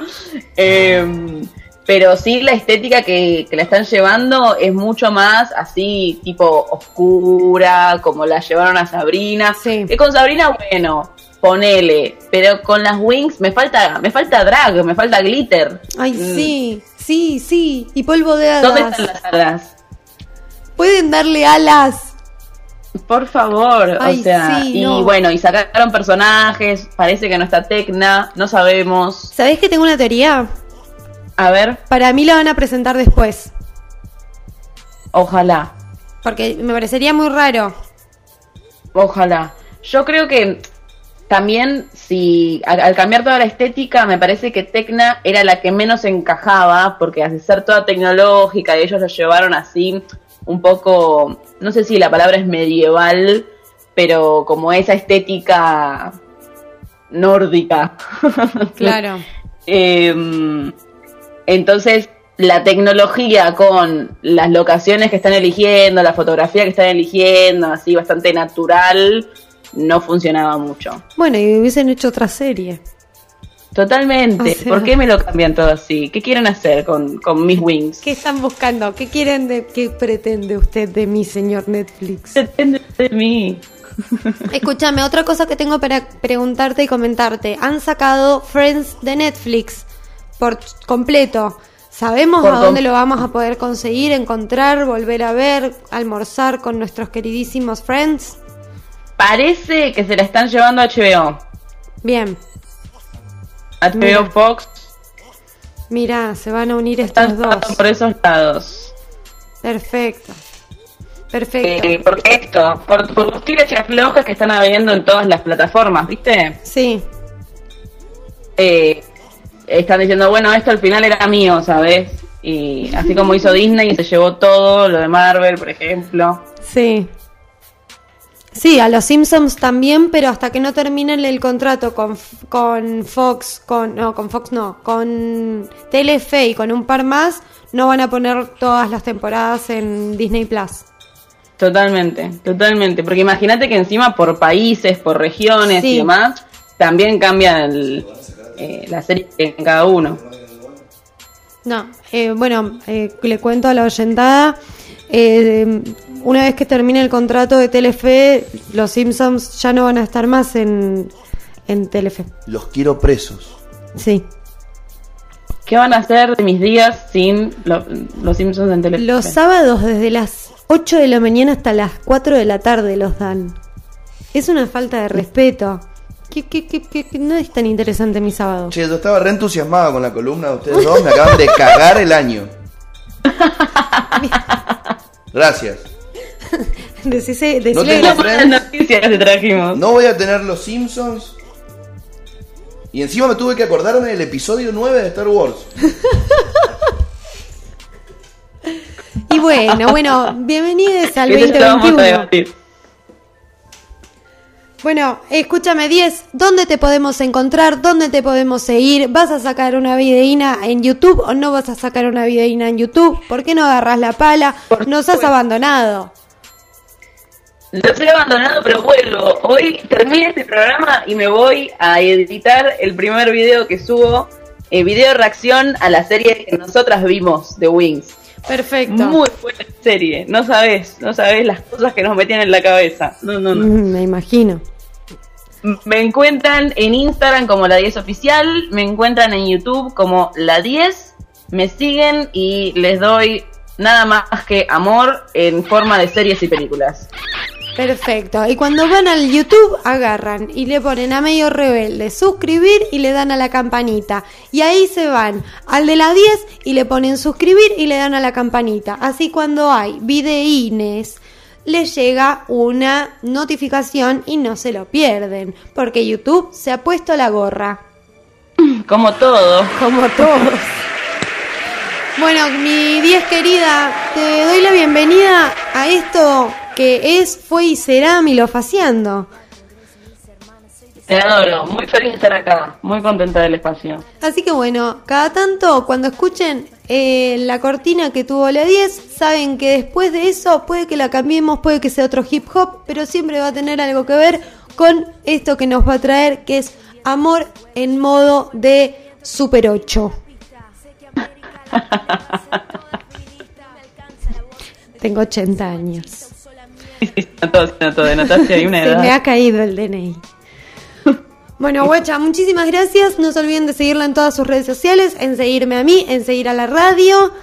Pero sí, la estética que la están llevando es mucho más así, tipo oscura, como la llevaron a Sabrina. Sí. Que con Sabrina, bueno, ponele, pero con las Wings me falta drag, me falta glitter. Ay, sí, y polvo de hadas. ¿Dónde están las hadas? Pueden darle alas. Por favor. Ay, o sea, sí, y no. Bueno, y sacaron personajes, parece que no está Tecna, no sabemos. ¿Sabés que tengo una teoría? A ver. Para mí la van a presentar después. Ojalá. Porque me parecería muy raro. Ojalá. Yo creo que también, si al cambiar toda la estética, me parece que Tecna era la que menos encajaba, porque al ser toda tecnológica y ellos lo llevaron así, un poco, no sé si la palabra es medieval, pero como esa estética nórdica. Claro. Entonces, la tecnología con las locaciones que están eligiendo, la fotografía que están eligiendo, así bastante natural, no funcionaba mucho. Bueno, y hubiesen hecho otra serie. Totalmente. O sea, ¿por qué me lo cambian todo así? ¿Qué quieren hacer con mis Wings? ¿Qué están buscando? ¿Qué pretende usted de mí, señor Netflix? Pretende de mí. Escúchame, otra cosa que tengo para preguntarte y comentarte. Han sacado Friends de Netflix por completo. ¿Sabemos a dónde lo vamos a poder conseguir, encontrar, volver a ver, almorzar con nuestros queridísimos Friends? Parece que se la están llevando a HBO. Bien. HBO Fox. Mira, se van a unir estos dos. Por esos lados. Perfecto. Porque por los tiras y aflojas que están habiendo en todas las plataformas, ¿viste? Sí. Están diciendo, bueno, esto al final era mío, ¿sabes? Y así como hizo Disney y se llevó todo, lo de Marvel, por ejemplo. Sí. Sí, a los Simpsons también, pero hasta que no terminen el contrato con Fox, con Telefe y con un par más, no van a poner todas las temporadas en Disney Plus. Totalmente, porque imagínate que encima por países, por regiones y demás, también cambian la serie en cada uno. No, le cuento a la oyentada, una vez que termine el contrato de Telefe, los Simpsons ya no van a estar más en Telefe. Los quiero presos. Sí. ¿Qué van a hacer de mis días sin los Simpsons en Telefe? Los sábados desde las 8 de la mañana hasta las 4 de la tarde los dan. Es una falta de respeto. Que no es tan interesante mi sábado. Che, yo estaba re entusiasmado con la columna de ustedes dos. Me acaban de cagar el año. Gracias. Decile las noticias que trajimos. No voy a tener los Simpsons. Y encima me tuve que acordarme del episodio 9 de Star Wars. Y bueno, bienvenidos al 2021. Bueno, escúchame, 10, ¿dónde te podemos encontrar? ¿Dónde te podemos seguir? ¿Vas a sacar una videína en YouTube o no vas a sacar una videína en YouTube? ¿Por qué no agarras la pala? Nos has abandonado. Los he abandonado, pero vuelvo. Hoy terminé este programa y me voy a editar el primer video que subo, video reacción a la serie que nosotras vimos, The Wings. Perfecto. Muy buena serie, no sabés las cosas que nos metían en la cabeza. No. Me imagino. Me encuentran en Instagram como La 10 Oficial, me encuentran en YouTube como La 10, me siguen y les doy nada más que amor en forma de series y películas. Perfecto, y cuando van al YouTube agarran y le ponen a Medio Rebelde suscribir y le dan a la campanita, y ahí se van al de la 10 y le ponen suscribir y le dan a la campanita, así cuando hay videínes les llega una notificación y no se lo pierden, porque YouTube se ha puesto la gorra. Como todos. Bueno, mi 10 querida, te doy la bienvenida a esto que fue y será Milofaciando. Te adoro, muy feliz de estar acá, muy contenta del espacio. Así que bueno, cada tanto cuando escuchen la cortina que tuvo la 10, saben que después de eso puede que la cambiemos, puede que sea otro hip hop, pero siempre va a tener algo que ver con esto que nos va a traer, que es amor en modo de Super 8. Tengo 80 años. Todo de Natasia y una edad. Se me ha caído el DNI. Bueno, guacha, muchísimas gracias. No se olviden de seguirla en todas sus redes sociales, en seguirme a mí, en seguir a la radio.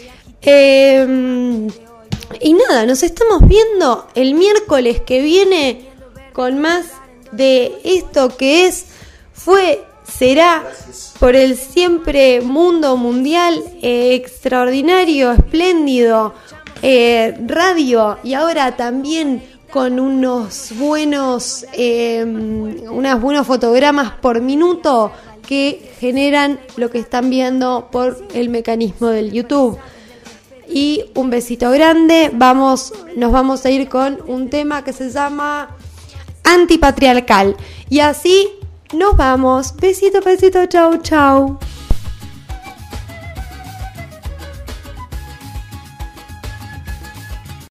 Y nada, nos estamos viendo el miércoles que viene con más de esto que será por el siempre mundo mundial, extraordinario, espléndido, radio, y ahora también con unos buenos fotogramas por minuto que generan lo que están viendo por el mecanismo del YouTube. Y un besito grande, nos vamos a ir con un tema que se llama Antipatriarcal. Y así nos vamos. Besito, chau.